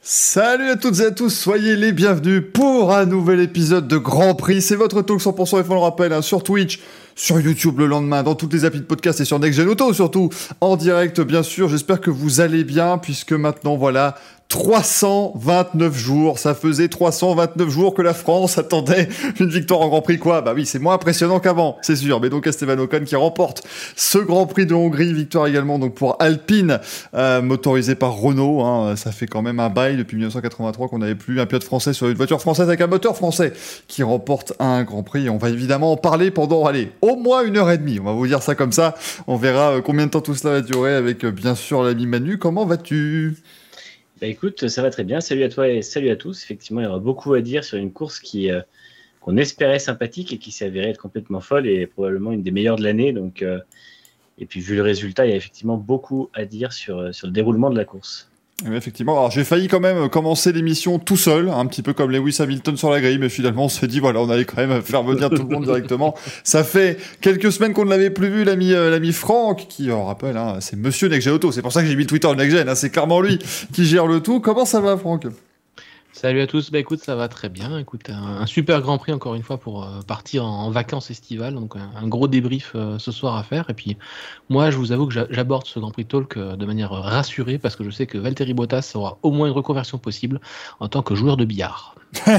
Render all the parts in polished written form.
Salut à toutes et à tous, soyez les bienvenus pour un nouvel épisode de Grand Prix. C'est votre talk 100% F1, on le rappelle, sur Twitch, sur YouTube le lendemain, dans toutes les applis de podcast et sur Next Gen Auto surtout, en direct bien sûr. J'espère que vous allez bien puisque maintenant voilà, 329 jours, ça faisait 329 jours que la France attendait une victoire en Grand Prix, quoi. Bah oui, c'est moins impressionnant qu'avant, c'est sûr. Mais donc Esteban Ocon qui remporte ce Grand Prix de Hongrie, victoire également donc pour Alpine, motorisé par Renault, hein. Ça fait quand même un bail depuis 1983 qu'on n'avait plus un pilote français sur une voiture française avec un moteur français qui remporte un Grand Prix. Et on va évidemment en parler pendant, au moins 1h30. On va vous dire ça comme ça. On verra combien de temps tout cela va durer avec bien sûr l'ami Manu. Comment vas-tu ? Bah écoute, ça va très bien. Salut à toi et salut à tous. Effectivement, il y aura beaucoup à dire sur une course qu'on espérait sympathique et qui s'est avérée être complètement folle et probablement une des meilleures de l'année. Donc, et puis, vu le résultat, il y a effectivement beaucoup à dire sur le déroulement de la course. Oui, effectivement. Alors, j'ai failli quand même commencer l'émission tout seul, un petit peu comme Lewis Hamilton sur la grille, mais finalement, on s'est dit, voilà, on allait quand même faire venir tout le monde directement. Ça fait quelques semaines qu'on ne l'avait plus vu, l'ami Franck, qui, on rappelle, c'est Monsieur Next Gen Auto. C'est pour ça que j'ai mis le Twitter de Next Gen, c'est clairement lui qui gère le tout. Comment ça va, Franck ? Salut à tous, écoute, ça va très bien. Écoute, un super Grand Prix encore une fois pour partir en vacances estivales, donc un gros débrief ce soir à faire. Et puis moi, je vous avoue que j'aborde ce Grand Prix Talk de manière rassurée parce que je sais que Valtteri Bottas aura au moins une reconversion possible en tant que joueur de billard.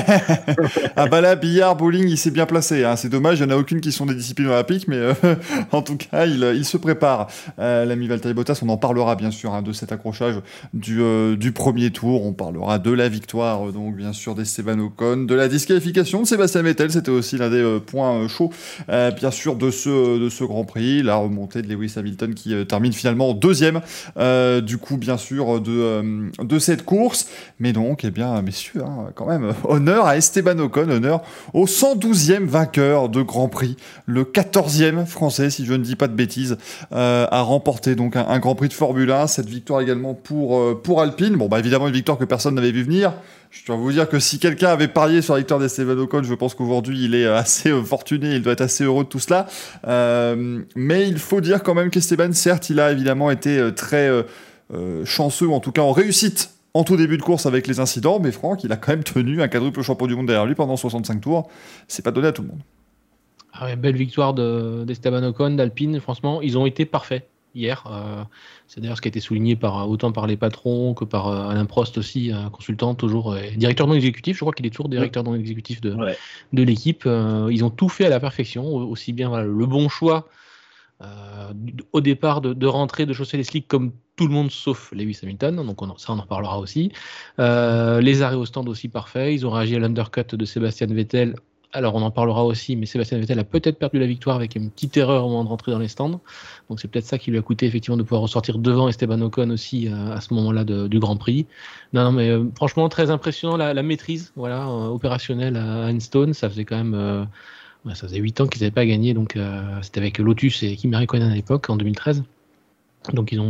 Ah bah là, billard, bowling, il s'est bien placé, hein. C'est dommage, il n'y en a aucune qui sont des disciplines olympiques, mais en tout cas, il se prépare. L'ami Valtteri Bottas, on en parlera bien sûr de cet accrochage du premier tour, on parlera de la victoire, donc bien sûr d'Esteban Ocon, de la disqualification de Sébastien Vettel, c'était aussi l'un des points chauds, bien sûr, de ce Grand Prix, la remontée de Lewis Hamilton qui termine finalement deuxième, du coup, bien sûr, de cette course, mais donc, eh bien, messieurs, quand même, honneur à Esteban Ocon, honneur au 112e vainqueur de Grand Prix, le 14e français, si je ne dis pas de bêtises, a remporté donc un Grand Prix de Formule 1. Cette victoire également pour Alpine. Bon, bah évidemment, une victoire que personne n'avait vu venir. Je dois vous dire que si quelqu'un avait parié sur la victoire d'Esteban Ocon, je pense qu'aujourd'hui, il est assez fortuné, il doit être assez heureux de tout cela. Mais il faut dire quand même qu'Esteban, certes, il a évidemment été très chanceux, ou en tout cas en réussite, en tout début de course avec les incidents, mais Franck, il a quand même tenu un quadruple champion du monde derrière lui pendant 65 tours. C'est pas donné à tout le monde. Ah ouais, belle victoire d'Esteban Ocon, d'Alpine. Franchement, ils ont été parfaits hier. C'est d'ailleurs ce qui a été souligné autant par les patrons que par Alain Prost aussi, consultant toujours, directeur non exécutif. Je crois qu'il est toujours directeur non exécutif de l'équipe. Ils ont tout fait à la perfection, aussi bien le bon choix au départ de rentrer, de chausser les slicks comme tout le monde sauf Lewis Hamilton, donc on en reparlera aussi. Les arrêts au stand aussi parfaits, ils ont réagi à l'undercut de Sébastien Vettel, alors on en parlera aussi, mais Sébastien Vettel a peut-être perdu la victoire avec une petite erreur au moment de rentrer dans les stands, donc c'est peut-être ça qui lui a coûté effectivement de pouvoir ressortir devant Esteban Ocon aussi à ce moment-là du Grand Prix. Non mais franchement très impressionnant la maîtrise opérationnelle à Enstone, ça faisait quand même... ça faisait 8 ans qu'ils n'avaient pas gagné, donc c'était avec Lotus et Kimi Räikkönen à l'époque, en 2013. Donc ils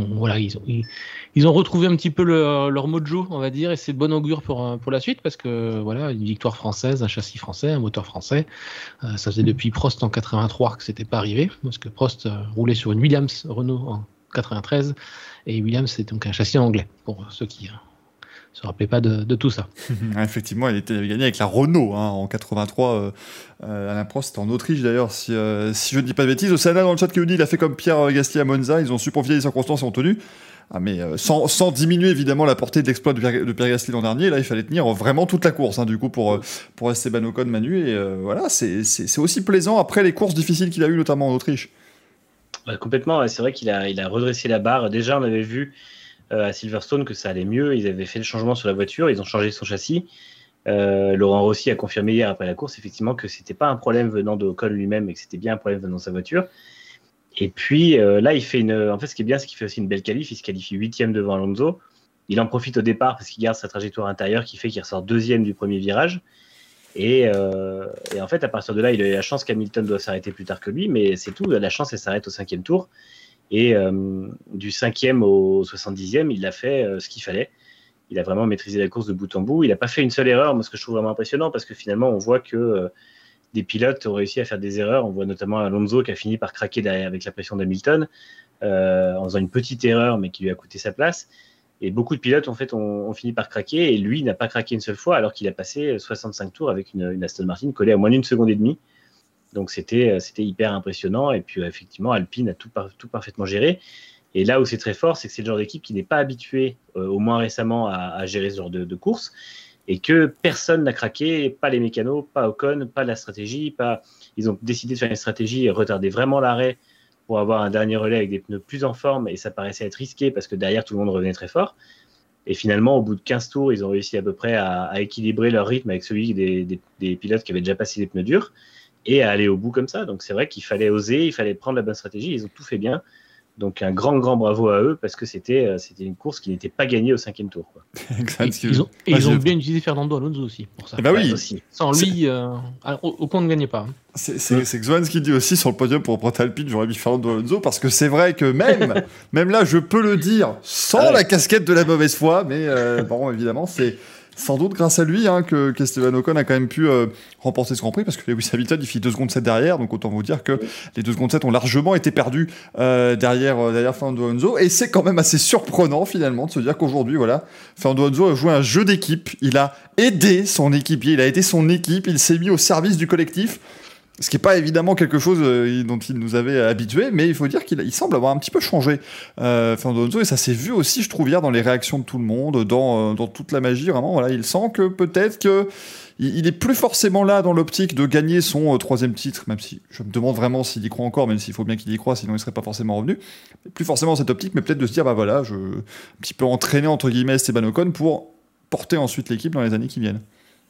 ont retrouvé un petit peu leur mojo, on va dire, et c'est de bon augure pour la suite, parce que voilà, une victoire française, un châssis français, un moteur français, ça faisait depuis Prost en 83 que c'était pas arrivé, parce que Prost roulait sur une Williams Renault en 93, et Williams c'est donc un châssis anglais, pour ceux qui se rappelait pas de tout ça. Effectivement, il avait gagné avec la Renault en 83. Alain Prost, c'était en Autriche d'ailleurs, si je ne dis pas de bêtises. Océana dans le chat qui nous dit il a fait comme Pierre Gasly à Monza, ils ont su profiter des circonstances et ont tenu. Mais sans diminuer évidemment la portée de l'exploit de Pierre Gasly l'an dernier, là il fallait tenir vraiment toute la course du coup pour Esteban Ocon, Manu, et voilà, c'est aussi plaisant après les courses difficiles qu'il a eues notamment en Autriche. Complètement, c'est vrai qu'il a redressé la barre. Déjà on avait vu à Silverstone que ça allait mieux, ils avaient fait le changement sur la voiture, ils ont changé son châssis. Laurent Rossi a confirmé hier après la course effectivement que c'était pas un problème venant de Ocon lui-même, mais que c'était bien un problème venant de sa voiture. Et puis là il fait en fait ce qui est bien, c'est qu'il fait aussi une belle qualif, il se qualifie 8e devant Alonso, il en profite au départ parce qu'il garde sa trajectoire intérieure qui fait qu'il ressort 2e du premier virage, et en fait à partir de là il a eu la chance qu'Hamilton doit s'arrêter plus tard que lui, mais c'est tout, la chance elle s'arrête au 5e tour. Et du 5e au 70e, il a fait ce qu'il fallait. Il a vraiment maîtrisé la course de bout en bout. Il n'a pas fait une seule erreur, moi, ce que je trouve vraiment impressionnant, parce que finalement, on voit que des pilotes ont réussi à faire des erreurs. On voit notamment Alonso qui a fini par craquer derrière avec la pression d'Hamilton, en faisant une petite erreur, mais qui lui a coûté sa place. Et beaucoup de pilotes ont fini par craquer, et lui n'a pas craqué une seule fois, alors qu'il a passé 65 tours avec une Aston Martin collée à moins d'1 seconde et demie. Donc c'était hyper impressionnant, et puis effectivement Alpine a tout parfaitement géré. Et là où c'est très fort, c'est que c'est le genre d'équipe qui n'est pas habituée, au moins récemment, à gérer ce genre de course, et que personne n'a craqué, pas les mécanos, pas Ocon, pas la stratégie, ils ont décidé de faire une stratégie et retarder vraiment l'arrêt pour avoir un dernier relais avec des pneus plus en forme, et ça paraissait être risqué parce que derrière tout le monde revenait très fort. Et finalement, au bout de 15 tours, ils ont réussi à peu près à équilibrer leur rythme avec celui des pilotes qui avaient déjà passé les pneus durs, et à aller au bout comme ça. Donc c'est vrai qu'il fallait oser, il fallait prendre la bonne stratégie, ils ont tout fait bien. Donc un grand bravo à eux, parce que c'était une course qui n'était pas gagnée au 5e tour, quoi. Ils ont bien utilisé Fernando Alonso aussi pour ça. Bah oui. Aussi. Sans lui, Ocon ne gagnait pas. C'est Xoan qui dit aussi sur le podium pour reprendre Alpine, j'aurais mis Fernando Alonso, parce que c'est vrai que même là, je peux le dire sans la casquette de la mauvaise foi, mais bon, évidemment, c'est sans doute grâce à lui qu'Esteban Ocon a quand même pu remporter ce Grand Prix, parce que Lewis Hamilton il fit 2 secondes 7 derrière, donc autant vous dire que les 2 secondes 7 ont largement été perdus derrière Fernando Alonso, et c'est quand même assez surprenant finalement de se dire qu'aujourd'hui, voilà, Fernando Alonso a joué un jeu d'équipe, il a aidé son équipier, il a aidé son équipe, il s'est mis au service du collectif. Ce qui n'est pas évidemment quelque chose dont il nous avait habitués, mais il faut dire qu'il semble avoir un petit peu changé, Fernando Alonso, et ça s'est vu aussi, je trouve, hier dans les réactions de tout le monde, dans toute la magie, vraiment. Voilà, il sent que peut-être qu'il est plus forcément là dans l'optique de gagner son 3e titre, même si je me demande vraiment s'il y croit encore, même s'il faut bien qu'il y croit, sinon il ne serait pas forcément revenu. Plus forcément dans cette optique, mais peut-être de se dire, bah voilà, un petit peu entraîner, entre guillemets, Esteban Ocon pour porter ensuite l'équipe dans les années qui viennent.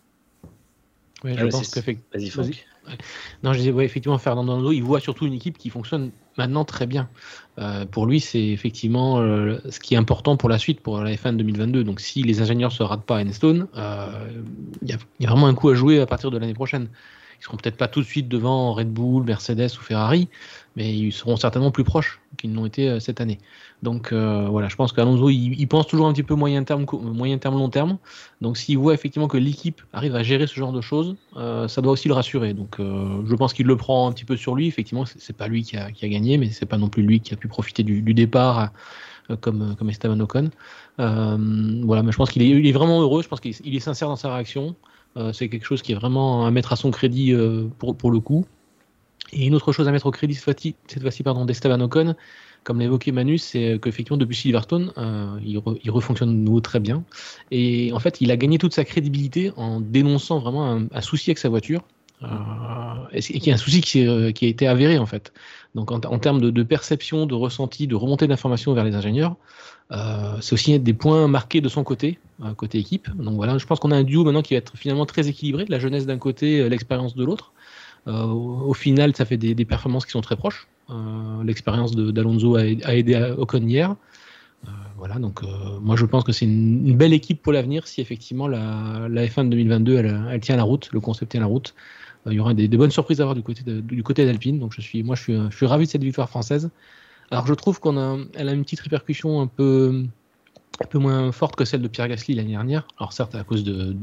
Oui, je pense Vas-y, Franck. Non, je disais, effectivement, Fernando Alonso, il voit surtout une équipe qui fonctionne maintenant très bien. Pour lui, c'est effectivement ce qui est important pour la suite, pour la F1 2022. Donc, si les ingénieurs ne se ratent pas à Enstone, il y a vraiment un coup à jouer à partir de l'année prochaine. Ils seront peut-être pas tout de suite devant Red Bull, Mercedes ou Ferrari, mais ils seront certainement plus proches qu'ils n'ont été cette année. Donc voilà, je pense qu'Alonso, il pense toujours un petit peu moyen terme, long terme. Donc s'il voit effectivement que l'équipe arrive à gérer ce genre de choses, ça doit aussi le rassurer. Donc je pense qu'il le prend un petit peu sur lui. Effectivement, c'est pas lui qui a gagné, mais c'est pas non plus lui qui a pu profiter du départ comme Esteban Ocon. Voilà, mais je pense qu'il est vraiment heureux. Je pense qu'il est sincère dans sa réaction. C'est quelque chose qui est vraiment à mettre à son crédit pour le coup. Et une autre chose à mettre au crédit cette fois-ci d'Esteban Ocon, comme l'évoquait Manu, c'est qu'effectivement depuis Silverstone, il refonctionne de nouveau très bien. Et en fait, il a gagné toute sa crédibilité en dénonçant vraiment un souci avec sa voiture, et qui est un souci qui a été avéré en fait. Donc en termes de perception, de ressenti, de remontée d'informations vers les ingénieurs, c'est aussi des points marqués de son côté équipe. Donc voilà, je pense qu'on a un duo maintenant qui va être finalement très équilibré, la jeunesse d'un côté, l'expérience de l'autre. Au final, ça fait des performances qui sont très proches. L'expérience d'Alonso a aidé Ocon hier. Voilà, donc moi je pense que c'est une belle équipe pour l'avenir si effectivement la F1 de 2022 elle tient la route, le concept tient la route. Il y aura des bonnes surprises à avoir du côté d'Alpine. Donc je suis ravi de cette victoire française. Alors je trouve elle a une petite répercussion un peu moins forte que celle de Pierre Gasly l'année dernière. Alors certes à cause de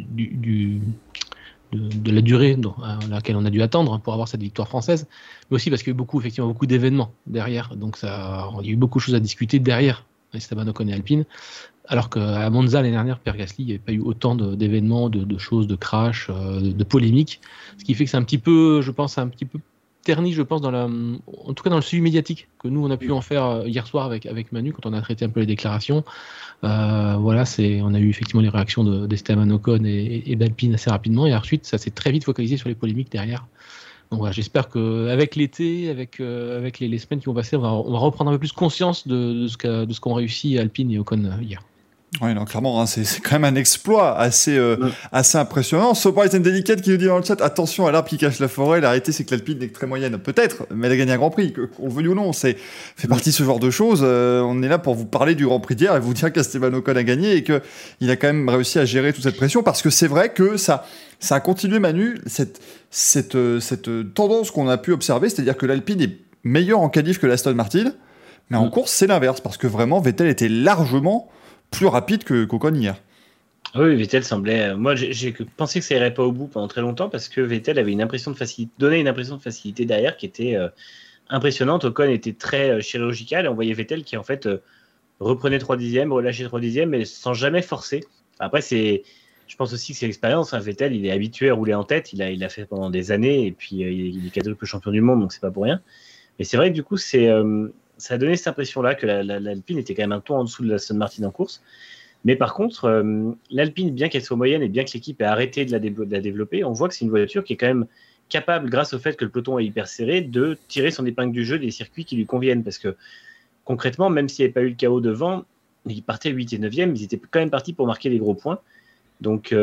la durée à laquelle on a dû attendre pour avoir cette victoire française, mais aussi parce qu'il y a eu beaucoup d'événements derrière. Donc il y a eu beaucoup de choses à discuter derrière Esteban Ocon et Alpine, alors qu'à Monza l'année dernière, Pierre Gasly, il n'y avait pas eu autant d'événements, de choses, de crash, de polémiques, ce qui fait que c'est un petit peu terni, en tout cas dans le suivi médiatique que nous on a pu en faire hier soir avec Manu quand on a traité un peu les déclarations. Voilà, on a eu effectivement les réactions d'Esteban Ocon et d'Alpine assez rapidement, et ensuite ça s'est très vite focalisé sur les polémiques derrière. Donc voilà, j'espère qu'avec l'été, avec les semaines qui vont passer, on va reprendre un peu plus conscience de ce qu'ont réussi Alpine et Ocon hier. Oui, non, clairement, hein, c'est quand même un exploit assez impressionnant. Sobright and Delicate qui nous dit dans le chat, attention à l'arbre qui cache la forêt, la réalité c'est que l'Alpine n'est que très moyenne. Peut-être, mais elle a gagné un Grand Prix, qu'on le veuille ou non, fait partie de ce genre de choses. On est là pour vous parler du Grand Prix d'hier et vous dire qu'Esteban Ocon a gagné et qu'il a quand même réussi à gérer toute cette pression, parce que c'est vrai que ça a continué, Manu, cette tendance qu'on a pu observer, c'est-à-dire que l'Alpine est meilleure en qualif que l'Aston Martin, mais en course c'est l'inverse, parce que vraiment Vettel était largement plus rapide qu'Ocon hier. Oui, Vettel semblait... Moi, j'ai pensé que ça irait pas au bout pendant très longtemps, parce que Vettel avait donnait une impression de facilité derrière qui était impressionnante. Ocon était très chirurgical, et on voyait Vettel qui, en fait, reprenait 3 dixièmes, relâchait 3 dixièmes, mais sans jamais forcer. Après, je pense aussi que c'est l'expérience. Vettel, il est habitué à rouler en tête. Il a fait pendant des années, et puis il est quadruple champion du monde, donc c'est pas pour rien. Mais c'est vrai que du coup, ça a donné cette impression-là que l'Alpine était quand même un ton en dessous de l'Aston Martin en course. Mais par contre, l'Alpine, bien qu'elle soit moyenne et bien que l'équipe ait arrêté de la développer, on voit que c'est une voiture qui est quand même capable, grâce au fait que le peloton est hyper serré, de tirer son épingle du jeu des circuits qui lui conviennent. Parce que concrètement, même s'il n'y avait pas eu le chaos devant, ils partaient 8 et 9e, ils étaient quand même partis pour marquer les gros points. Donc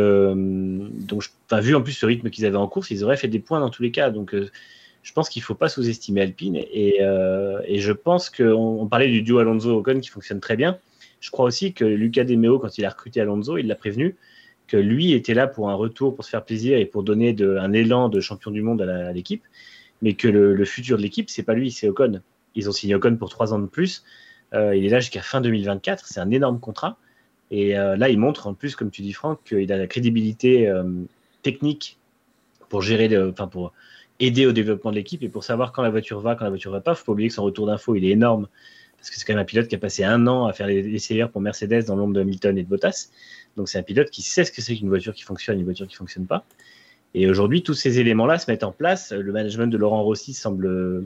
vu en plus ce rythme qu'ils avaient en course, ils auraient fait des points dans tous les cas. Donc je pense qu'il ne faut pas sous-estimer Alpine. Et je pense qu'on parlait du duo Alonso-Ocon qui fonctionne très bien. Je crois aussi que Luca De Meo, quand il a recruté Alonso, il l'a prévenu que lui était là pour un retour, pour se faire plaisir et pour donner un élan de champion du monde à l'équipe, mais que le futur de l'équipe, c'est pas lui, c'est Ocon. Ils ont signé Ocon pour 3 ans de plus. Il est là jusqu'à fin 2024. C'est un énorme contrat. Et là, il montre en plus, comme tu dis Franck, qu'il a la crédibilité technique pour pour aider au développement de l'équipe et pour savoir quand la voiture va pas. Faut pas oublier que son retour d'info, il est énorme. Parce que c'est quand même un pilote qui a passé 1 an à faire les essais pour Mercedes dans l'ombre de Hamilton et de Bottas. Donc c'est un pilote qui sait ce que c'est qu'une voiture qui fonctionne, une voiture qui ne fonctionne pas. Et aujourd'hui, tous ces éléments-là se mettent en place. Le management de Laurent Rossi semble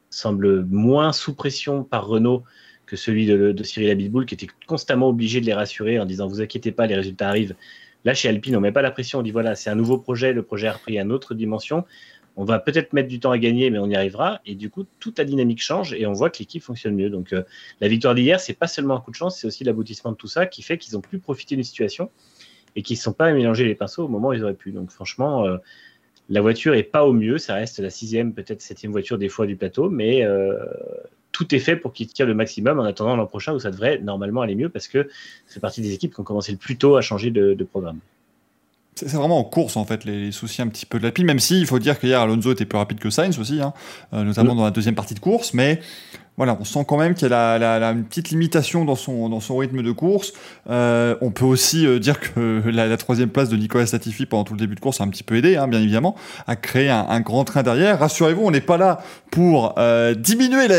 moins sous pression par Renault que celui de Cyril Abiteboul, qui était constamment obligé de les rassurer en disant « vous inquiétez pas, les résultats arrivent ». Là, chez Alpine, on ne met pas la pression. On dit « voilà, c'est un nouveau projet, le projet a repris une autre dimension. On va peut-être mettre du temps à gagner, mais on y arrivera. » Et du coup, toute la dynamique change et on voit que l'équipe fonctionne mieux. Donc, la victoire d'hier, c'est pas seulement un coup de chance, c'est aussi l'aboutissement de tout ça qui fait qu'ils ont pu profiter d'une situation et qu'ils ne se sont pas mélangés les pinceaux au moment où ils auraient pu. Donc, franchement, la voiture est pas au mieux. Ça reste la 6e, peut-être 7e voiture des fois du plateau, mais tout est fait pour qu'ils tirent le maximum en attendant l'an prochain où ça devrait normalement aller mieux parce que c'est partie des équipes qui ont commencé le plus tôt à changer de programme. C'est vraiment en course, en fait, les soucis un petit peu de l'Alpine, même si il faut dire qu'hier, Alonso était plus rapide que Sainz aussi, notamment dans la deuxième partie de course, mais voilà, on sent quand même qu'il y a une petite limitation dans son rythme de course. On peut aussi dire que la 3e place de Nicolas Latifi pendant tout le début de course a un petit peu aidé, bien évidemment, à créer un grand train derrière. Rassurez-vous, on n'est pas là pour diminuer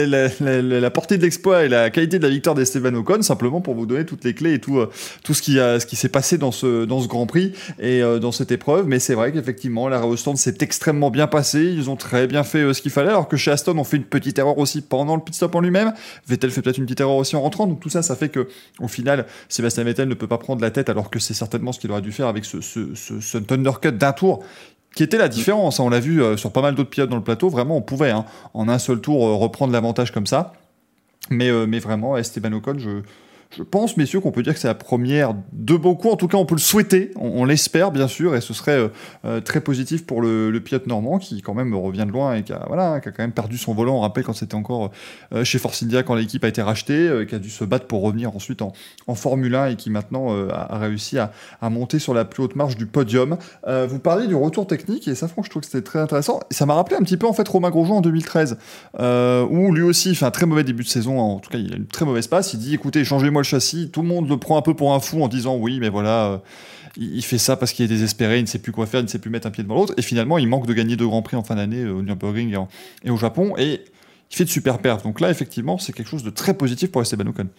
la portée de l'exploit et la qualité de la victoire d'Esteban Ocon, simplement pour vous donner toutes les clés et tout ce qui s'est passé dans ce Grand Prix et dans cette épreuve. Mais c'est vrai qu'effectivement, l'arrêt au stand s'est extrêmement bien passé. Ils ont très bien fait ce qu'il fallait, alors que chez Aston, on fait une petite erreur aussi pendant le pit stop en lui-même. Vettel fait peut-être une petite erreur aussi en rentrant. Donc tout ça fait que, au final, Sébastien Vettel ne peut pas prendre la tête, alors que c'est certainement ce qu'il aurait dû faire avec ce undercut d'un tour, qui était la différence. On l'a vu sur pas mal d'autres pilotes dans le plateau. Vraiment, on pouvait, en un seul tour, reprendre l'avantage comme ça. Mais vraiment, Esteban Ocon, je pense, messieurs, qu'on peut dire que c'est la première de beaucoup. En tout cas, on peut le souhaiter, on l'espère, bien sûr, et ce serait très positif pour le pilote normand, qui quand même revient de loin et qui a quand même perdu son volant. On rappelle quand c'était encore chez Force India, quand l'équipe a été rachetée, qui a dû se battre pour revenir ensuite en Formule 1 et qui maintenant a réussi à monter sur la plus haute marche du podium. Vous parliez du retour technique, et ça, franchement, je trouve que c'était très intéressant. Et ça m'a rappelé un petit peu, en fait, Romain Grosjean en 2013, où lui aussi fait un très mauvais début de saison. En tout cas, il a une très mauvaise passe. Il dit, écoutez, changez-moi le châssis. Tout le monde le prend un peu pour un fou en disant oui, mais voilà, il fait ça parce qu'il est désespéré, il ne sait plus quoi faire, il ne sait plus mettre un pied devant l'autre. Et finalement, il manque de gagner 2 grands prix en fin d'année au Nürburgring et au Japon, et il fait de super perfs. Donc là, effectivement, c'est quelque chose de très positif pour Esteban Ocon.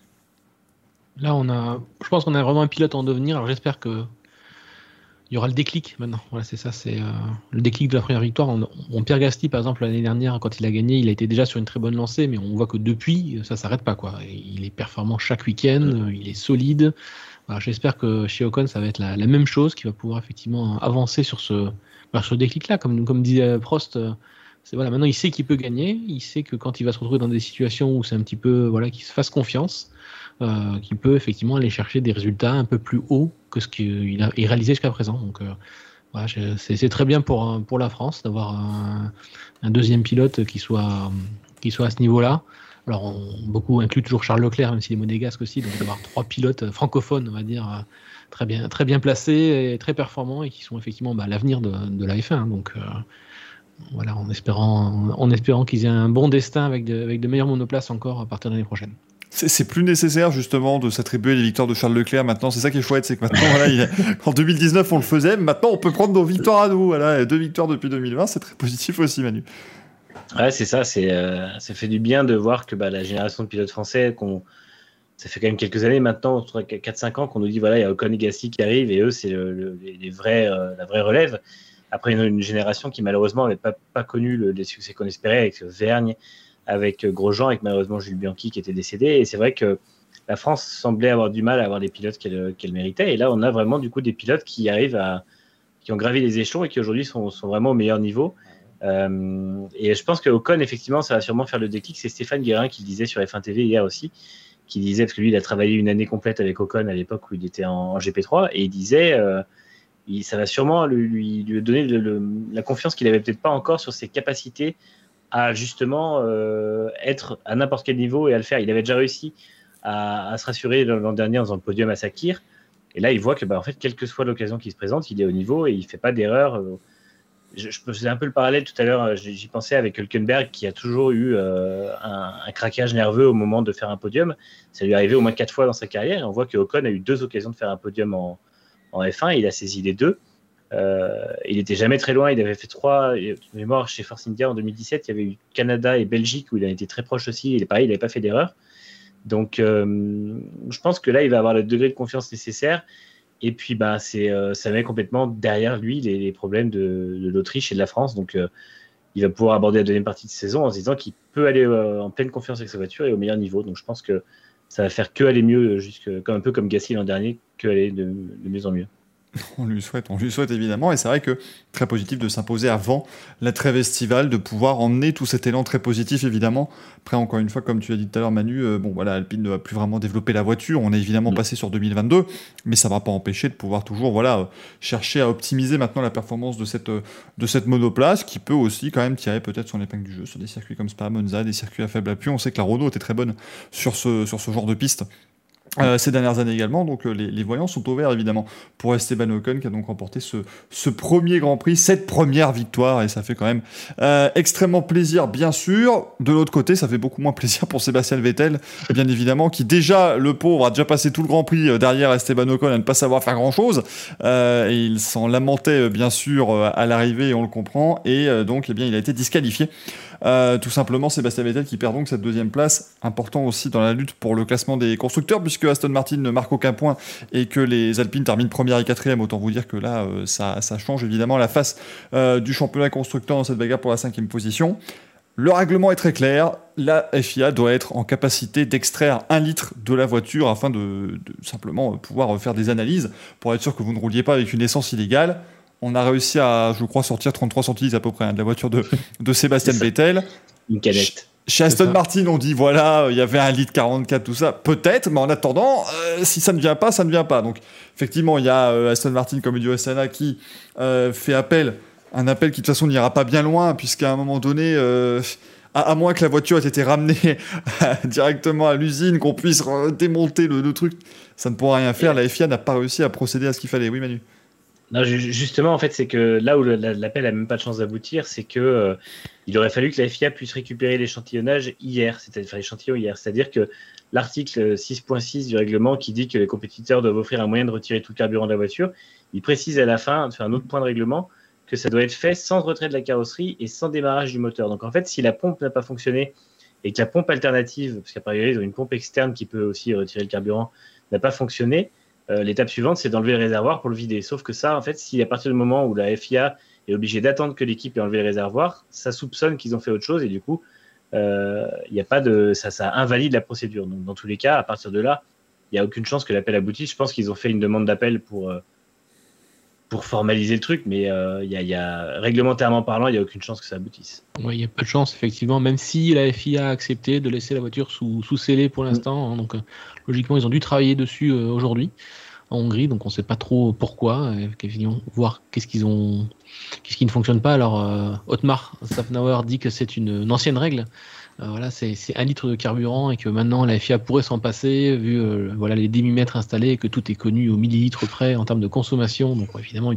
Là, je pense qu'on a vraiment un pilote en devenir. Alors j'espère que il y aura le déclic maintenant. Voilà, c'est ça, c'est le déclic de la première victoire. Pierre Gasly, par exemple, l'année dernière, quand il a gagné, il a été déjà sur une très bonne lancée, mais on voit que depuis, ça s'arrête pas, quoi. Et il est performant chaque week-end, il est solide. Voilà, j'espère que chez Ocon, ça va être la même chose, qu'il va pouvoir effectivement avancer sur ce déclic-là. Comme disait Prost, maintenant il sait qu'il peut gagner, il sait que quand il va se retrouver dans des situations où c'est un petit peu, qu'il se fasse confiance, qu'il peut effectivement aller chercher des résultats un peu plus hauts que ce qu'il a réalisé jusqu'à présent. Donc c'est très bien pour la France d'avoir un deuxième pilote qui soit à ce niveau-là. Alors beaucoup incluent toujours Charles Leclerc, même s'il est monégasque aussi, donc d'avoir 3 pilotes francophones, on va dire, très bien placés et très performants, et qui sont effectivement l'avenir de la F1. Donc en espérant qu'ils aient un bon destin avec de meilleures monoplaces encore à partir de l'année prochaine. C'est plus nécessaire justement de s'attribuer les victoires de Charles Leclerc maintenant. C'est ça qui est chouette, c'est que maintenant, en 2019 on le faisait, maintenant on peut prendre nos victoires à nous. Voilà, 2 victoires depuis 2020, c'est très positif aussi, Manu. Ouais, c'est ça. Ça fait du bien de voir que la génération de pilotes français ça fait quand même quelques années maintenant, 4-5 ans, qu'on nous dit voilà, il y a Ocon et Gasly qui arrivent et eux, c'est la vraie relève. Après une génération qui malheureusement n'avait pas connu les succès qu'on espérait avec Vergne, avec Grosjean, avec malheureusement Jules Bianchi qui était décédé. Et c'est vrai que la France semblait avoir du mal à avoir les pilotes qu'elle méritait. Et là, on a vraiment du coup des pilotes qui ont gravi les échelons et qui aujourd'hui sont vraiment au meilleur niveau. Et je pense que Ocon, effectivement, ça va sûrement faire le déclic. C'est Stéphane Guérin qui le disait sur F1 TV hier aussi, qui disait, parce que lui, il a travaillé une année complète avec Ocon à l'époque où il était en GP3, et il disait, ça va sûrement lui donner la confiance qu'il n'avait peut-être pas encore sur ses capacités à justement être à n'importe quel niveau et à le faire. Il avait déjà réussi à se rassurer l'an dernier en faisant le podium à Sakir, et là, il voit que, en fait, quelle que soit l'occasion qui se présente, il est au niveau et il ne fait pas d'erreur. Je faisais un peu le parallèle tout à l'heure, j'y pensais avec Hülkenberg qui a toujours eu un craquage nerveux au moment de faire un podium. Ça lui est arrivé au moins 4 fois dans sa carrière et on voit que Ocon a eu 2 occasions de faire un podium en F1 et il a saisi les 2. Il n'était jamais très loin, il avait fait 3 mémoires chez Force India en 2017, il y avait eu Canada et Belgique où il en était très proche aussi, et pareil, il n'avait pas fait d'erreur. Donc je pense que là il va avoir le degré de confiance nécessaire. Et puis, ça met complètement derrière lui les problèmes de l'Autriche et de la France. Donc, il va pouvoir aborder la deuxième partie de saison en se disant qu'il peut aller en pleine confiance avec sa voiture et au meilleur niveau. Donc, je pense que ça va faire que aller mieux, un peu comme Gasly l'an dernier, que aller de mieux en mieux. On lui souhaite évidemment, et c'est vrai que très positif de s'imposer avant la trêve estivale, de pouvoir emmener tout cet élan très positif évidemment. Après, encore une fois, comme tu as dit tout à l'heure Manu, Alpine ne va plus vraiment développer la voiture, on est évidemment passé sur 2022, mais ça ne va pas empêcher de pouvoir toujours chercher à optimiser maintenant la performance de cette monoplace, qui peut aussi quand même tirer peut-être son épingle du jeu sur des circuits comme Spa, Monza, des circuits à faible appui. On sait que la Renault était très bonne sur ce genre de piste. Ces dernières années également, donc les voyants sont au vert évidemment pour Esteban Ocon qui a donc remporté ce premier Grand Prix, cette première victoire, et ça fait quand même extrêmement plaisir bien sûr. De l'autre côté, ça fait beaucoup moins plaisir pour Sébastien Vettel, bien évidemment, qui déjà, le pauvre, a déjà passé tout le Grand Prix derrière Esteban Ocon à ne pas savoir faire grand chose, et il s'en lamentait bien sûr à l'arrivée, et on le comprend, et donc il a été disqualifié. Tout simplement, Sébastien Vettel qui perd donc cette deuxième place, important aussi dans la lutte pour le classement des constructeurs, puisque Aston Martin ne marque aucun point et que les Alpines terminent première et quatrième. Autant vous dire que là, ça change évidemment la face du championnat constructeur dans cette bagarre pour la 5e position. Le règlement est très clair, la FIA doit être en capacité d'extraire 1 litre de la voiture afin de simplement pouvoir faire des analyses pour être sûr que vous ne rouliez pas avec une essence illégale. On a réussi à, je crois, sortir 33 centilitres à peu près de la voiture de Sébastien Vettel. Une canette. Chez Aston Martin, on dit voilà, il y avait 1 litre 44, tout ça. Peut-être, mais en attendant, si ça ne vient pas, ça ne vient pas. Donc, effectivement, il y a Aston Martin, comme dit Osana, qui fait appel. Un appel qui, de toute façon, n'ira pas bien loin, puisqu'à un moment donné, à moins que la voiture ait été ramenée directement à l'usine, qu'on puisse démonter le truc, ça ne pourra rien faire. La FIA n'a pas réussi à procéder à ce qu'il fallait. Oui, Manu. Non, justement, en fait, c'est que là où l'appel n'a même pas de chance d'aboutir, c'est que il aurait fallu que la FIA puisse récupérer l'échantillonnage hier, c'est-à-dire l'échantillon hier. C'est-à-dire que l'article 6.6 du règlement qui dit que les compétiteurs doivent offrir un moyen de retirer tout le carburant de la voiture, il précise à la fin, sur un autre point de règlement, que ça doit être fait sans retrait de la carrosserie et sans démarrage du moteur. Donc en fait, si la pompe n'a pas fonctionné et que la pompe alternative, parce qu'à part ils ont une pompe externe qui peut aussi retirer le carburant, n'a pas fonctionné, l'étape suivante, c'est d'enlever le réservoir pour le vider. Sauf que ça, en fait, si à partir du moment où la FIA est obligée d'attendre que l'équipe ait enlevé le réservoir, ça soupçonne qu'ils ont fait autre chose et du coup, y a pas de, ça invalide la procédure. Donc, dans tous les cas, à partir de là, il n'y a aucune chance que l'appel aboutisse. Je pense qu'ils ont fait une demande d'appel pour formaliser le truc, mais réglementairement parlant, il n'y a aucune chance que ça aboutisse. Oui, il y a peu de chance, effectivement, même si la FIA a accepté de laisser la voiture sous scellé pour l'instant. Donc, logiquement, ils ont dû travailler dessus aujourd'hui en Hongrie, donc on ne sait pas trop pourquoi, voir qu'est-ce qui ne fonctionne pas. Alors, Otmar Szafnauer dit que c'est une ancienne règle. Voilà, c'est 1 litre de carburant et que maintenant la FIA pourrait s'en passer vu les demi-mètres installés et que tout est connu au millilitre près en termes de consommation. Donc évidemment,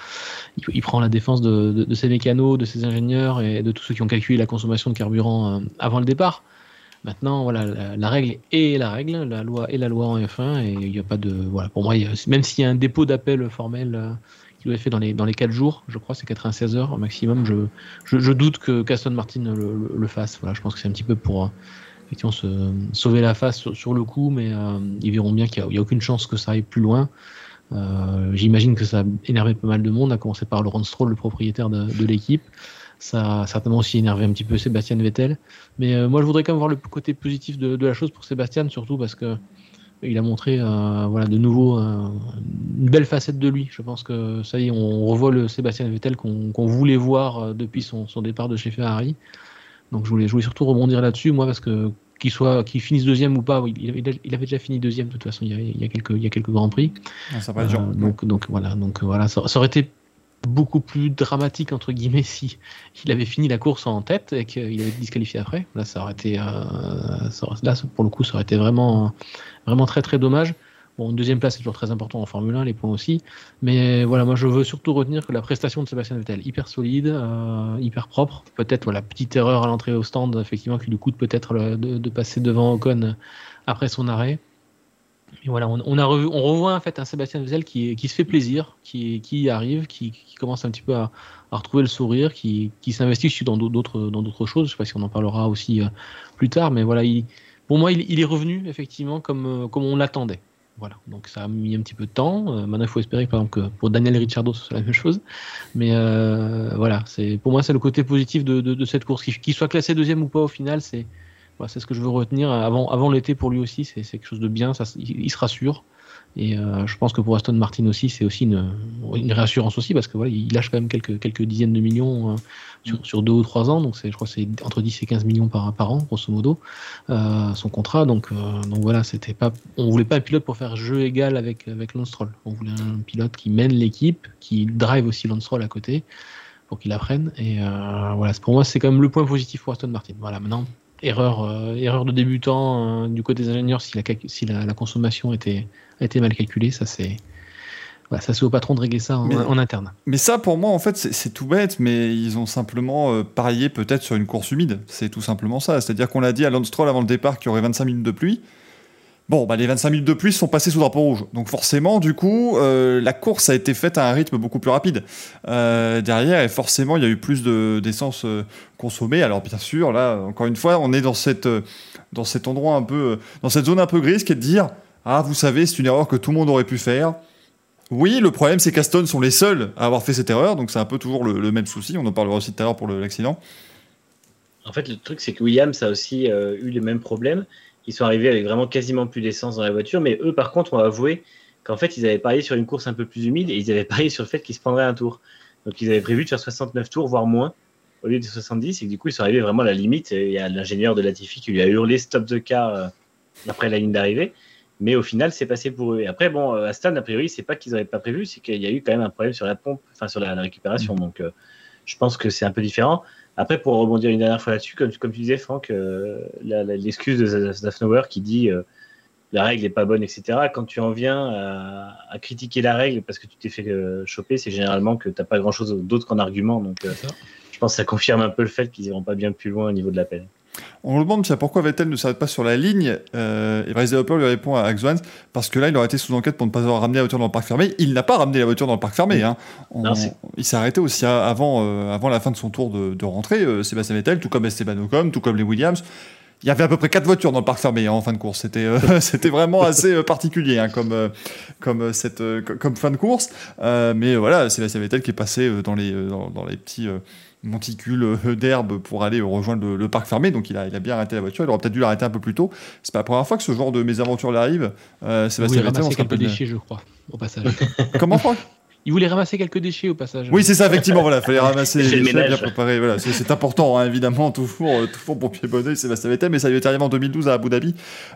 il prend la défense de ses mécanos, de ses ingénieurs et de tous ceux qui ont calculé la consommation de carburant avant le départ. Maintenant, voilà, la règle est la règle, la loi est la loi en F1 et il n'y a pas de pour moi, même s'il y a un dépôt d'appel formel qui doit être fait dans les 4 jours, je crois, c'est 96 heures au maximum. Je doute que Aston Martin le fasse. Voilà, je pense que c'est un petit peu pour effectivement se sauver la face sur le coup, mais ils verront bien qu'il n'y a aucune chance que ça aille plus loin. J'imagine que ça a énervé pas mal de monde, à commencer par Laurent Stroll, le propriétaire de l'équipe. Ça a certainement aussi énervé un petit peu Sébastien Vettel. Mais moi, je voudrais quand même voir le côté positif de la chose pour Sébastien, surtout parce que il a montré de nouveau une belle facette de lui. Je pense que ça y est, on revoit le Sébastien Vettel qu'on voulait voir depuis son départ de chez Ferrari. Donc je voulais surtout rebondir là-dessus, moi, parce que qu'il finisse deuxième ou pas, il avait déjà fini deuxième de toute façon, il y a quelques grands prix. Ça va être dur. Donc voilà, ça aurait été beaucoup plus dramatique entre guillemets si il avait fini la course en tête et qu'il avait été disqualifié après. Là, ça aurait été, là pour le coup, ça aurait été vraiment très très dommage. Bon, une deuxième place c'est toujours très important en Formule 1, les points aussi. Mais voilà, moi je veux surtout retenir que la prestation de Sébastien Vettel, hyper solide, hyper propre. Peut-être petite erreur à l'entrée au stand, effectivement, qui lui coûte peut-être de passer devant Ocon après son arrêt. Et voilà, on revoit en fait un Sébastien Vettel qui se fait plaisir, qui arrive, qui commence un petit peu à retrouver le sourire, qui s'investit dans d'autres choses. Je ne sais pas si on en parlera aussi plus tard, mais voilà, pour moi, il est revenu effectivement comme on l'attendait. Voilà, donc ça a mis un petit peu de temps. Maintenant, il faut espérer par exemple que pour Daniel Ricciardo, ce soit la même chose. Mais voilà, pour moi, c'est le côté positif de cette course. Qu'il soit classé deuxième ou pas au final, c'est ce que je veux retenir. Avant l'été, pour lui aussi, c'est quelque chose de bien. Il se rassure. Et je pense que pour Aston Martin aussi, c'est aussi une réassurance aussi, parce que voilà, il lâche quand même quelques dizaines de millions sur 2 ou 3 ans. Donc je crois que c'est entre 10 et 15 millions par an, grosso modo, son contrat. Donc voilà, on voulait pas un pilote pour faire jeu égal avec Lance Stroll. On voulait un pilote qui mène l'équipe, qui drive aussi Lance Stroll à côté pour qu'il apprenne. Et voilà, pour moi, c'est quand même le point positif pour Aston Martin. Voilà, maintenant, erreur de débutant du côté des ingénieurs si la consommation a été mal calculée, ça c'est au patron de régler ça en interne. Mais ça, pour moi, en fait, c'est tout bête, mais ils ont simplement parié peut-être sur une course humide. C'est tout simplement ça. C'est-à-dire qu'on l'a dit à Lance Stroll avant le départ qu'il y aurait 25 minutes de pluie. Bon, les 25 minutes de pluie sont passées sous drapeau rouge. Donc forcément, du coup, la course a été faite à un rythme beaucoup plus rapide. Derrière, et forcément, il y a eu plus d'essence consommée. Alors bien sûr, là, encore une fois, on est dans cet endroit un peu, dans cette zone un peu grise qui est de dire, ah, vous savez, c'est une erreur que tout le monde aurait pu faire. Oui, le problème, c'est qu'Aston sont les seuls à avoir fait cette erreur, donc c'est un peu toujours le même souci. On en parlera aussi tout à l'heure pour l'accident. En fait, le truc, c'est que Williams a aussi eu les mêmes problèmes. Ils sont arrivés avec vraiment quasiment plus d'essence dans la voiture, mais eux, par contre, ont avoué qu'en fait, ils avaient parié sur une course un peu plus humide et ils avaient parié sur le fait qu'ils se prendraient un tour. Donc, ils avaient prévu de faire 69 tours, voire moins, au lieu de 70, et que du coup, ils sont arrivés vraiment à la limite. Et il y a l'ingénieur de Latifi qui lui a hurlé stop the car après la ligne d'arrivée, mais au final, c'est passé pour eux. Et après, bon, Aston, a priori, c'est pas qu'ils n'avaient pas prévu, c'est qu'il y a eu quand même un problème sur la pompe, enfin sur la récupération. Donc, je pense que c'est un peu différent. Après, pour rebondir une dernière fois là-dessus, comme tu disais, Franck, l'excuse de Zafnauer qui dit la règle n'est pas bonne, etc. Quand tu en viens à critiquer la règle parce que tu t'es fait choper, c'est généralement que tu n'as pas grand-chose d'autre qu'en argument. Donc, je pense que ça confirme un peu le fait qu'ils n'iront pas bien plus loin au niveau de la peine. On lui demande pourquoi Vettel ne s'arrête pas sur la ligne, et Bryce Hopper lui répond à Axwans parce que là il aurait été sous enquête pour ne pas avoir ramené la voiture dans le parc fermé. Il n'a pas ramené la voiture dans le parc fermé. Hein. Il s'est arrêté aussi avant la fin de son tour de rentrée, Sébastien Vettel, tout comme Esteban Ocon, tout comme les Williams. Il y avait à peu près 4 voitures dans le parc fermé en fin de course. C'était vraiment assez particulier comme fin de course. Mais voilà, Sébastien Vettel qui est passé dans les petits monticule d'herbe pour aller rejoindre le parc fermé, donc il a bien arrêté la voiture. Il aurait peut-être dû l'arrêter un peu plus tôt. C'est pas la première fois que ce genre de mésaventure arrive. Sébastien Vettel, on se rappelle quelques déchets, je crois, au passage. Comment, Franck? Il voulait ramasser quelques déchets au passage. Oui, c'est ça, effectivement. Voilà, fallait ramasser les déchets, bien préparé. Voilà, c'est important, hein, évidemment, toujours pour pied bonnet, Sébastien Vettel, mais ça lui est arrivé en 2012 à Abu Dhabi,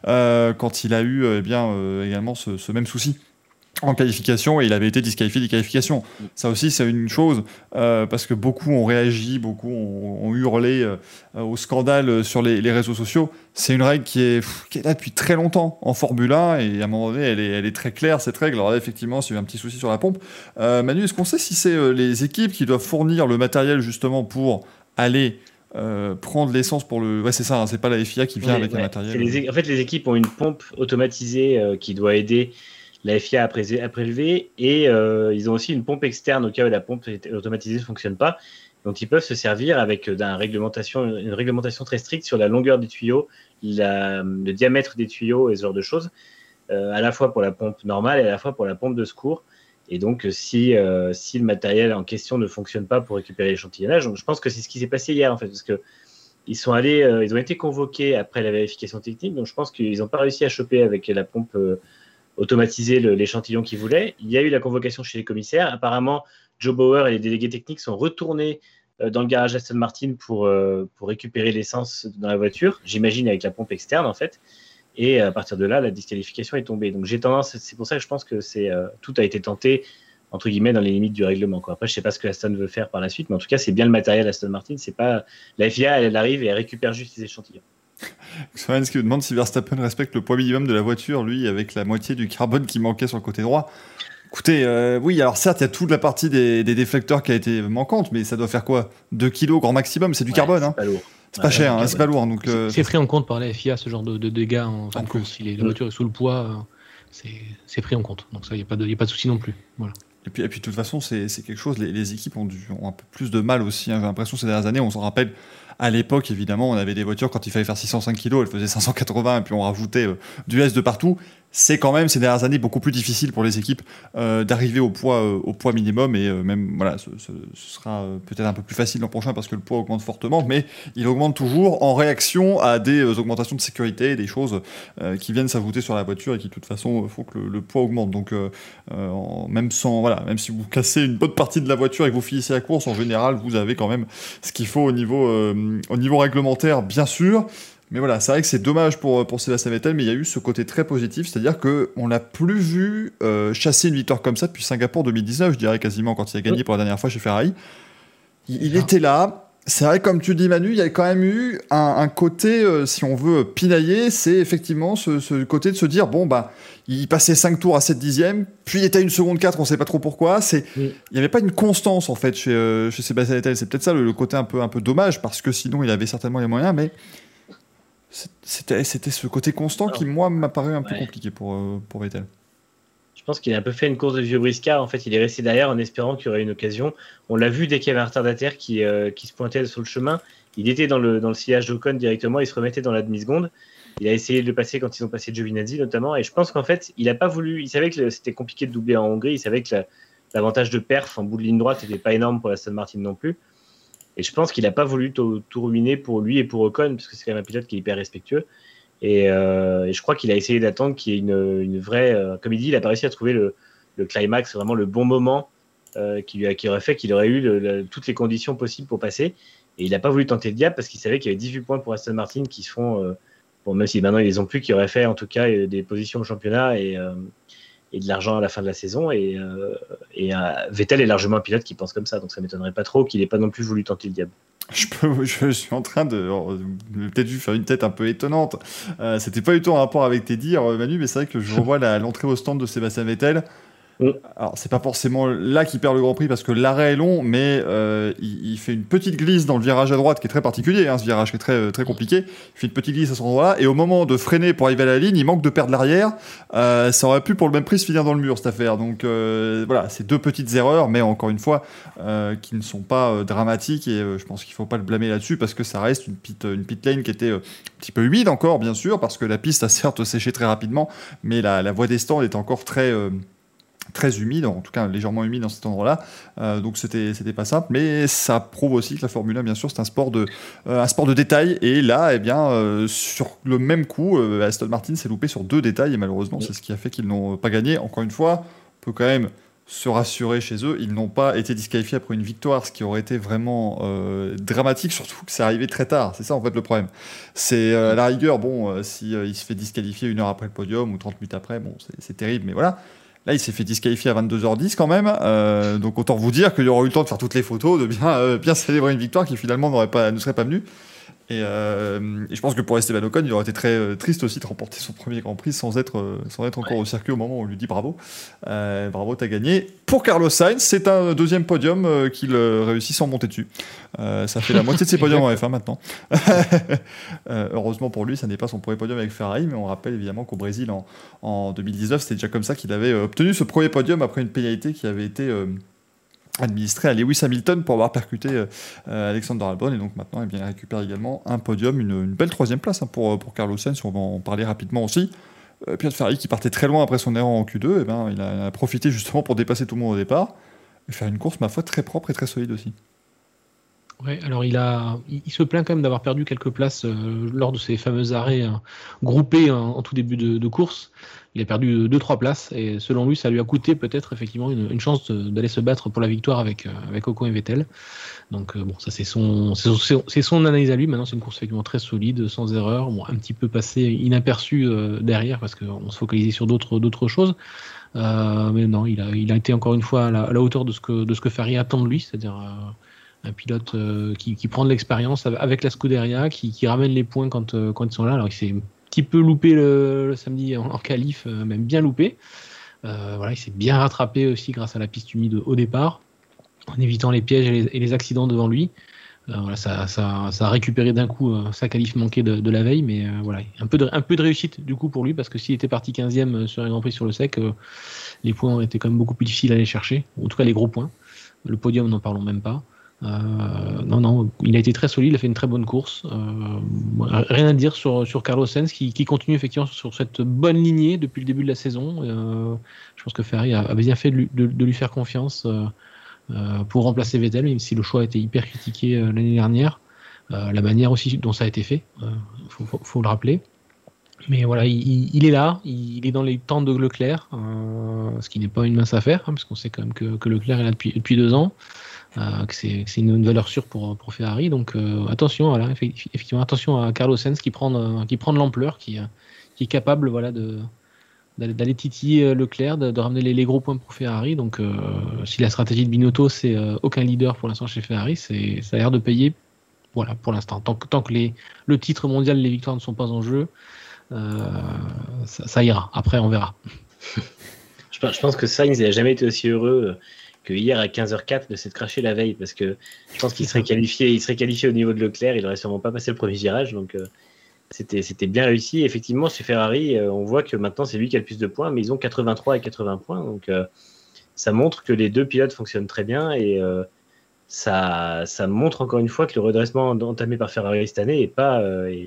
quand il a eu également ce même souci en qualification, et il avait été disqualifié des qualifications. Ça aussi, c'est une chose, parce que beaucoup ont réagi, beaucoup ont hurlé au scandale sur les réseaux sociaux. C'est une règle qui est là depuis très longtemps en Formule 1, et à un moment donné, elle est très claire, cette règle. Alors là, effectivement, s'il y a eu un petit souci sur la pompe. Manu, est-ce qu'on sait si c'est les équipes qui doivent fournir le matériel justement pour aller prendre l'essence pour le... Ouais, c'est ça, hein, c'est pas la FIA qui vient avec le matériel. En fait, les équipes ont une pompe automatisée qui doit aider la FIA a prélevé, et ils ont aussi une pompe externe au cas où la pompe automatisée ne fonctionne pas. Donc ils peuvent se servir avec une réglementation très stricte sur la longueur des tuyaux, le diamètre des tuyaux et ce genre de choses, à la fois pour la pompe normale et à la fois pour la pompe de secours. Et donc si le matériel en question ne fonctionne pas pour récupérer l'échantillonnage, donc je pense que c'est ce qui s'est passé hier en fait, parce que ils ont été convoqués après la vérification technique, donc je pense qu'ils n'ont pas réussi à choper avec la pompe automatisé l'échantillon qu'ils voulaient. Il y a eu la convocation chez les commissaires. Apparemment, Joe Bauer et les délégués techniques sont retournés dans le garage Aston Martin pour récupérer l'essence dans la voiture, j'imagine avec la pompe externe en fait. Et à partir de là, la disqualification est tombée. Donc c'est pour ça que je pense que tout a été tenté entre guillemets dans les limites du règlement, quoi. Après, je sais pas ce que Aston veut faire par la suite, mais en tout cas, c'est bien le matériel Aston Martin. C'est pas la FIA, elle arrive et elle récupère juste les échantillons. Soren qui demande si Verstappen respecte le poids minimum de la voiture, lui, avec la moitié du carbone qui manquait sur le côté droit. Écoutez, oui, alors certes, il y a toute la partie des déflecteurs qui a été manquante, mais ça doit faire quoi ? 2 kilos grand maximum, c'est du carbone. C'est pas lourd. C'est pas cher, c'est pas lourd. Donc, c'est pris en compte par la FIA, ce genre de dégâts en fin de course. Si la voiture est sous le poids, c'est pris en compte. Donc ça, il n'y a pas de souci non plus. Voilà. Et puis de toute façon, c'est quelque chose, les équipes ont un peu plus de mal aussi. J'ai l'impression ces dernières années, on s'en rappelle, à l'époque, évidemment, on avait des voitures, quand il fallait faire 605 kg, elles faisaient 580, et puis on rajoutait du S de partout. C'est quand même, ces dernières années, beaucoup plus difficile pour les équipes d'arriver au poids minimum, et même, voilà, ce sera peut-être un peu plus facile l'an prochain, parce que le poids augmente fortement, mais il augmente toujours en réaction à des augmentations de sécurité, des choses qui viennent s'ajouter sur la voiture, et qui, de toute façon, faut que le poids augmente. Donc, même si vous cassez une bonne partie de la voiture et que vous finissez la course, en général, vous avez quand même ce qu'il faut au niveau réglementaire, bien sûr. Mais voilà, c'est vrai que c'est dommage pour Sébastien Vettel, mais il y a eu ce côté très positif, c'est-à-dire qu'on n'a plus vu chasser une victoire comme ça depuis Singapour 2019, je dirais quasiment, quand il a gagné pour la dernière fois chez Ferrari. Il était là. C'est vrai, comme tu dis Manu, il y a quand même eu un côté, si on veut pinailler, c'est effectivement ce côté de se dire, bon, bah, il passait 5 tours à 7 dixièmes, puis il était à 1 seconde 4, on ne sait pas trop pourquoi. Il n'y avait pas une constance, en fait, chez Sébastien Vettel. C'est peut-être ça le côté un peu dommage, parce que sinon, il avait certainement les moyens, mais c'était ce côté constant qui, moi, m'a paru un peu compliqué pour Vettel. Je pense qu'il a un peu fait une course de vieux briscard. En fait, il est resté derrière en espérant qu'il y aurait une occasion. On l'a vu dès qu'il y avait un retardataire qui se pointait sur le chemin. Il était dans le sillage d'Ocon directement. Il se remettait dans la demi-seconde. Il a essayé de le passer quand ils ont passé Giovinazzi notamment. Et je pense qu'en fait, il n'a pas voulu. Il savait que c'était compliqué de doubler en Hongrie. Il savait que l'avantage de perf en bout de ligne droite n'était pas énorme pour la Aston Martin non plus. Et je pense qu'il n'a pas voulu tout ruiner pour lui et pour Ocon, parce que c'est quand même un pilote qui est hyper respectueux. Et je crois qu'il a essayé d'attendre qu'il y ait une vraie... comme il dit, il n'a pas réussi à trouver le climax, vraiment le bon moment qui aurait fait qu'il aurait eu toutes les conditions possibles pour passer. Et il n'a pas voulu tenter le diable parce qu'il savait qu'il y avait 18 points pour Aston Martin qui se font, même si maintenant ils les ont plus, qui auraient fait en tout cas des positions au championnat et de l'argent à la fin de la saison. Et Vettel est largement un pilote qui pense comme ça, donc ça ne m'étonnerait pas trop qu'il n'ait pas non plus voulu tenter le diable. Je suis en train de peut-être vu faire une tête un peu étonnante. C'était pas du tout en rapport avec tes dires, Manu, mais c'est vrai que je revois l'entrée au stand de Sébastien Vettel. Alors, c'est pas forcément là qu'il perd le Grand Prix parce que l'arrêt est long, mais il fait une petite glisse dans le virage à droite qui est très particulier, ce virage qui est très, très compliqué. Il fait une petite glisse à cet endroit-là, et au moment de freiner pour arriver à la ligne, il manque de perdre l'arrière. Ça aurait pu, pour le même prix, se finir dans le mur, cette affaire. Donc voilà, c'est 2 petites erreurs, mais encore une fois, qui ne sont pas dramatiques, et je pense qu'il faut pas le blâmer là-dessus parce que ça reste une pit lane qui était un petit peu humide encore, bien sûr, parce que la piste a certes séché très rapidement, mais la voie des stands est encore très humide, en tout cas légèrement humide dans cet endroit-là, donc c'était pas simple, mais ça prouve aussi que la Formule 1, bien sûr, c'est un sport de détail, et là, sur le même coup, Aston Martin s'est loupé sur 2 détails, et malheureusement, c'est ce qui a fait qu'ils n'ont pas gagné. Encore une fois, on peut quand même se rassurer chez eux, ils n'ont pas été disqualifiés après une victoire, ce qui aurait été vraiment dramatique, surtout que c'est arrivé très tard. C'est ça en fait le problème. C'est à la rigueur, si il se fait disqualifier 1 heure après le podium ou 30 minutes après, c'est terrible, mais voilà. Là, il s'est fait disqualifier à 22h10 quand même, donc autant vous dire qu'il y aura eu le temps de faire toutes les photos, de bien célébrer une victoire qui finalement ne serait pas venue. Et je pense que pour Esteban Ocon, il aurait été très triste aussi de remporter son premier Grand Prix sans être encore au circuit au moment où on lui dit bravo. Bravo, t'as gagné. Pour Carlos Sainz, c'est un deuxième podium qu'il réussit sans monter dessus. Ça fait la moitié de ses podiums en F1 maintenant. Heureusement pour lui, ça n'est pas son premier podium avec Ferrari, mais on rappelle évidemment qu'au Brésil en 2019, c'était déjà comme ça qu'il avait obtenu ce premier podium après une pénalité qui avait été administré à Lewis Hamilton pour avoir percuté Alexander Albon, et donc maintenant il récupère également un podium, une belle troisième place pour Carlos Sainz. On va en parler rapidement aussi. Pierre Ferrari, qui partait très loin après son erreur en Q2, il a profité justement pour dépasser tout le monde au départ et faire une course, ma foi, très propre et très solide aussi. Ouais, alors il se plaint quand même d'avoir perdu quelques places lors de ces fameux arrêts groupés en tout début de course. Il a perdu 2-3 places, et selon lui, ça lui a coûté peut-être effectivement une chance d'aller se battre pour la victoire avec Ocon et Vettel. Donc bon, ça c'est son analyse à lui. Maintenant, c'est une course effectivement très solide, sans erreur, bon, un petit peu passé inaperçu derrière parce qu'on se focalisait sur d'autres choses. Mais non, il a été encore une fois à la hauteur de ce que Ferrari attend de lui, c'est-à-dire un pilote qui prend de l'expérience avec la Scuderia, qui ramène les points quand ils sont là. Alors il s'est un petit peu loupé le samedi en qualif, même bien loupé. Il s'est bien rattrapé aussi grâce à la piste humide au départ, en évitant les pièges et les accidents devant lui. Ça a récupéré d'un coup sa qualif manquée de la veille, mais un peu de réussite du coup pour lui, parce que s'il était parti 15e sur un Grand Prix sur le sec, les points étaient quand même beaucoup plus difficiles à aller chercher, en tout cas les gros points. Le podium, n'en parlons même pas. Non, il a été très solide, il a fait une très bonne course. Rien à dire sur Carlos Sainz qui continue effectivement sur cette bonne lignée depuis le début de la saison. Je pense que Ferrari a bien fait de lui faire confiance pour remplacer Vettel, même si le choix a été hyper critiqué l'année dernière. La manière aussi dont ça a été fait, faut le rappeler. Mais voilà, il est là, il est dans les temps de Leclerc, ce qui n'est pas une mince affaire, parce qu'on sait quand même que Leclerc est là depuis 2 ans. Que c'est une valeur sûre pour Ferrari, donc attention, effectivement, attention à Carlos Sainz qui prend de l'ampleur, qui est capable d'aller titiller Leclerc, de ramener les gros points pour Ferrari. Donc si la stratégie de Binotto c'est aucun leader pour l'instant chez Ferrari, ça a l'air de payer. Voilà, pour l'instant, tant que le titre mondial, les victoires ne sont pas en jeu, ça ira. Après on verra. Je pense que Sainz n'a jamais été aussi heureux que hier à 15h04 de s'être craché la veille, parce que je pense qu'il serait qualifié au niveau de Leclerc, il n'aurait sûrement pas passé le premier virage, donc c'était bien réussi. Effectivement, chez Ferrari, on voit que maintenant c'est lui qui a le plus de points, mais ils ont 83 et 80 points, donc ça montre que les deux pilotes fonctionnent très bien, et ça montre encore une fois que le redressement entamé par Ferrari cette année n'est pas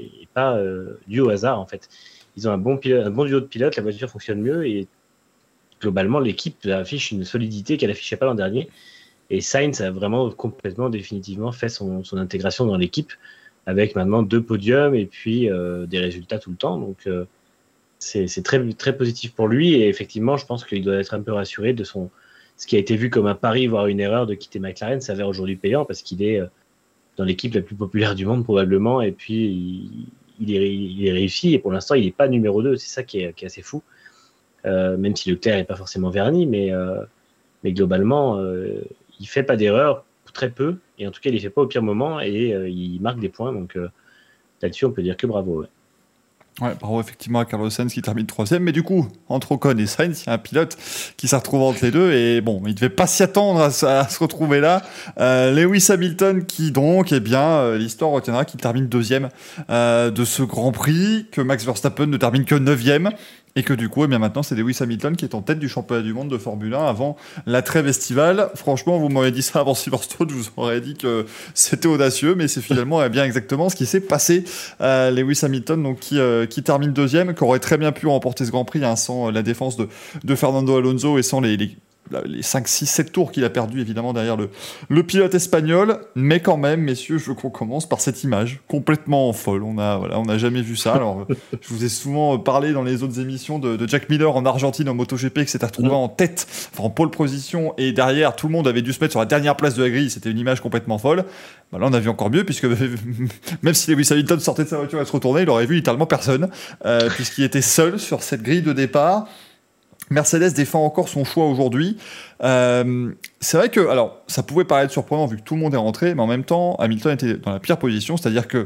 dû au hasard, en fait. Ils ont un bon duo de pilotes, la voiture fonctionne mieux, et globalement, l'équipe affiche une solidité qu'elle n'affichait pas l'an dernier. Et Sainz a vraiment complètement, définitivement fait son intégration dans l'équipe, avec maintenant 2 podiums et puis des résultats tout le temps. Donc, c'est très, très positif pour lui. Et effectivement, je pense qu'il doit être un peu rassuré de ce qui a été vu comme un pari, voire une erreur de quitter McLaren, s'avère aujourd'hui payant, parce qu'il est dans l'équipe la plus populaire du monde, probablement. Et puis, il est réussi. Et pour l'instant, il n'est pas numéro 2. C'est ça qui est assez fou. Même si Leclerc n'est pas forcément verni, mais globalement, il fait pas d'erreur, très peu, et en tout cas, il les fait pas au pire moment, et il marque des points, donc là-dessus, on peut dire que bravo. Ouais. Ouais, bravo effectivement à Carlos Sainz qui termine 3e, mais du coup, entre Ocon et Sainz, il y a un pilote qui s'est retrouvé entre les deux, et bon, il devait pas s'y attendre à se retrouver là. Lewis Hamilton qui donc, l'histoire retiendra qu'il termine 2e de ce Grand Prix, que Max Verstappen ne termine que 9e. Et que du coup, maintenant, c'est Lewis Hamilton qui est en tête du championnat du monde de Formule 1 avant la trêve estivale. Franchement, vous m'auriez dit ça avant Silverstone, je vous aurais dit que c'était audacieux, mais c'est finalement bien exactement ce qui s'est passé. Lewis Hamilton, donc, qui termine 2e, qui aurait très bien pu remporter ce Grand Prix sans la défense de Fernando Alonso et sans les 5, 6, 7 tours qu'il a perdu évidemment derrière le pilote espagnol, mais quand même, messieurs, je veux qu'on commence par cette image complètement folle. On n'a jamais vu ça. Alors, je vous ai souvent parlé dans les autres émissions de Jack Miller en Argentine en MotoGP qui s'était retrouvé en tête, en pole position, et derrière tout le monde avait dû se mettre sur la dernière place de la grille. C'était une image complètement folle. Là, on a vu encore mieux, puisque même si Lewis Hamilton sortait de sa voiture et se retournait, il aurait vu littéralement personne, puisqu'il était seul sur cette grille de départ. Mercedes défend encore son choix aujourd'hui. C'est vrai que, alors, ça pouvait paraître surprenant vu que tout le monde est rentré, mais en même temps, Hamilton était dans la pire position, c'est-à-dire que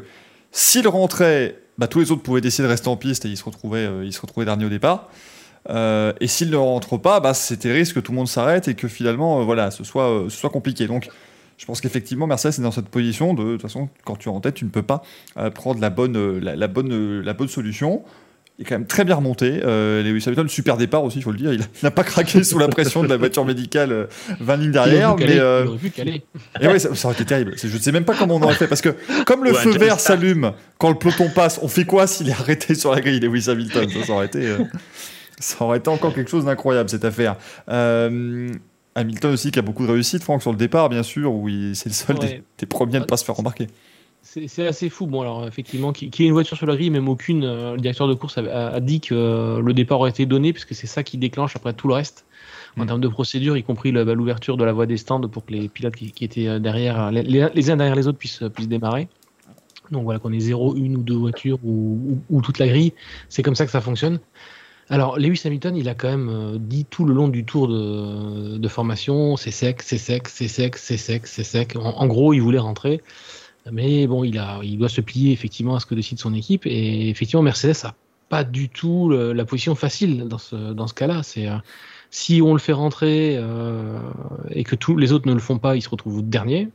S'il rentrait, tous les autres pouvaient décider de rester en piste et ils se retrouvaient dernier au départ. Et s'il ne rentre pas, c'était risque que tout le monde s'arrête et que finalement, ce soit compliqué. Donc, je pense qu'effectivement, Mercedes est dans cette position de toute façon, quand tu es en tête, tu ne peux pas prendre la bonne solution. Il est quand même très bien remonté. Lewis Hamilton, super départ aussi, il faut le dire. Il n'a pas craqué sous la pression de la voiture médicale 20 lignes derrière. Il aurait pu caler. Et ouais, ça aurait été terrible. Je ne sais même pas comment on aurait fait. Parce que comme le feu vert s'allume quand le peloton passe, on fait quoi s'il est arrêté sur la grille, Lewis Hamilton? Ça aurait été... Ça aurait été encore quelque chose d'incroyable, cette affaire. Hamilton aussi, qui a beaucoup de réussite, Franck, sur le départ, bien sûr, où c'est le seul des premiers à ne pas se faire remarquer. C'est assez fou. Bon, alors, effectivement, qu'il y ait une voiture sur la grille, même aucune, le directeur de course a dit que le départ aurait été donné, puisque c'est ça qui déclenche après tout le reste. En termes de procédure, y compris l'ouverture de la voie des stands pour que les pilotes qui étaient derrière, les uns derrière les autres puissent démarrer. Donc voilà, qu'on ait 0, 1 ou 2 voitures ou toute la grille, c'est comme ça que ça fonctionne. Alors, Lewis Hamilton, il a quand même dit tout le long du tour de formation, c'est sec, c'est sec, c'est sec, c'est sec, c'est sec. En gros, il voulait rentrer, mais bon, il doit se plier effectivement à ce que décide son équipe. Et effectivement, Mercedes n'a pas du tout la position facile dans ce cas-là. Si on le fait rentrer et que tous les autres ne le font pas, il se retrouve dernier.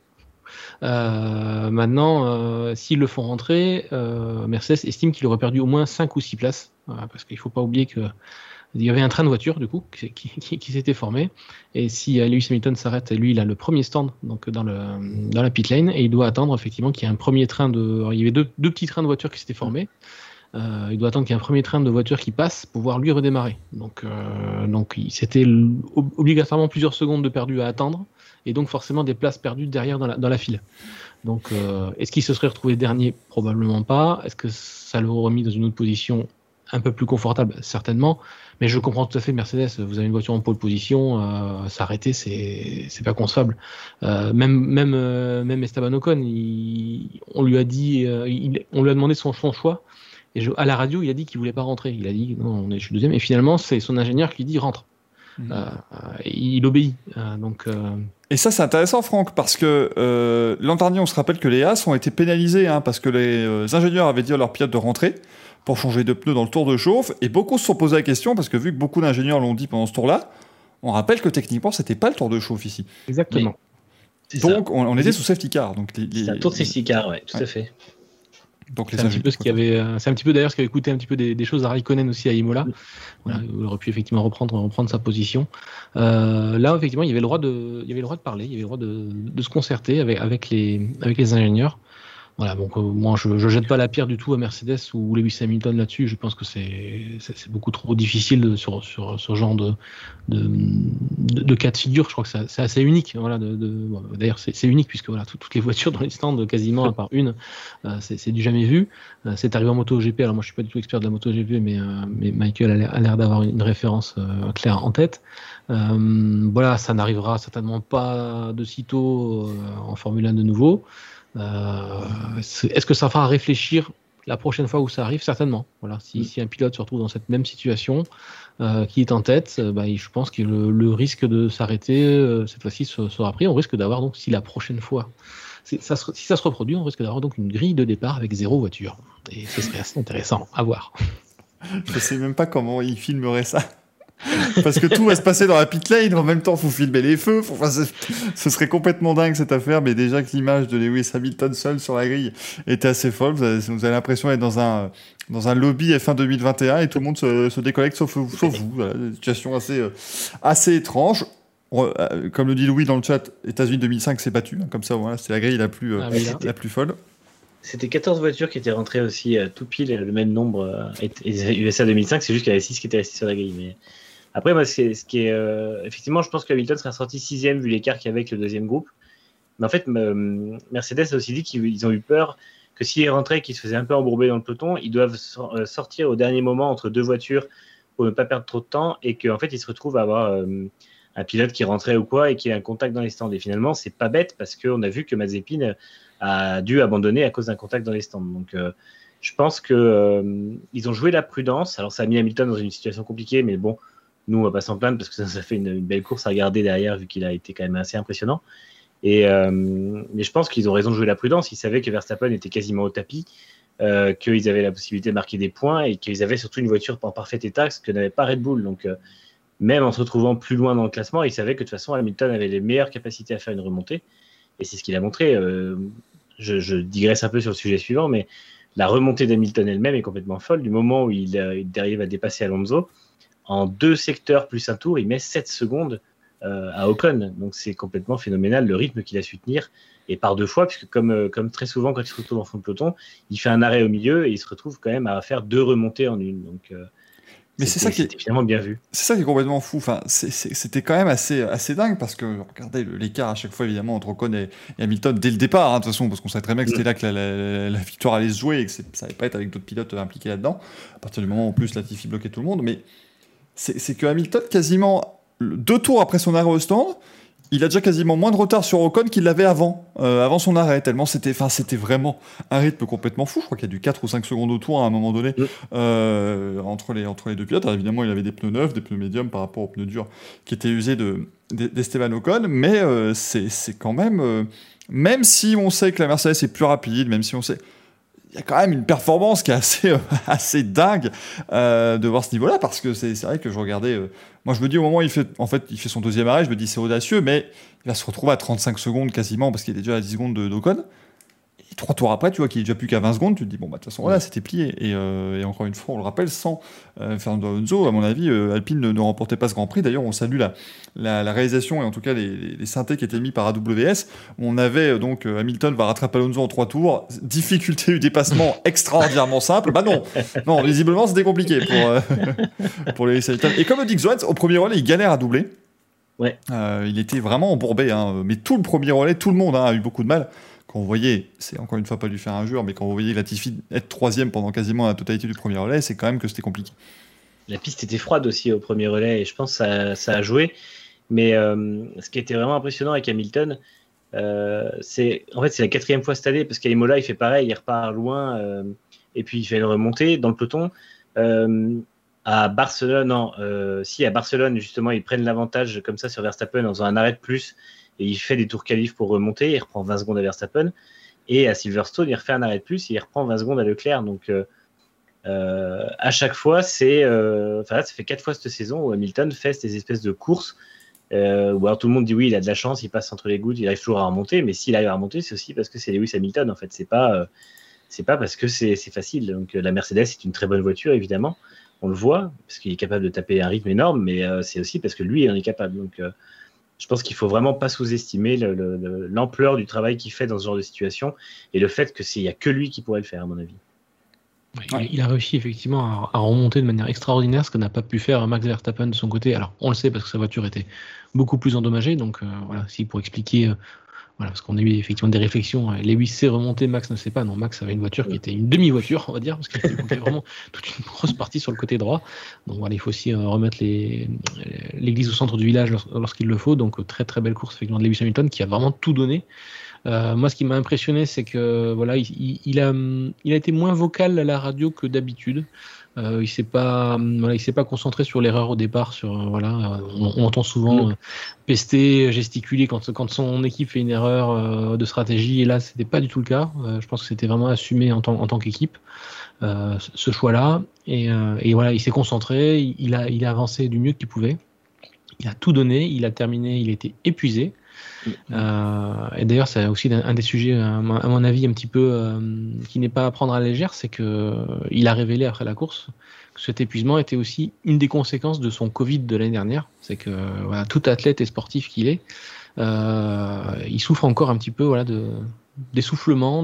Maintenant, s'ils le font rentrer, Mercedes estime qu'il aurait perdu au moins 5 ou 6 places, parce qu'il ne faut pas oublier qu'il y avait un train de voiture du coup qui s'était formé, et si Lewis Hamilton s'arrête, lui il a le premier stand donc dans la pit lane, et il doit attendre effectivement qu'il y ait un premier train il y avait deux petits trains de voiture qui s'étaient formés. Il doit attendre qu'il y ait un premier train de voiture qui passe pour pouvoir lui redémarrer. Donc c'était obligatoirement plusieurs secondes de perdu à attendre, et donc forcément des places perdues derrière dans la file. Donc est-ce qu'il se serait retrouvé dernier? Probablement pas. Est-ce que ça l'aurait mis dans une autre position un peu plus confortable? Certainement. Mais je comprends tout à fait Mercedes. Vous avez une voiture en pole position, s'arrêter, c'est pas concevable. Même Esteban Ocon, on lui a dit, on lui a demandé son choix. Et à la radio, il a dit qu'il voulait pas rentrer. Il a dit non, je suis deuxième. Et finalement, c'est son ingénieur qui dit rentre. Il obéit. Et ça, c'est intéressant, Franck, parce que l'an dernier, on se rappelle que les As ont été pénalisés parce que les ingénieurs avaient dit à leurs pilotes de rentrer pour changer de pneus dans le tour de chauffe. Et beaucoup se sont posé la question, parce que vu que beaucoup d'ingénieurs l'ont dit pendant ce tour-là, on rappelle que techniquement, c'était pas le tour de chauffe ici. Exactement. Donc, on était sous safety car. C'est un tour de safety car, ouais, tout à fait. Donc c'est un petit peu d'ailleurs ce qui avait coûté un petit peu des choses à Raikkonen aussi à Imola. Voilà, il aurait pu effectivement reprendre sa position. Là, effectivement, il y avait le droit de parler, il y avait le droit de se concerter avec les ingénieurs. Voilà, donc moi je jette pas la pierre du tout à Mercedes ou Lewis Hamilton là-dessus. Je pense que c'est beaucoup trop difficile sur ce genre de cas de figure. Je crois que c'est assez unique. Voilà, d'ailleurs c'est unique puisque voilà toutes les voitures dans les stands quasiment à part une, c'est du jamais vu. C'est arrivé en MotoGP. Alors moi je suis pas du tout expert de la MotoGP, mais Michael a l'air d'avoir une référence claire en tête. Voilà, ça n'arrivera certainement pas de sitôt en Formule 1 de nouveau. Est-ce que ça fera réfléchir la prochaine fois où ça arrive? Certainement. Voilà, si un pilote se retrouve dans cette même situation, qui est en tête, je pense que le risque de s'arrêter cette fois-ci sera pris. On risque d'avoir donc, si la prochaine fois, si ça se reproduit, on risque d'avoir donc une grille de départ avec 0 voiture. Et ce serait assez intéressant à voir. Je sais même pas comment il filmerait ça. Parce que tout va se passer dans la pit lane, en même temps, il faut filmer les feux. Ce serait complètement dingue cette affaire, mais déjà que l'image de Lewis Hamilton seul sur la grille était assez folle. Vous avez l'impression d'être dans un lobby F1 2021 et tout le monde se déconnecte sauf vous. Voilà, une situation assez étrange. Comme le dit Louis dans le chat, États-Unis 2005 s'est battu. Comme ça, voilà, c'est la grille la plus folle. C'était 14 voitures qui étaient rentrées aussi tout pile, le même nombre. USA 2005, c'est juste qu'il y avait 6 qui étaient restés sur la grille. Mais après, moi, ce qui est effectivement, je pense que Hamilton serait sorti 6ème vu l'écart qu'il y avait avec le deuxième groupe. Mais en fait, Mercedes a aussi dit qu'ils ont eu peur que s'il est rentré, qu'il se faisait un peu embourber dans le peloton, ils doivent sortir au dernier moment entre deux voitures pour ne pas perdre trop de temps et qu'en fait, ils se retrouvent à avoir un pilote qui rentrait ou quoi et qui a un contact dans les stands. Et finalement, c'est pas bête parce qu'on a vu que Mazepin a dû abandonner à cause d'un contact dans les stands. Donc, je pense qu'ils ont joué la prudence. Alors, ça a mis Hamilton dans une situation compliquée, mais bon, nous, on va pas s'en plaindre parce que ça fait une belle course à regarder derrière, vu qu'il a été quand même assez impressionnant. Mais je pense qu'ils ont raison de jouer la prudence. Ils savaient que Verstappen était quasiment au tapis. qu'ils avaient la possibilité de marquer des points et qu'ils avaient surtout une voiture en parfait état, ce que n'avait pas Red Bull. Donc, même en se retrouvant plus loin dans le classement, ils savaient que de toute façon, Hamilton avait les meilleures capacités à faire une remontée. Et c'est ce qu'il a montré. Je digresse un peu sur le sujet suivant, mais la remontée d'Hamilton elle-même est complètement folle. Du moment où il arrive à dépasser Alonso, en 2 secteurs plus un tour, il met 7 secondes à Ocon. Donc c'est complètement phénoménal le rythme qu'il a su tenir. Et par 2 fois, puisque comme très souvent quand il se retrouve en fond de peloton, il fait un arrêt au milieu et il se retrouve quand même à faire 2 remontées en une. Donc mais c'est ça qui était finalement bien vu. C'est ça qui est complètement fou. Enfin, c'était quand même assez dingue parce que regardez l'écart à chaque fois évidemment entre Ocon et Hamilton dès le départ, de toute façon, parce qu'on savait très bien que c'était là que la victoire allait se jouer et que ça allait pas être avec d'autres pilotes impliqués là-dedans. À partir du moment où en plus Latifi bloquait tout le monde, mais c'est que Hamilton quasiment 2 tours après son arrêt au stand, il a déjà quasiment moins de retard sur Ocon qu'il l'avait avant son arrêt, tellement c'était vraiment un rythme complètement fou. Je crois qu'il y a du 4 ou 5 secondes au tour à un moment donné entre les deux pilotes. Alors évidemment, il avait des pneus neufs, des pneus médiums par rapport aux pneus durs qui étaient usés d'Esteban Ocon, mais c'est quand même si on sait que la Mercedes est plus rapide, même si on sait... Il y a quand même une performance qui est assez dingue de voir ce niveau-là, parce que c'est vrai que je regardais... moi, je me dis, au moment où il fait son 2e arrêt, je me dis, c'est audacieux, mais il va se retrouver à 35 secondes quasiment, parce qu'il est déjà à 10 secondes d'Ocon. Et 3 tours après, tu vois qu'il est déjà plus qu'à 20 secondes, tu te dis, bon, bah, de toute façon, voilà, c'était plié. Et encore une fois, on le rappelle, sans Fernando Alonso, à mon avis, Alpine ne remportait pas ce Grand Prix. D'ailleurs, on salue la réalisation, et en tout cas les synthés qui étaient mis par AWS. On avait donc Hamilton va rattraper Alonso en 3 tours, difficulté du dépassement extraordinairement simple. Bah non, visiblement, c'était compliqué pour les Hamilton. Et comme le dit Xoans, au premier relais, il galère à doubler. Ouais. Il était vraiment embourbé, mais tout le premier relais, tout le monde a eu beaucoup de mal. Quand vous voyez, c'est encore une fois pas lui faire injure, mais quand vous voyez Latifi être 3e pendant quasiment la totalité du premier relais, c'est quand même que c'était compliqué. La piste était froide aussi au premier relais, et je pense que ça a joué. Mais ce qui était vraiment impressionnant avec Hamilton, c'est la 4e fois cette année, parce qu'à Imola, il fait pareil, il repart loin, et puis il fait une remontée dans le peloton. À Barcelone, à Barcelone, justement, ils prennent l'avantage comme ça sur Verstappen en faisant un arrêt de plus, et il fait des tours qualif pour remonter, il reprend 20 secondes à Verstappen, et à Silverstone, il refait un arrêt de plus, et il reprend 20 secondes à Leclerc. Donc, à chaque fois, ça fait 4 fois cette saison où Hamilton fait ces espèces de courses, où alors tout le monde dit oui, il a de la chance, il passe entre les gouttes, il arrive toujours à remonter, mais s'il arrive à remonter, c'est aussi parce que c'est Lewis Hamilton, en fait, c'est pas parce que c'est facile. Donc, la Mercedes est une très bonne voiture, évidemment, on le voit, parce qu'il est capable de taper un rythme énorme, mais c'est aussi parce que lui, il en est capable. Donc, je pense qu'il ne faut vraiment pas sous-estimer l'ampleur du travail qu'il fait dans ce genre de situation, et le fait qu'il n'y a que lui qui pourrait le faire, à mon avis. Il a réussi effectivement à remonter de manière extraordinaire, ce que n'a pas pu faire Max Verstappen de son côté. Alors, on le sait parce que sa voiture était beaucoup plus endommagée, donc voilà, si pour expliquer... Voilà, parce qu'on a eu effectivement des réflexions. Lewis sait remonter, Max ne sait pas. Non, Max avait une voiture qui était une demi-voiture, on va dire, parce qu'il manquait vraiment toute une grosse partie sur le côté droit. Donc voilà, il faut aussi remettre l'église au centre du village lorsqu'il le faut. Donc très très belle course effectivement de Lewis Hamilton qui a vraiment tout donné. Moi, ce qui m'a impressionné, c'est que voilà, il a été moins vocal à la radio que d'habitude. Il s'est pas concentré sur l'erreur au départ. On entend souvent pester, gesticuler quand son équipe fait une erreur de stratégie. Et là, c'était pas du tout le cas. Je pense que c'était vraiment assumé en tant qu'équipe ce choix-là. Et voilà, il s'est concentré. Il a avancé du mieux qu'il pouvait. Il a tout donné. Il a terminé. Il était épuisé. Et d'ailleurs, c'est aussi un des sujets, à mon avis, un petit peu qui n'est pas à prendre à la légère, c'est qu'il a révélé après la course que cet épuisement était aussi une des conséquences de son Covid de l'année dernière. C'est que voilà, tout athlète et sportif qu'il est, il souffre encore un petit peu d'essoufflement,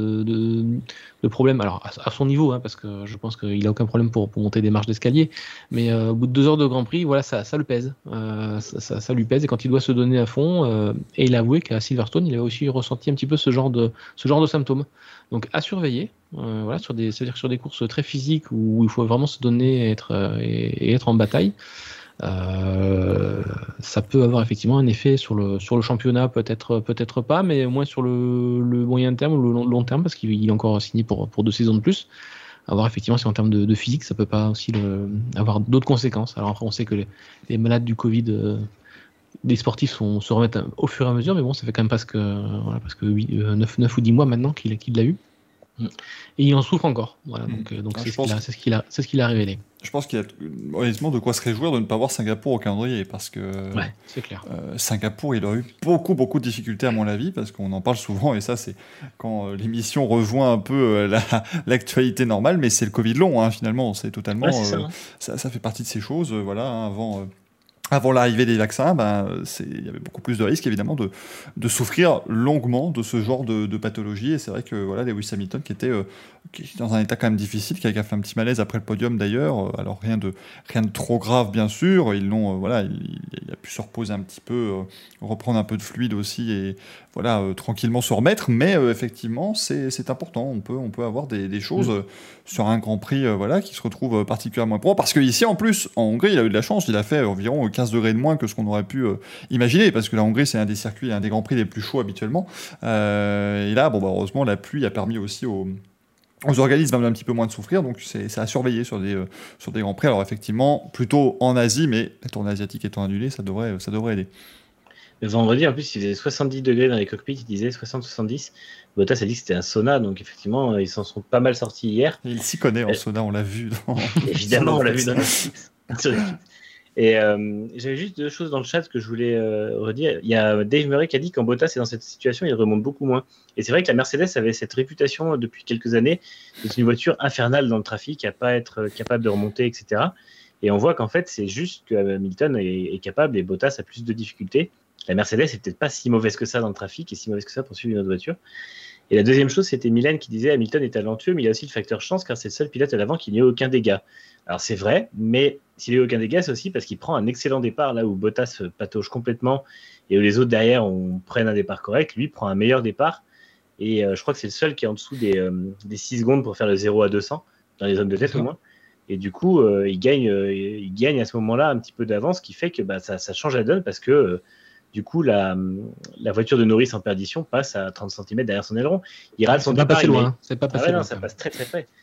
de problèmes. Alors à son niveau, parce que je pense qu'il a aucun problème pour monter des marches d'escalier, mais au bout de 2 heures de Grand Prix, voilà, ça le pèse, ça lui pèse, et quand il doit se donner à fond, et il a avoué qu'à Silverstone, il avait aussi ressenti un petit peu ce genre de symptômes. Donc à surveiller, c'est-à-dire sur des courses très physiques où il faut vraiment se donner et être en bataille. Ça peut avoir effectivement un effet sur le championnat, peut-être pas, mais au moins sur le moyen terme ou le long terme, parce qu'il est encore signé pour 2 saisons de plus. À voir effectivement si en termes de physique, ça peut pas aussi avoir d'autres conséquences. Alors après, on sait que les malades du Covid, des sportifs se remettent au fur et à mesure, mais bon, ça fait quand même presque 9 ou 10 mois maintenant qu'il l'a eu. Et il en souffre encore. Voilà, donc c'est ce qu'il a révélé. Je pense qu'il y a honnêtement de quoi se réjouir de ne pas voir Singapour au calendrier, parce que c'est clair. Singapour, il a eu beaucoup de difficultés à mon avis, parce qu'on en parle souvent, et ça c'est quand l'émission rejoint un peu l'actualité normale, mais c'est le Covid long, finalement, c'est totalement... ça fait partie de ces choses, avant l'arrivée des vaccins, il y avait beaucoup plus de risques évidemment de souffrir longuement de ce genre de pathologie. Et c'est vrai que Lewis Hamilton qui était dans un état quand même difficile, qui a fait un petit malaise après le podium d'ailleurs. Alors rien de trop grave bien sûr. Il a pu se reposer un petit peu, reprendre un peu de fluide aussi et tranquillement se remettre. Mais effectivement c'est important. On peut avoir des choses sur un Grand Prix qui se retrouvent particulièrement importantes. Parce qu'ici en plus en Hongrie il a eu de la chance. Il a fait environ 15 degrés de moins que ce qu'on aurait pu imaginer, parce que la Hongrie c'est un des circuits, un des grands prix les plus chauds habituellement, et là heureusement la pluie a permis aussi aux organismes un petit peu moins de souffrir, donc c'est à surveiller sur des grands prix. Alors effectivement plutôt en Asie, mais la tournée asiatique étant annulée, ça devrait aider. Le vendredi en plus il faisait 70 degrés dans les cockpits, il disait 60-70. Bottas a dit que c'était un sauna, donc effectivement ils s'en sont pas mal sortis hier. Et il s'y connaît en sauna, on l'a vu évidemment on l'a vu dans les Et j'avais juste deux choses dans le chat que je voulais redire. Il y a Dave Murray qui a dit qu'en Bottas est dans cette situation, il remonte beaucoup moins. Et c'est vrai que la Mercedes avait cette réputation depuis quelques années d'être une voiture infernale dans le trafic, à pas être capable de remonter, etc. Et on voit qu'en fait, c'est juste que Hamilton est capable et Bottas a plus de difficultés. La Mercedes est peut-être pas si mauvaise que ça dans le trafic et si mauvaise que ça pour suivre une autre voiture. Et la deuxième chose, c'était Mylène qui disait Hamilton est talentueux, mais il y a aussi le facteur chance car c'est le seul pilote à l'avant qui n'y a aucun dégât. Alors c'est vrai, mais s'il n'y a aucun dégât, c'est aussi parce qu'il prend un excellent départ là où Bottas patauge complètement et où les autres derrière prennent un départ correct. Lui prend un meilleur départ et je crois que c'est le seul qui est en dessous des 6 secondes pour faire le 0 à 200 dans les zones de tête au moins. Et du coup, il gagne à ce moment-là un petit peu d'avance, ce qui fait que ça change la donne parce que du coup, la voiture de Norris en perdition passe à 30 cm derrière son aileron. Il rate son départ. C'est pas passé loin. Ça passe très très près.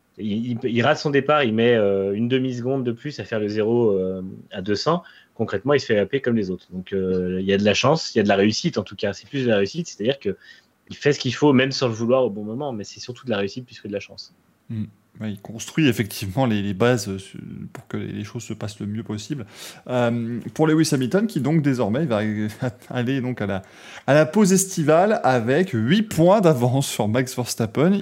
Il rate son départ, il met une demi-seconde de plus à faire le 0 à 200. Concrètement, il se fait appeler comme les autres. Donc, il y a de la chance, il y a de la réussite en tout cas. C'est plus de la réussite, c'est-à-dire qu'il fait ce qu'il faut, même sans le vouloir au bon moment, mais c'est surtout de la réussite plus que de la chance. Ouais, il construit effectivement les bases pour que les choses se passent le mieux possible. Pour Lewis Hamilton, qui donc désormais va aller donc à la pause estivale avec 8 points d'avance sur Max Verstappen.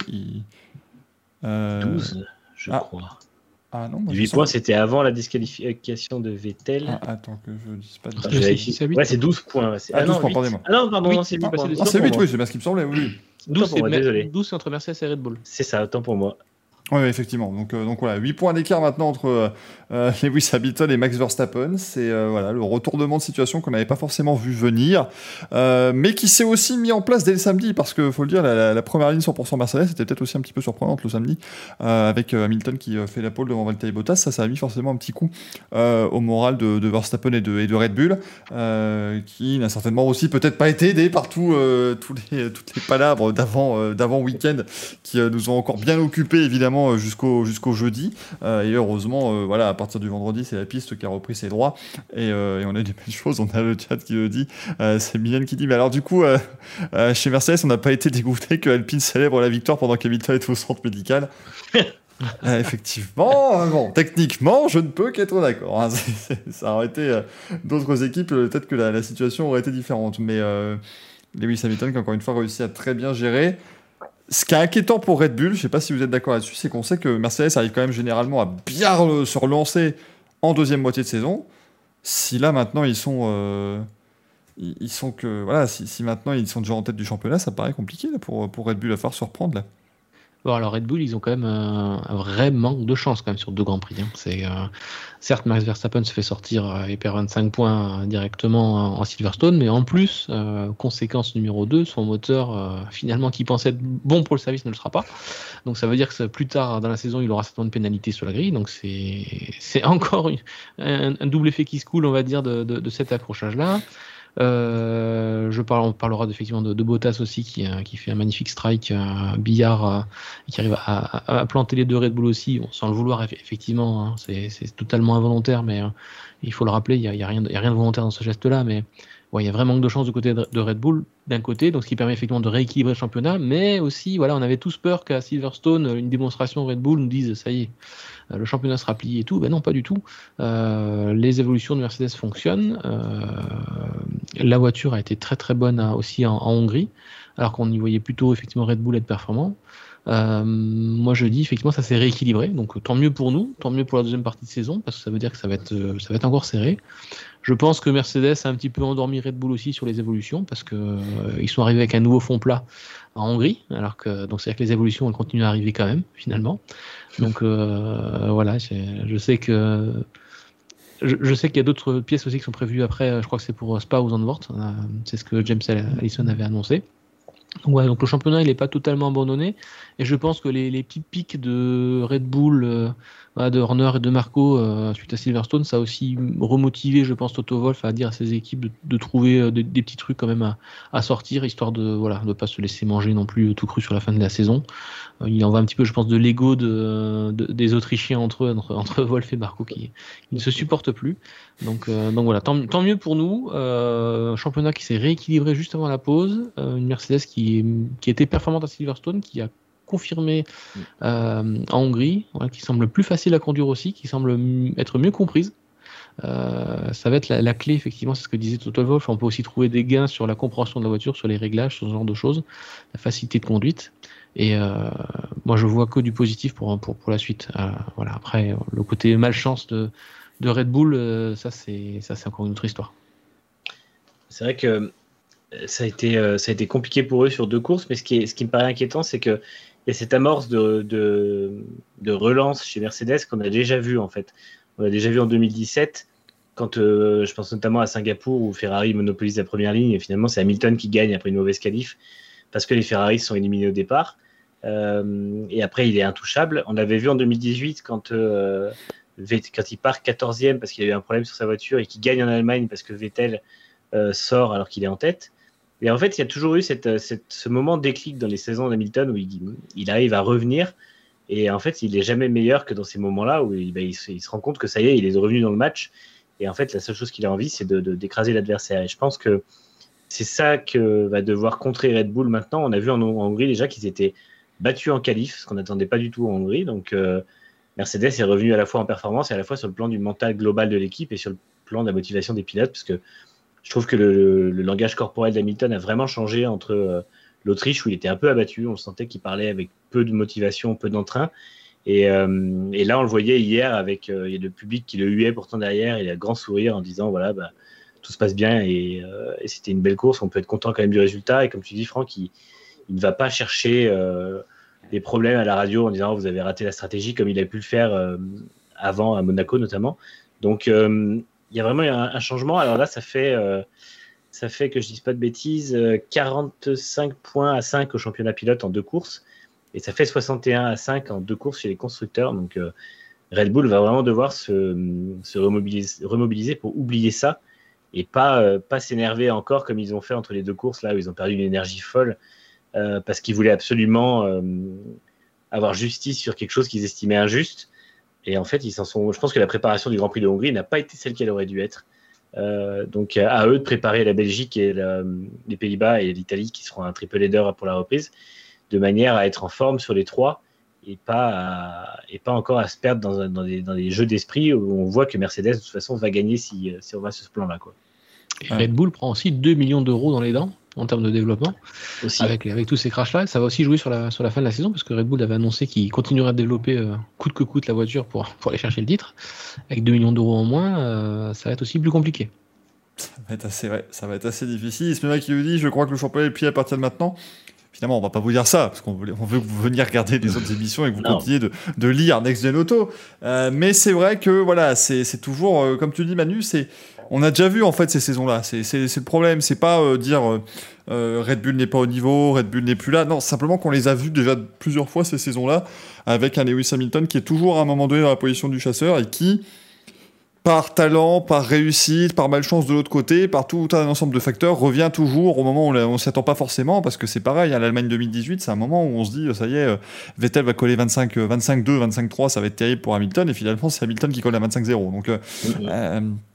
12, je crois. Ah non, 8 points, c'était avant la disqualification de Vettel. Attends que je dise pas de... Ouais, c'est 12 points. 12 points, pardonnez-moi. Ah non, pardon, 8. C'est 8, oui, c'est bien ce qui me semblait, oui. 12, c'est entre Mercedes et Red Bull. C'est ça, autant pour moi. Oui, effectivement. Donc voilà, 8 points d'écart maintenant entre Lewis Hamilton et Max Verstappen. C'est le retournement de situation qu'on n'avait pas forcément vu venir, mais qui s'est aussi mis en place dès le samedi, parce que faut le dire, la première ligne 100% Mercedes était peut-être aussi un petit peu surprenante le samedi, avec Hamilton qui fait la pole devant Valtteri Bottas. Ça a mis forcément un petit coup au moral de Verstappen et de Red Bull, qui n'a certainement aussi peut-être pas été aidé par toutes les palabres d'avant week-end qui nous ont encore bien occupés évidemment jusqu'au jeudi, et heureusement à partir du vendredi c'est la piste qui a repris ses droits, et on a des belles choses. On a le chat qui le dit, c'est Mylène qui dit mais alors du coup chez Mercedes on n'a pas été dégoûté que Alpine célèbre la victoire pendant qu'Hamilton est au centre médical. Effectivement, bon, techniquement je ne peux qu'être d'accord, hein. Ça aurait été d'autres équipes, peut-être que la situation aurait été différente, mais Lewis Hamilton qui encore une fois réussi à très bien gérer. Ce qui est inquiétant pour Red Bull, je ne sais pas si vous êtes d'accord là-dessus, c'est qu'on sait que Mercedes arrive quand même généralement à bien se relancer en deuxième moitié de saison. Si là maintenant ils sont si maintenant ils sont déjà en tête du championnat, ça paraît compliqué là, pour Red Bull, à falloir se reprendre là. Bon, alors Red Bull, ils ont quand même un vrai manque de chance quand même sur 2 Grands Prix. C'est, certes, Max Verstappen se fait sortir et perd 25 points directement en Silverstone, mais en plus, conséquence numéro 2, son moteur, finalement, qui pensait être bon pour le service, ne le sera pas. Donc ça veut dire que plus tard dans la saison, il aura certainement une pénalité sur la grille. Donc c'est encore un double effet qui se coule, on va dire, de cet accrochage-là. On parlera effectivement de Bottas aussi qui fait un magnifique strike billard, qui arrive à planter les 2 Red Bull aussi, sans le vouloir effectivement, hein, c'est totalement involontaire, mais il faut le rappeler, il y a rien de volontaire dans ce geste là, mais il y a vraiment manque de chance du côté de Red Bull d'un côté, donc ce qui permet effectivement de rééquilibrer le championnat, mais aussi voilà, on avait tous peur qu'à Silverstone, une démonstration Red Bull nous dise ça y est, le championnat sera plié et tout. Ben non, pas du tout. Les évolutions de Mercedes fonctionnent. La voiture a été très très bonne aussi en Hongrie, alors qu'on y voyait plutôt effectivement Red Bull être performant. Moi je dis effectivement ça s'est rééquilibré, donc tant mieux pour nous, tant mieux pour la deuxième partie de saison, parce que ça veut dire que ça va être encore serré. Je pense que Mercedes a un petit peu endormi Red Bull aussi sur les évolutions, parce que ils sont arrivés avec un nouveau fond plat en Hongrie, alors que donc c'est-à-dire que les évolutions elles continuent à arriver quand même finalement. Donc voilà, je sais que je sais qu'il y a d'autres pièces aussi qui sont prévues après. Je crois que c'est pour Spa ou Zandvoort, c'est ce que James Allison avait annoncé. Ouais, donc le championnat il n'est pas totalement abandonné, et je pense que les petits pics de Red Bull, de Horner et de Marco suite à Silverstone, ça a aussi remotivé, je pense, Toto Wolff à dire à ses équipes de trouver des petits trucs quand même à sortir, histoire de pas se laisser manger non plus tout cru sur la fin de la saison. Il en va un petit peu, je pense, de l'ego des Autrichiens entre Wolff et Marco qui ne se supportent plus. Donc voilà, tant mieux pour nous. Championnat qui s'est rééquilibré juste avant la pause. Une Mercedes qui était performante à Silverstone, qui a confirmé en Hongrie, qui semble plus facile à conduire aussi, qui semble être mieux comprise. Ça va être la clé, effectivement, c'est ce que disait Toto Wolff. On peut aussi trouver des gains sur la compréhension de la voiture, sur les réglages, sur ce genre de choses, la facilité de conduite. Et moi, je vois que du positif pour la suite. Voilà. Après, le côté malchance de Red Bull, ça c'est encore une autre histoire. C'est vrai que ça a été compliqué pour eux sur 2 courses, mais ce qui me paraît inquiétant, c'est qu'il y a cette amorce de relance chez Mercedes qu'on a déjà vu en fait. On l'a déjà vu en 2017, quand je pense notamment à Singapour où Ferrari monopolise la première ligne et finalement c'est Hamilton qui gagne après une mauvaise qualif parce que les Ferrari sont éliminés au départ. Et après il est intouchable. On l'avait vu en 2018 quand il part 14e parce qu'il y a eu un problème sur sa voiture et qu'il gagne en Allemagne parce que Vettel sort alors qu'il est en tête. Et en fait, il y a toujours eu ce moment déclic dans les saisons d'Hamilton où il arrive à revenir. Et en fait, il n'est jamais meilleur que dans ces moments-là où il se rend compte que ça y est, il est revenu dans le match. Et en fait, la seule chose qu'il a envie, c'est d'écraser l'adversaire. Et je pense que c'est ça que va devoir contrer Red Bull maintenant. On a vu en Hongrie déjà qu'ils étaient battus en qualif, ce qu'on n'attendait pas du tout en Hongrie. Donc, Mercedes est revenu à la fois en performance et à la fois sur le plan du mental global de l'équipe et sur le plan de la motivation des pilotes, parce que je trouve que le langage corporel d'Hamilton a vraiment changé entre l'Autriche où il était un peu abattu. On sentait qu'il parlait avec peu de motivation, peu d'entrain. Et là, on le voyait hier avec le public qui le huait pourtant derrière. Il a le grand sourire en disant voilà, tout se passe bien et c'était une belle course. On peut être content quand même du résultat. Et comme tu dis, Franck, il ne va pas chercher des problèmes à la radio en disant vous avez raté la stratégie comme il a pu le faire avant à Monaco notamment. Donc, il y a vraiment un changement. Alors là, ça fait que je ne dise pas de bêtises, 45 points à 5 au championnat pilote en 2 courses. Et ça fait 61 à 5 en 2 courses chez les constructeurs. Donc Red Bull va vraiment devoir se remobiliser pour oublier ça et pas s'énerver encore comme ils ont fait entre les 2 courses, là où ils ont perdu une énergie folle parce qu'ils voulaient absolument avoir justice sur quelque chose qu'ils estimaient injuste. Et en fait, je pense que la préparation du Grand Prix de Hongrie n'a pas été celle qu'elle aurait dû être. Donc à eux de préparer la Belgique et les Pays-Bas et l'Italie qui seront un triple header pour la reprise, de manière à être en forme sur les 3 et pas encore à se perdre dans des jeux d'esprit où on voit que Mercedes de toute façon va gagner si on va sur ce plan-là, quoi. Et Red Bull prend aussi 2 millions d'euros dans les dents en termes de développement aussi. Avec tous ces crashs-là. Ça va aussi jouer sur la fin de la saison parce que Red Bull avait annoncé qu'il continuerait à développer coûte que coûte la voiture pour aller chercher le titre. Avec 2 millions d'euros en moins, ça va être aussi plus compliqué. Ça va être assez difficile. Il se met qui lui dit je crois que le championnat est plié à partir de maintenant. Finalement, on va pas vous dire ça, parce qu'on veut que vous veniez regarder les autres émissions et que vous continuiez de lire Next Gen Auto. Mais c'est vrai que voilà, c'est toujours, comme tu dis Manu, on a déjà vu en fait ces saisons-là. C'est le problème, c'est pas dire Red Bull n'est pas au niveau, Red Bull n'est plus là. Non, simplement qu'on les a vus déjà plusieurs fois ces saisons-là, avec un Lewis Hamilton qui est toujours à un moment donné dans la position du chasseur et qui, par talent, par réussite, par malchance de l'autre côté, par tout un ensemble de facteurs, revient toujours au moment où on ne s'y attend pas forcément, parce que c'est pareil, l'Allemagne 2018, c'est un moment où on se dit, ça y est, Vettel va coller 25-2, 25-3, ça va être terrible pour Hamilton, et finalement c'est Hamilton qui colle à 25-0. Donc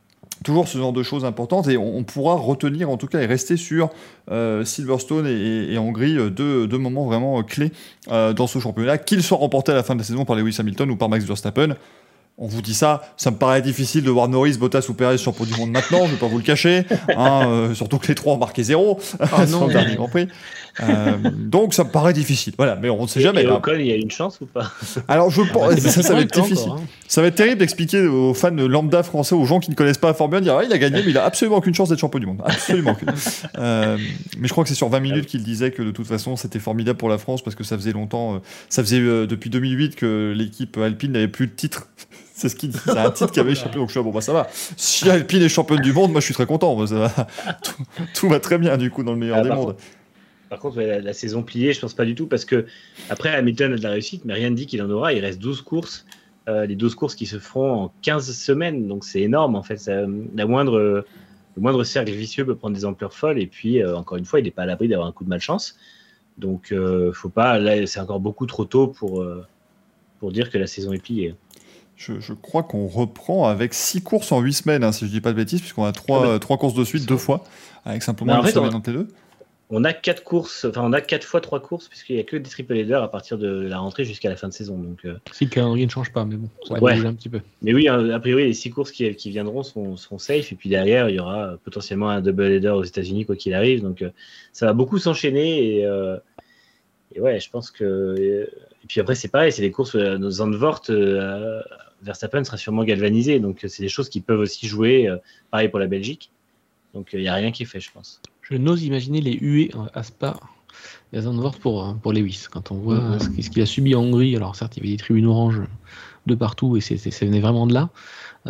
toujours ce genre de choses importantes, et on pourra retenir en tout cas et rester sur Silverstone et Hongrie, deux moments vraiment clés dans ce championnat, qu'ils soient remportés à la fin de la saison par Lewis Hamilton ou par Max Verstappen. On vous dit ça me paraît difficile de voir Norris, Bottas ou Perez champion du monde maintenant, je vais pas vous le cacher, surtout que les trois ont marqué 0 sur le dernier Grand Prix. Donc ça me paraît difficile, voilà, mais on ne sait jamais. Et Ocon, il y a une chance ou pas? Alors je pense, ça va être difficile. Encore, hein. Ça va être terrible d'expliquer aux fans lambda français, aux gens qui ne connaissent pas la Formule 1, dire il a gagné, mais il a absolument aucune chance d'être champion du monde, absolument aucune. Mais je crois que c'est sur 20 minutes qu'il disait que de toute façon c'était formidable pour la France parce que ça faisait longtemps, depuis 2008 que l'équipe Alpine n'avait plus de titre. C'est ce qu'il dit, c'est un titre qui avait échappé, donc je suis là, bon bah ça va. Si Alpine est championne du monde, moi je suis très content, ça va. Tout va très bien du coup dans le meilleur des mondes. Par contre, la saison pliée, je pense pas du tout, parce que après Hamilton a de la réussite, mais rien ne dit qu'il en aura, il reste 12 courses, les 12 courses qui se feront en 15 semaines, donc c'est énorme en fait, le moindre cercle vicieux peut prendre des ampleurs folles, et puis encore une fois, il n'est pas à l'abri d'avoir un coup de malchance, donc faut pas, là c'est encore beaucoup trop tôt pour dire que la saison est pliée. Je crois qu'on reprend avec 6 courses en 8 semaines, si je dis pas de bêtises, puisqu'on a 3 courses de suite, 2 fois, avec simplement une semaine entre les deux. On a 4 courses, enfin on a 4 fois 3 courses, puisqu'il n'y a que des triple headers à partir de la rentrée jusqu'à la fin de saison. Donc, si le calendrier ne change pas, mais bon, ça va bouger un petit peu. Mais oui, a priori, les 6 courses qui viendront seront safe, et puis derrière, il y aura potentiellement un double header aux États-Unis, quoi qu'il arrive. Donc ça va beaucoup s'enchaîner, et ouais, je pense que. Et puis après, c'est pareil, c'est les courses nos Zandvoort. Verstappen sera sûrement galvanisé, donc c'est des choses qui peuvent aussi jouer, pareil pour la Belgique, donc il n'y a rien qui est fait, je pense. Je n'ose imaginer les huées à Spa et à Zandvoort pour Lewis, quand on voit ce qu'il a subi en Hongrie. Alors certes, il y avait des tribunes oranges de partout et ça venait vraiment de là.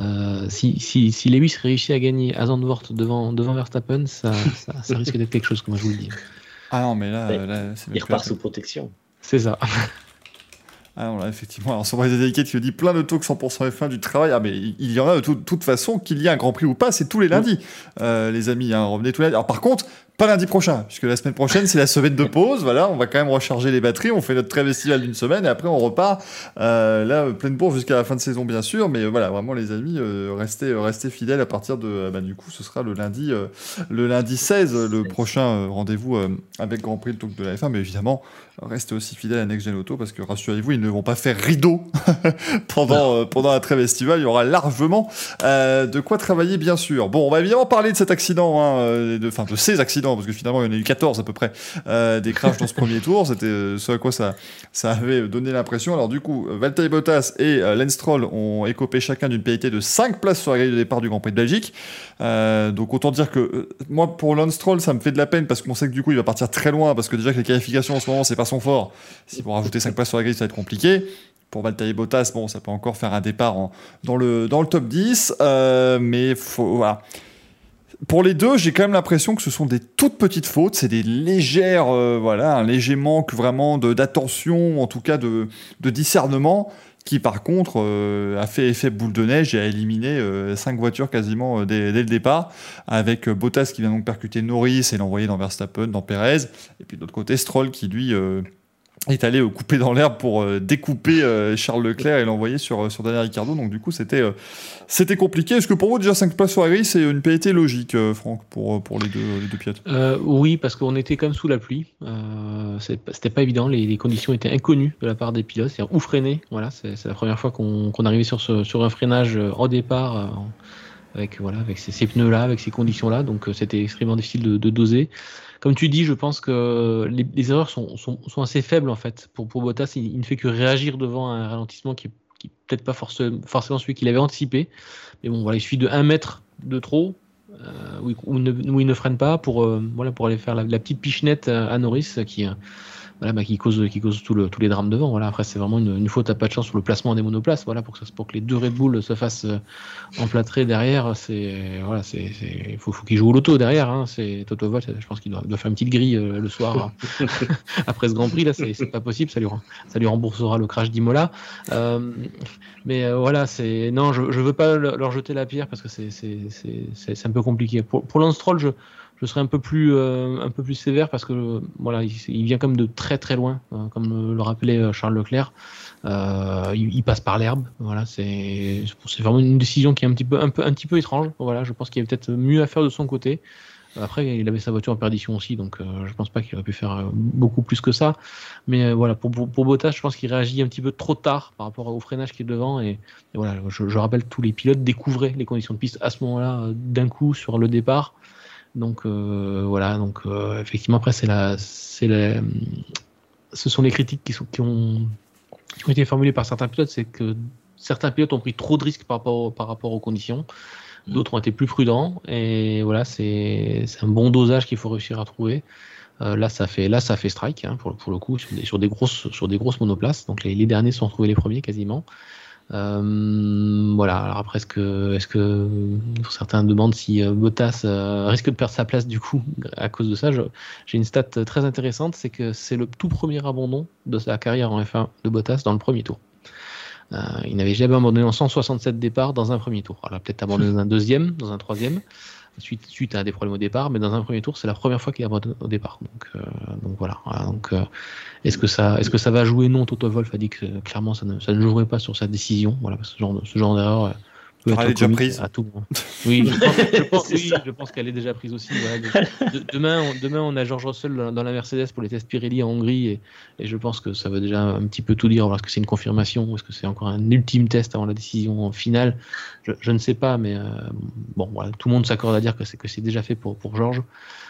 Si Lewis réussit à gagner à Zandvoort devant Verstappen, ça risque d'être quelque chose, comme je vous le dis. Ah non, mais là c'est il repart sous protection. C'est ça. Ah non, là, effectivement, alors sur Brise Delicate qui dit plein de talks 100% F1 du travail. Ah, mais il y en a de toute façon, qu'il y ait un Grand Prix ou pas, c'est tous les lundis, les amis, revenez tous les lundis. Alors par contre, pas lundi prochain, puisque la semaine prochaine, c'est la semaine de pause, voilà, on va quand même recharger les batteries, on fait notre trêve estivale d'une semaine, et après on repart, pleine bourse jusqu'à la fin de saison, bien sûr, mais voilà, vraiment les amis, restez fidèles à partir de, du coup, ce sera le lundi 16, le prochain rendez-vous avec Grand Prix, le talk de la F1, mais évidemment, restez aussi fidèles à Next Gen Auto, parce que rassurez-vous, ils ne vont pas faire rideau pendant la trêve estivale, il y aura largement de quoi travailler, bien sûr. Bon, on va évidemment parler de cet accident, de ces accidents, parce que finalement il y en a eu 14 à peu près, des crashs dans ce premier tour, c'était ce à quoi ça avait donné l'impression. Alors du coup, Valtteri Bottas et Lance Stroll ont écopé chacun d'une pénalité de 5 places sur la grille de départ du Grand Prix de Belgique, donc autant dire que moi pour Lance Stroll ça me fait de la peine, parce qu'on sait que du coup il va partir très loin, parce que déjà que les qualifications en ce moment c'est pas son fort, si pour rajouter 5 places sur la grille ça va être compliqué. Pour Valtteri Bottas, bon, ça peut encore faire un départ dans le top 10, mais voilà. Pour les deux, j'ai quand même l'impression que ce sont des toutes petites fautes, c'est des légères, un léger manque vraiment d'attention, en tout cas de discernement, qui par contre a fait effet boule de neige et a éliminé 5 voitures quasiment dès le départ, avec Bottas qui vient donc percuter Norris et l'envoyer dans Verstappen, dans Perez, et puis de l'autre côté Stroll qui lui est allé couper dans l'herbe pour découper Charles Leclerc et l'envoyer sur Daniel Ricciardo. Donc du coup c'était compliqué. Est-ce que pour vous déjà 5 places sur la grille c'est une pénalité logique, Franck, pour les deux pilotes? Oui, parce qu'on était quand même sous la pluie. C'était pas évident, les conditions étaient inconnues de la part des pilotes, c'est-à-dire où freiner. Voilà, c'est la première fois qu'on arrivait sur un freinage au départ avec ces pneus-là, avec ces conditions-là. Donc c'était extrêmement difficile de doser. Comme tu dis, je pense que les erreurs sont assez faibles en fait. Pour Bottas, il ne fait que réagir devant un ralentissement qui peut-être pas forcément celui qu'il avait anticipé. Mais bon, voilà, il suffit de 1 mètre de trop où il ne freine pas pour aller faire la petite pichenette à Norris qui cause tous les drames devant. Voilà. Après, c'est vraiment une faute à pas de chance sur le placement des monoplaces. Voilà, pour que les deux Red Bull se fassent emplâtrer derrière. Il faut qu'il joue au loto derrière. Hein. C'est Toto Wolff, je pense qu'il doit faire une petite grille le soir après ce Grand Prix. Là, c'est pas possible. Ça lui remboursera le crash d'Imola. Mais non, je veux pas leur jeter la pierre parce que c'est un peu compliqué. Pour Lance Stroll, je serais un peu plus sévère parce que voilà, il vient comme de très très loin, comme le rappelait Charles Leclerc. Il passe par l'herbe. Voilà, c'est vraiment une décision qui est un petit peu étrange. Voilà, je pense qu'il y avait peut-être mieux à faire de son côté. Après, il avait sa voiture en perdition aussi, donc je pense pas qu'il aurait pu faire beaucoup plus que ça. Mais voilà, pour Bottas, je pense qu'il réagit un petit peu trop tard par rapport au freinage qui est devant. Et voilà, je rappelle, tous les pilotes découvraient les conditions de piste à ce moment-là, d'un coup sur le départ. Donc voilà, donc effectivement, après, ce sont les critiques qui ont été formulées par certains pilotes, c'est que certains pilotes ont pris trop de risques par rapport aux conditions. D'autres ont été plus prudents et voilà, c'est un bon dosage qu'il faut réussir à trouver. Là, ça fait strike pour le coup sur des grosses monoplaces. Donc les derniers sont retrouvés les premiers quasiment. Voilà. Alors après, est-ce que certains demandent si Bottas risque de perdre sa place du coup à cause de ça. J'ai une stat très intéressante, c'est que c'est le tout premier abandon de sa carrière en F1 de Bottas dans le premier tour. Il n'avait jamais abandonné en 167 départs dans un premier tour. Alors peut-être abandonné dans un deuxième, dans un troisième, suite à des problèmes au départ, mais dans un premier tour, c'est la première fois qu'il abandonne au départ. Donc voilà. Donc est-ce que ça va jouer? Non, Toto Wolff a dit que clairement ça ne jouerait pas sur sa décision. Voilà, parce que ce genre d'erreur peut être déjà prise à tout moment. Oui, je pense qu'elle est déjà prise aussi. Voilà. Demain, on a George Russell dans la Mercedes pour les tests Pirelli en Hongrie et je pense que ça veut déjà un petit peu tout dire. Est-ce que c'est une confirmation? Est-ce que c'est encore un ultime test avant la décision finale? Je ne sais pas, mais bon, voilà, tout le monde s'accorde à dire que c'est déjà fait pour George.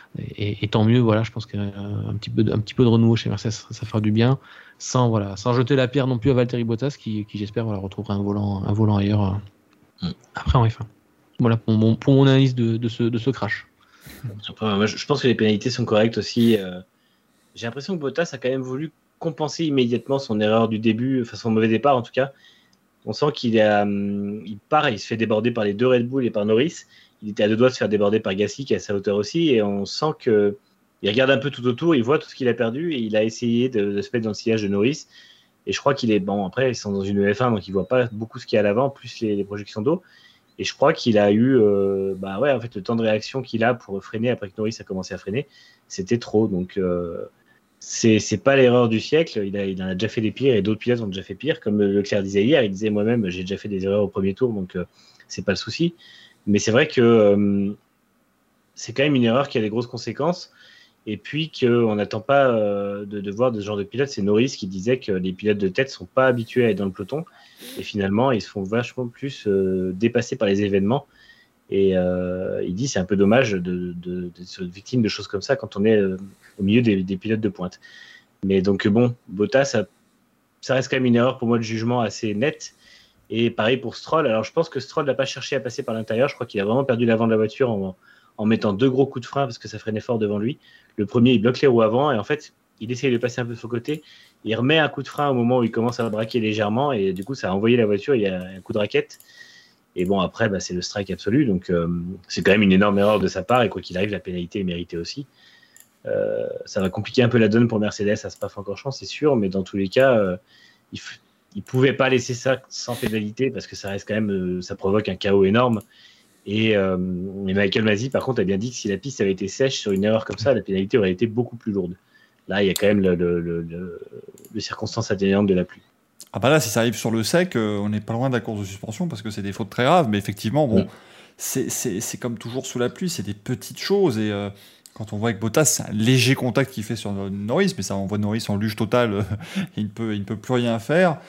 Et tant mieux, voilà, je pense qu'un petit peu de renouveau chez Mercedes, ça fera du bien, sans jeter la pierre non plus à Valtteri Bottas qui j'espère retrouvera un volant ailleurs après en F1. Voilà pour mon analyse de ce crash. Moi, je pense que les pénalités sont correctes aussi. J'ai l'impression que Bottas a quand même voulu compenser immédiatement son erreur du début, enfin son mauvais départ en tout cas. On sent il part et il se fait déborder par les deux Red Bull et par Norris. Il était à 2 doigts de se faire déborder par Gasly qui est à sa hauteur aussi, et on sent qu'il regarde un peu tout autour, il voit tout ce qu'il a perdu et il a essayé de se mettre dans le sillage de Norris. Et je crois qu'il est bon. Après, ils sont dans une F1, donc il voit pas beaucoup ce qu'il y a à l'avant, plus les projections d'eau. Et je crois qu'il a eu, en fait, le temps de réaction qu'il a pour freiner après que Norris a commencé à freiner, c'était trop. Donc c'est pas l'erreur du siècle. Il en a déjà fait des pires et d'autres pilotes ont déjà fait pire. Comme Leclerc disait hier, il disait moi-même, j'ai déjà fait des erreurs au premier tour, donc c'est pas le souci. Mais c'est vrai que c'est quand même une erreur qui a des grosses conséquences. Et puis qu'on n'attend pas de voir de ce genre de pilote. C'est Norris qui disait que les pilotes de tête ne sont pas habitués à être dans le peloton. Et finalement, ils se font vachement plus dépasser par les événements. Et il dit c'est un peu dommage de se victime de choses comme ça quand on est au milieu des pilotes de pointe. Mais donc bon, Bottas, ça reste quand même une erreur pour moi de jugement assez nette. Et pareil pour Stroll. Alors je pense que Stroll n'a pas cherché à passer par l'intérieur. Je crois qu'il a vraiment perdu l'avant de la voiture en mettant 2 gros coups de frein parce que ça freinait fort devant lui. Le premier, il bloque les roues avant et en fait, il essaye de passer un peu de son côté. Il remet un coup de frein au moment où il commence à braquer légèrement et du coup, ça a envoyé la voiture. Il y a un coup de raquette. Et bon, après, c'est le strike absolu. Donc, c'est quand même une énorme erreur de sa part. Et quoi qu'il arrive, la pénalité est méritée aussi. Ça va compliquer un peu la donne pour Mercedes à Spa-Francorchamps, c'est sûr. Mais dans tous les cas, il ne pouvait pas laisser ça sans pénalité parce que ça reste quand même, ça provoque un chaos énorme. Et Michael Masi, par contre, a bien dit que si la piste avait été sèche sur une erreur comme ça, la pénalité aurait été beaucoup plus lourde. Là, il y a quand même le circonstance atténuante de la pluie. Ah bah là, si ça arrive sur le sec, on n'est pas loin de la course de suspension parce que c'est des fautes très graves. Mais effectivement, bon, c'est comme toujours sous la pluie, c'est des petites choses. Et quand on voit que Bottas, c'est un léger contact qu'il fait sur Norris, mais ça envoie Norris en luge totale, il ne peut plus rien faire.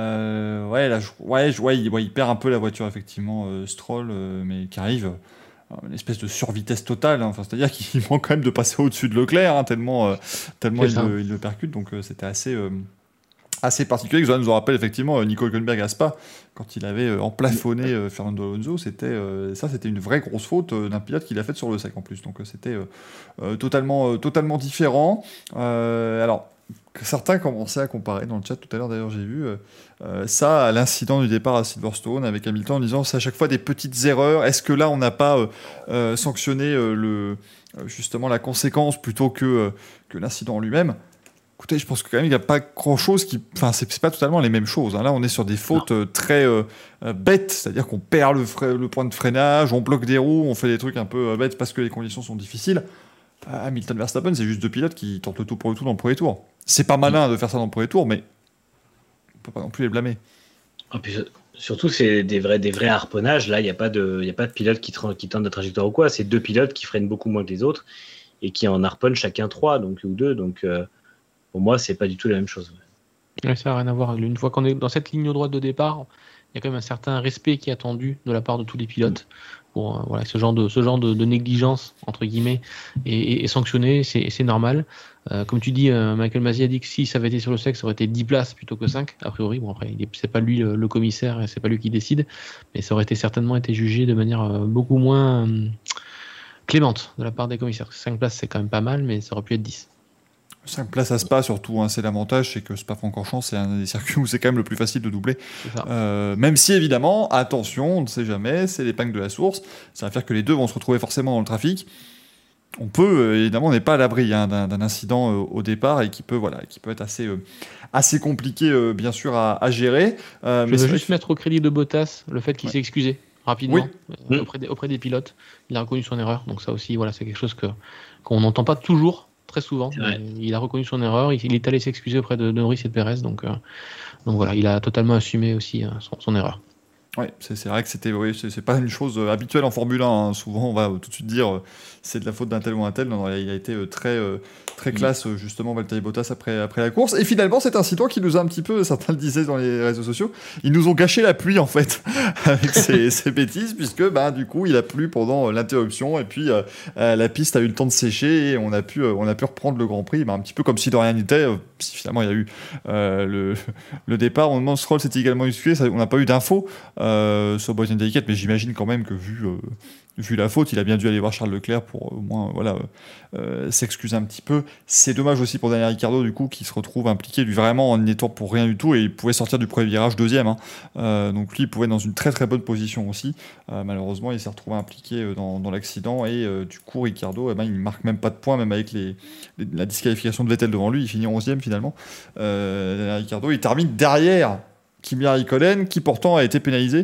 Il perd un peu la voiture, effectivement, Stroll, mais qui arrive une espèce de survitesse totale. Enfin, c'est-à-dire qu'il manque quand même de passer au-dessus de Leclerc, tellement il le percute. Donc c'était assez particulier. Ça nous en rappelle effectivement Nico Hülkenberg à Spa, quand il avait emplafonné Fernando Alonso. C'était une vraie grosse faute d'un pilote qu'il a faite sur le sec en plus. Donc c'était totalement différent. Alors, certains commençaient à comparer dans le chat tout à l'heure, d'ailleurs j'ai vu ça à l'incident du départ à Silverstone avec Hamilton en disant c'est à chaque fois des petites erreurs. Est-ce que là on n'a pas sanctionné justement la conséquence plutôt que l'incident en lui-même? Écoutez, je pense que quand même il n'y a pas grand-chose qui... Enfin, c'est pas totalement les mêmes choses. Hein. Là, on est sur des fautes très bêtes, c'est-à-dire qu'on perd le point de freinage, on bloque des roues, on fait des trucs un peu bêtes parce que les conditions sont difficiles. Hamilton Verstappen, c'est juste deux pilotes qui tentent le tout pour le tout dans le premier tour. C'est pas malin de faire ça dans le premier tour, mais on peut pas non plus les blâmer. Et puis, surtout, c'est des vrais harponnages. Là, il n'y a pas de pilote qui tente de trajectoire ou quoi. C'est deux pilotes qui freinent beaucoup moins que les autres et qui en harponnent chacun 3 ou 2. Donc, pour moi, c'est pas du tout la même chose. Ouais, ça n'a rien à voir. Une fois qu'on est dans cette ligne droite de départ, il y a quand même un certain respect qui est attendu de la part de tous les pilotes. Pour ce genre de négligence, entre guillemets, est sanctionné, c'est normal. Comme tu dis, Michael Masi a dit que si ça avait été sur le sec, ça aurait été 10 places plutôt que 5, a priori. Bon, après, c'est pas lui le commissaire et c'est pas lui qui décide, mais ça aurait certainement été jugé de manière beaucoup moins clémente de la part des commissaires. 5 places, c'est quand même pas mal, mais ça aurait pu être 10. 5 places à Spa, surtout, hein, c'est l'avantage, c'est que Spa-Francorchamps, c'est un des circuits où c'est quand même le plus facile de doubler. Même si, évidemment, attention, on ne sait jamais, c'est l'épingle de la source, ça va faire que les deux vont se retrouver forcément dans le trafic. On peut, évidemment, on n'est pas à l'abri d'un incident au départ et qui peut être assez compliqué, bien sûr, à gérer. Je veux juste mettre au crédit de Bottas le fait qu'il s'est excusé rapidement auprès des pilotes. Il a reconnu son erreur, donc ça aussi, c'est quelque chose qu'on n'entend pas toujours. Très souvent, il a reconnu son erreur, il est allé s'excuser auprès de Norris et de Perez, donc voilà, il a totalement assumé aussi son erreur. Oui, c'est vrai que c'est pas une chose habituelle en Formule 1. Hein. Souvent, on va tout de suite dire c'est de la faute d'un tel ou un tel. Non, il a été très classe, justement, Valtteri Bottas après la course. Et finalement, cet incident qui nous a un petit peu, certains le disaient dans les réseaux sociaux, ils nous ont gâché la pluie, en fait, avec ces bêtises, puisque du coup, il a plu pendant l'interruption, et puis la piste a eu le temps de sécher, et on a pu reprendre le Grand Prix, un petit peu comme si de rien n'était. Si finalement, il y a eu le départ. Au moment où Stroll s'était également excusé, on n'a pas eu d'infos sur Boys and Delicate, mais j'imagine quand même que vu la faute, il a bien dû aller voir Charles Leclerc pour au moins s'excuser un petit peu. C'est dommage aussi pour Daniel Ricciardo, du coup, qui se retrouve impliqué lui vraiment en étant pour rien du tout, et il pouvait sortir du premier virage deuxième, hein. Donc lui il pouvait être dans une très très bonne position aussi. Malheureusement il s'est retrouvé impliqué dans l'accident, et du coup Ricciardo il marque même pas de points, même avec la disqualification de Vettel devant lui, il finit 11e finalement. Daniel Ricciardo il termine derrière Kimi Raikkonen, qui pourtant a été pénalisé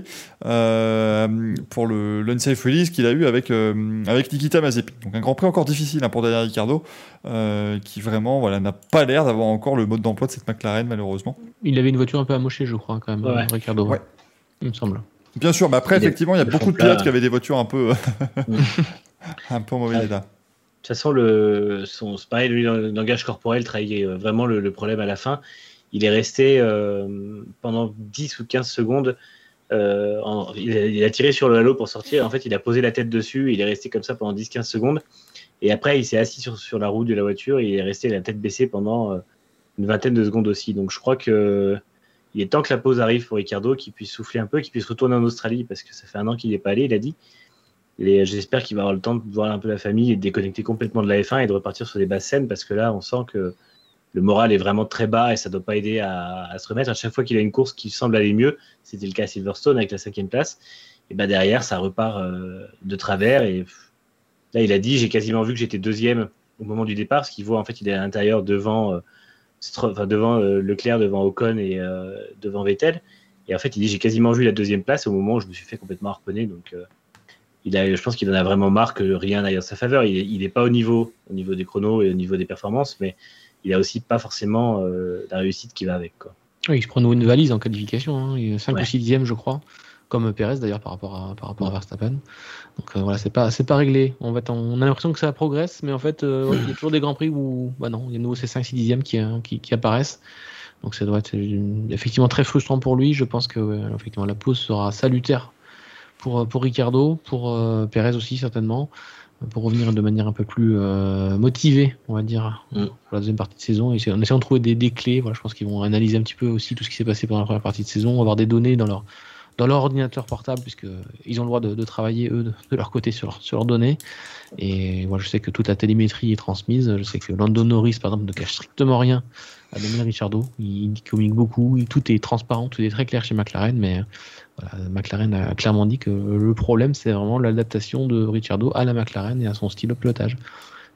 pour l'unsafe release qu'il a eu avec Nikita Mazepin. Donc un Grand Prix encore difficile pour Daniel Ricciardo, qui vraiment n'a pas l'air d'avoir encore le mode d'emploi de cette McLaren, malheureusement. Il avait une voiture un peu amochée, je crois, quand même, Ricciardo. Ouais. Il me semble. Bien sûr, mais après, effectivement, il y a beaucoup de pilotes qui avaient des voitures un peu en mauvais état. De toute façon, c'est pareil, le langage corporel trahit vraiment le problème à la fin. Il est resté pendant 10 ou 15 secondes, il a tiré sur le halo pour sortir, en fait il a posé la tête dessus, il est resté comme ça pendant 10-15 secondes, et après il s'est assis sur la roue de la voiture, et il est resté la tête baissée pendant une vingtaine de secondes aussi. Donc je crois qu'il est temps que la pause arrive pour Ricciardo, qu'il puisse souffler un peu, qu'il puisse retourner en Australie, parce que ça fait 1 an qu'il n'est pas allé, il a dit. Et j'espère qu'il va avoir le temps de voir un peu la famille et de déconnecter complètement de la F1 et de repartir sur des basses scènes, parce que là on sent que le moral est vraiment très bas et ça ne doit pas aider à se remettre. À chaque fois qu'il a une course qui semble aller mieux, c'était le cas à Silverstone avec la 5e place, et derrière ça repart de travers. Et là il a dit, j'ai quasiment vu que j'étais 2e au moment du départ, parce qu'il voit en fait il est à l'intérieur devant Leclerc, devant Ocon et devant Vettel, et en fait il dit j'ai quasiment vu la 2e place au moment où je me suis fait complètement harponner. Donc je pense qu'il en a vraiment marre que rien n'aille en sa faveur. Il n'est pas au niveau des chronos et au niveau des performances, mais il a aussi pas forcément la réussite qui va avec, quoi. Oui, il se prend une valise en qualification, hein. Il est 5 ou 6e, je crois, comme Perez d'ailleurs par rapport à Verstappen. Donc c'est pas réglé. On a l'impression que ça progresse, mais en fait, il y a toujours des grands prix où non, il y a de nouveau ces 5-6 dixièmes qui apparaissent. Donc ça doit être effectivement très frustrant pour lui. Je pense que effectivement la pause sera salutaire pour Ricciardo, pour Perez aussi certainement, pour revenir de manière un peu plus motivée, on va dire, pour la deuxième partie de saison, et en essayant de trouver des clés. Je pense qu'ils vont analyser un petit peu aussi tout ce qui s'est passé pendant la première partie de saison, avoir des données dans leur ordinateur portable, puisqu'ils ont le droit de travailler, eux, de leur côté, sur leurs données. Et moi, je sais que toute la télémétrie est transmise. Je sais que Lando Norris, par exemple, ne cache strictement rien à Daniel Ricciardo. Il communique beaucoup, tout est transparent, tout est très clair chez McLaren, mais McLaren a clairement dit que le problème, c'est vraiment l'adaptation de Ricciardo à la McLaren et à son style de pilotage.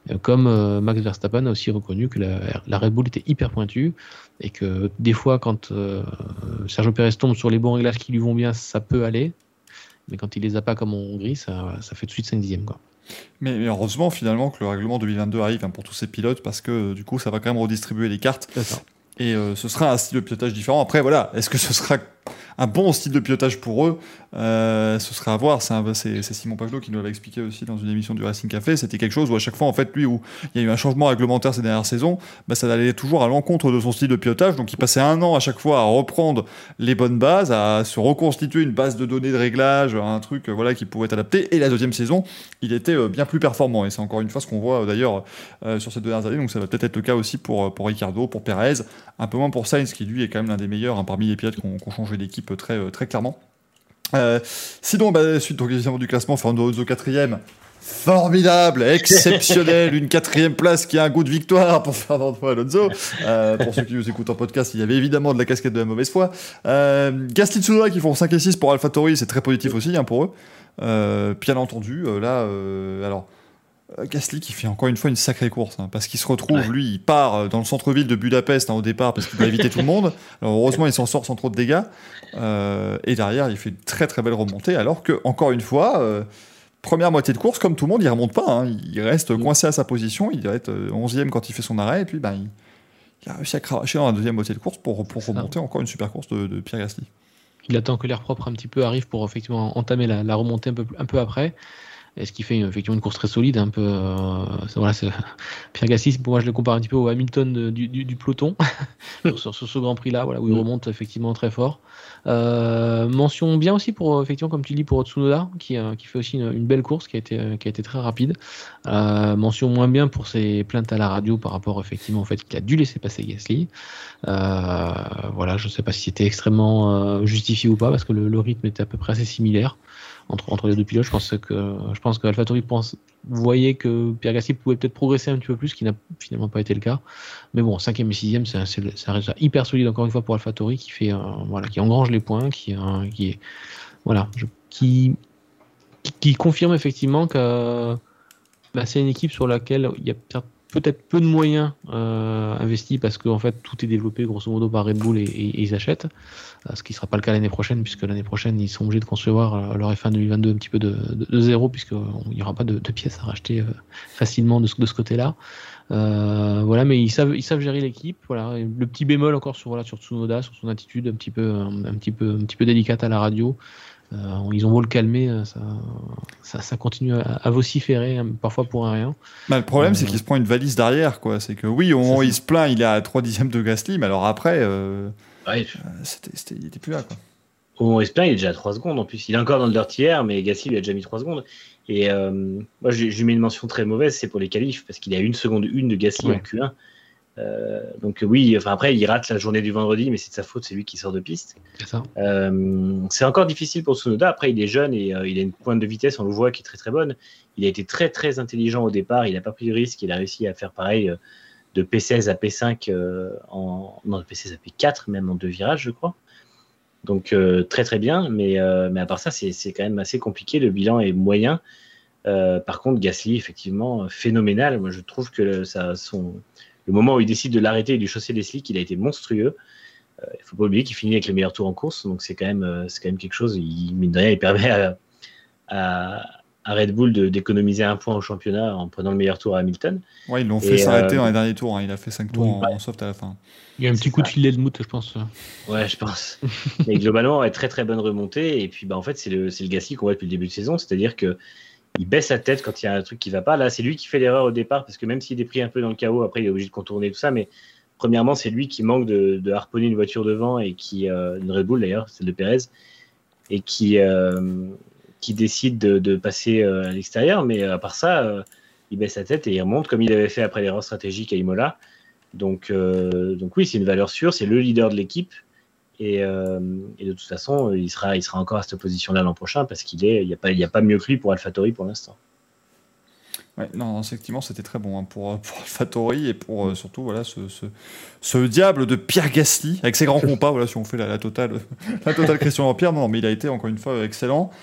Comme Max Verstappen a aussi reconnu que la Red Bull était hyper pointue et que des fois, quand Sergio Pérez tombe sur les bons réglages qui lui vont bien, ça peut aller. Mais quand il les a pas comme en Hongrie, ça fait tout de suite 5 dixièmes, quoi. Mais heureusement, finalement, que le règlement 2022 arrive pour tous ces pilotes, parce que du coup, ça va quand même redistribuer les cartes. C'est ça. Et ce sera un style de pilotage différent. Après, voilà, est-ce que ce sera un bon style de pilotage pour eux? Ce sera à voir. C'est Simon Pagenaud qui nous l'avait expliqué aussi dans une émission du Racing Café. C'était quelque chose où à chaque fois, en fait, lui, où il y a eu un changement réglementaire ces dernières saisons, ça allait toujours à l'encontre de son style de pilotage. Donc, il passait un an à chaque fois à reprendre les bonnes bases, à se reconstituer une base de données de réglage, un truc qui pouvait être adapté. Et la deuxième saison, il était bien plus performant. Et c'est encore une fois ce qu'on voit d'ailleurs sur ces dernières années. Donc, ça va peut-être être le cas aussi pour Ricciardo, pour Pérez. Un peu moins pour Sainz, qui lui est quand même l'un des meilleurs parmi les pilotes qui ont changé d'équipe très, très clairement. Sinon, suite évidemment du classement, Fernando Alonso 4ème. Formidable, exceptionnel, une 4ème place qui a un goût de victoire pour Fernando Alonso. Pour ceux qui nous écoutent en podcast, il y avait évidemment de la casquette de la mauvaise foi. Gasly, Tsunoda qui font 5 et 6 pour AlphaTauri, c'est très positif aussi pour eux. Bien entendu, alors... Gasly qui fait encore une fois une sacrée course, parce qu'il se retrouve, lui, il part dans le centre-ville de Budapest au départ parce qu'il doit éviter tout le monde. Alors heureusement, il s'en sort sans trop de dégâts. Et derrière, il fait une très très belle remontée, alors que, encore une fois, première moitié de course, comme tout le monde, il remonte pas. Il reste coincé à sa position, il doit être 11e quand il fait son arrêt, et puis il a réussi à cracher dans la deuxième moitié de course pour remonter. Encore une super course de Pierre Gasly. Il attend que l'air propre un petit peu arrive pour effectivement entamer la remontée un peu après. Et ce qui fait effectivement une course très solide, un peu. Pierre Gasly, pour moi, je le compare un petit peu au Hamilton du peloton sur ce Grand Prix là, où il remonte effectivement très fort. Mention bien aussi pour effectivement, comme tu dis, pour Tsunoda qui fait aussi une belle course qui a été très rapide. Mention moins bien pour ses plaintes à la radio par rapport effectivement au fait qu'il a dû laisser passer Gasly. Je sais pas si c'était extrêmement justifié ou pas, parce que le rythme était à peu près assez similaire entre les deux pilotes. Je pense que AlphaTauri voyait que Pierre Gasly pouvait peut-être progresser un petit peu plus, ce qui n'a finalement pas été le cas. Mais bon, 5e et 6e, c'est un résultat hyper solide encore une fois pour AlphaTauri qui engrange les points, qui confirme effectivement que c'est une équipe sur laquelle il y a peut-être peu de moyens investis, parce qu'en fait tout est développé grosso modo par Red Bull et ils achètent, ce qui ne sera pas le cas l'année prochaine, puisque l'année prochaine ils sont obligés de concevoir leur F1 2022 un petit peu de zéro, puisqu'il n'y aura pas de pièces à racheter facilement de ce côté-là. Mais ils savent gérer l'équipe. Le petit bémol encore sur Tsunoda, sur son attitude un petit peu délicate à la radio. Ils ont beau le calmer, ça continue à vociférer, parfois pour un rien. Le problème, c'est qu'il se prend une valise derrière, quoi. C'est que oui, il se plaint, il est à 3 dixièmes de Gasly, mais alors après, il était plus là, quoi. Il se plaint, il est déjà à 3 secondes en plus. Il est encore dans le dirty air, mais Gasly lui a déjà mis 3 secondes. Et moi, je lui mets une mention très mauvaise, c'est pour les qualifs, parce qu'il a 1 seconde 1 de Gasly en Q1. Donc oui, après il rate la journée du vendredi, mais c'est de sa faute, c'est lui qui sort de piste. C'est ça. C'est encore difficile pour Tsunoda. Après il est jeune et il a une pointe de vitesse, on le voit, qui est très très bonne. Il a été très très intelligent au départ, il n'a pas pris de risque, il a réussi à faire pareil de P16 à P5 de P16 à P4 même en 2 virages, je crois. Donc très très bien, mais à part ça c'est quand même assez compliqué, le bilan est moyen. Par contre Gasly effectivement phénoménal. Moi je trouve que le moment où il décide de l'arrêter et de lui chausser les slicks, il a été monstrueux. Il ne faut pas oublier qu'il finit avec le meilleur tour en course, donc c'est quand même quelque chose. Mine de rien, il permet à Red Bull d'économiser 1 point au championnat en prenant le meilleur tour à Hamilton. Ouais, ils l'ont fait s'arrêter dans les derniers tours. Il a fait 5 tours en soft à la fin. Il y a un petit coup de filet de mout, je pense. Ouais, je pense. Mais globalement, très très bonne remontée. Et puis, en fait, c'est le Gasly qu'on voit depuis le début de saison, c'est-à-dire que il baisse la tête quand il y a un truc qui va pas. Là, c'est lui qui fait l'erreur au départ, parce que même s'il est pris un peu dans le chaos, après il est obligé de contourner tout ça. Mais premièrement, c'est lui qui manque de harponner une voiture devant, et une Red Bull d'ailleurs, celle de Pérez, et qui décide de passer à l'extérieur. Mais à part ça, il baisse la tête et il remonte comme il avait fait après l'erreur stratégique à Imola. Donc oui, c'est une valeur sûre, c'est le leader de l'équipe. Et de toute façon, il sera encore à cette position-là l'an prochain, parce qu'il n'y a pas mieux que lui pour AlphaTauri pour l'instant. Ouais, non, effectivement, c'était très bon pour AlphaTauri et pour surtout ce diable de Pierre Gasly avec ses grands compas. Si on fait la totale Christian Lepierre, non, mais il a été encore une fois excellent.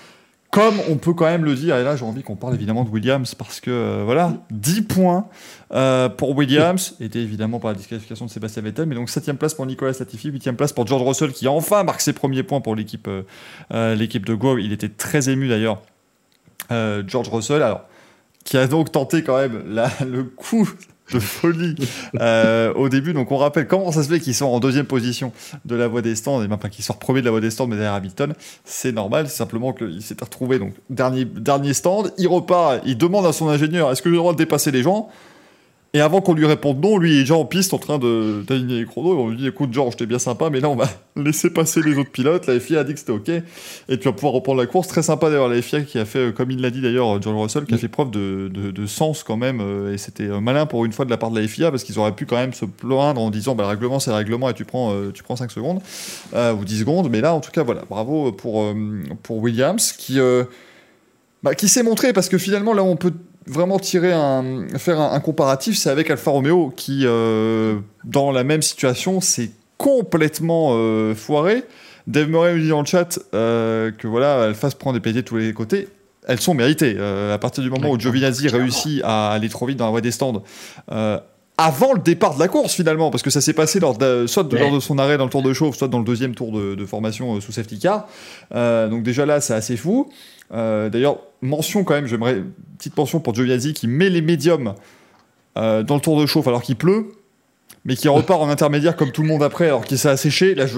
Comme on peut quand même le dire, et là j'ai envie qu'on parle évidemment de Williams, parce que voilà, 10 points pour Williams, aidé évidemment par la disqualification de Sébastien Vettel, mais donc 7ème place pour Nicolas Latifi, 8ème place pour George Russell, qui enfin marque ses premiers points pour l'équipe de Grove. Il était très ému d'ailleurs, George Russell, alors, qui a donc tenté quand même le coup de folie au début. Donc on rappelle comment ça se fait qu'ils sont en 2e position de la voie des stands, et même pas qu'ils sortent premier de la voie des stands, mais derrière Hamilton. C'est normal, c'est simplement qu'il s'est retrouvé donc dernier stand. Il repart, il demande à son ingénieur, est-ce que j'ai le droit de dépasser les gens ? Et avant qu'on lui réponde non, lui il est déjà en piste en train d'aligner les chronos, et on lui dit écoute George, t'es bien sympa, mais là on va laisser passer les autres pilotes. La FIA a dit que c'était ok, et tu vas pouvoir reprendre la course. Très sympa d'ailleurs la FIA qui a fait, comme il l'a dit d'ailleurs, George Russell, qui a fait preuve de sens quand même, et c'était malin pour une fois de la part de la FIA, parce qu'ils auraient pu quand même se plaindre en disant bah, le règlement c'est le règlement et tu prends 5 secondes, ou 10 secondes, mais là en tout cas voilà, bravo pour Williams qui s'est montré, parce que finalement là on peut vraiment faire un comparatif, c'est avec Alfa Romeo qui, dans la même situation, s'est complètement foiré. Dave Murray me dit dans le chat que voilà, Alfa se prend des pénalités de tous les côtés. Elles sont méritées. À partir du moment où Giovinazzi réussit à aller trop vite dans la voie des stands, avant le départ de la course finalement, parce que ça s'est passé lors de son arrêt dans le tour de chauffe, soit dans le 2e tour de formation sous safety car. Donc déjà là, c'est assez fou. D'ailleurs, mention quand même, petite mention pour Giovinazzi qui met les médiums dans le tour de chauffe alors qu'il pleut, mais qui repart en intermédiaire comme tout le monde après alors qu'il s'est asséché. Là,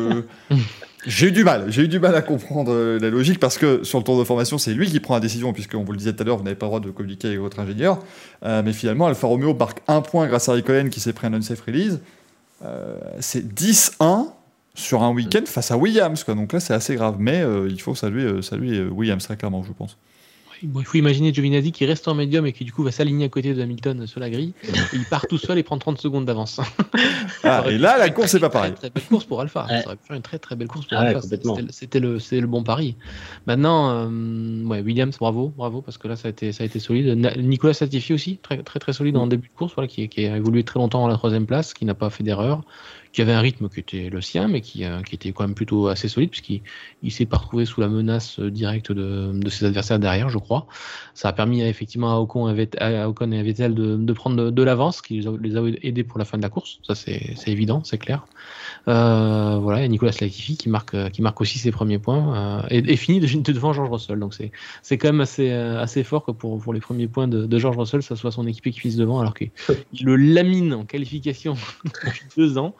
j'ai eu du mal à comprendre la logique, parce que sur le tour de formation, c'est lui qui prend la décision, puisqu'on vous le disait tout à l'heure, vous n'avez pas le droit de communiquer avec votre ingénieur. Mais finalement, Alfa Romeo marque 1 point grâce à Raikkonen qui s'est pris un unsafe release. C'est 10-1 sur un week-end face à Williams, quoi. Donc là, c'est assez grave. Mais il faut saluer Williams, très clairement, je pense. Bon, il faut imaginer Giovinazzi qui reste en médium et qui du coup va s'aligner à côté de Hamilton sur la grille. Et il part tout seul et prend 30 secondes d'avance. Et là, la course, c'est pas pareil. Très belle course pour Alpha. Ça aurait pu faire une très très belle course pour Alpha. C'était le bon pari. Maintenant, Williams, bravo, parce que là, ça a été solide. Nicolas Latifi aussi, très très très solide en début de course, voilà, qui a évolué très longtemps à la 3e place, qui n'a pas fait d'erreur, qui avait un rythme qui était le sien, mais qui était quand même plutôt assez solide, puisqu'il s'est pas retrouvé sous la menace directe de ses adversaires derrière, je crois. Ça a permis effectivement à Ocon et à Vettel de prendre de l'avance, qui les a aidés pour la fin de la course. Ça, c'est évident, c'est clair. Voilà, et Nicolas Latifi qui marque aussi ses premiers points et finit devant George Russell. Donc c'est quand même assez fort que pour les premiers points de George Russell, ça soit son équipier qui finisse devant, alors qu'il le lamine en qualification depuis 2 ans.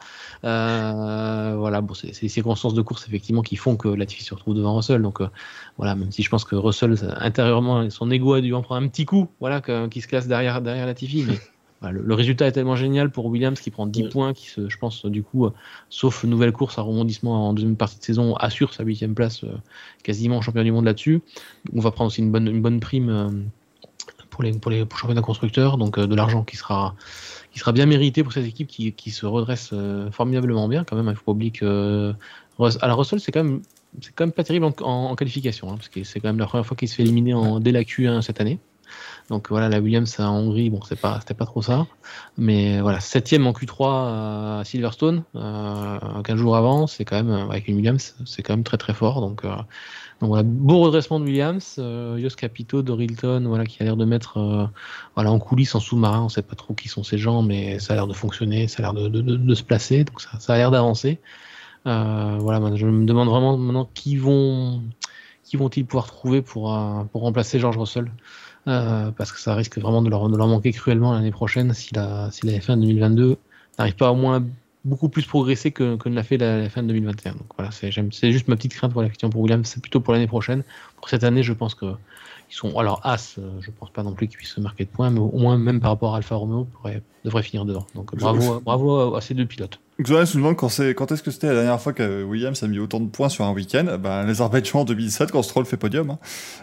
Voilà, bon, c'est les circonstances de course effectivement qui font que Latifi se retrouve devant Russell. Donc voilà, même si je pense que Russell intérieurement, son ego a dû en prendre un petit coup, voilà, qui se classe derrière Latifi, mais voilà, le résultat est tellement génial pour Williams qui prend 10 points, qui je pense du coup, sauf nouvelle course à rebondissement en 2e partie de saison, assure sa 8e place quasiment champion du monde là-dessus. On va prendre aussi une bonne prime pour les championnats constructeurs, donc de l'argent qui sera bien mérité pour cette équipe qui se redresse formidablement bien quand même. Il faut pas oublier que Russell c'est quand même pas terrible en qualification, parce que c'est quand même la première fois qu'il se fait éliminer dès la Q1 cette année. Donc voilà, la Williams en Hongrie, bon, c'était pas trop ça, mais voilà, 7ème en Q3 à Silverstone, 15 jours avant, c'est quand même, avec une Williams, c'est quand même très très fort. Donc voilà, beau redressement de Williams, Jost Capito, Dorilton, voilà, qui a l'air de mettre en coulisses, en sous-marin, on sait pas trop qui sont ces gens, mais ça a l'air de fonctionner, ça a l'air de se placer, donc ça a l'air d'avancer. Voilà, je me demande vraiment maintenant qui vont-ils pouvoir trouver pour remplacer George Russell. Parce que ça risque vraiment de leur manquer cruellement l'année prochaine si la F1 2022 n'arrive pas au moins beaucoup plus progresser que ne l'a fait la F1 2021. Donc voilà, c'est juste ma petite crainte pour la question pour Williams, c'est plutôt pour l'année prochaine. Pour cette année, je pense qu'ils sont, alors As, je pense pas non plus qu'ils puissent se marquer de points, mais au moins même par rapport à Alfa Romeo, devrait finir devant. Donc bravo à ces 2 pilotes. Xoran se demande quand est-ce que c'était la dernière fois que Williams a mis autant de points sur un week-end. L'Azerbaïdjan en 2007, quand Stroll fait podium.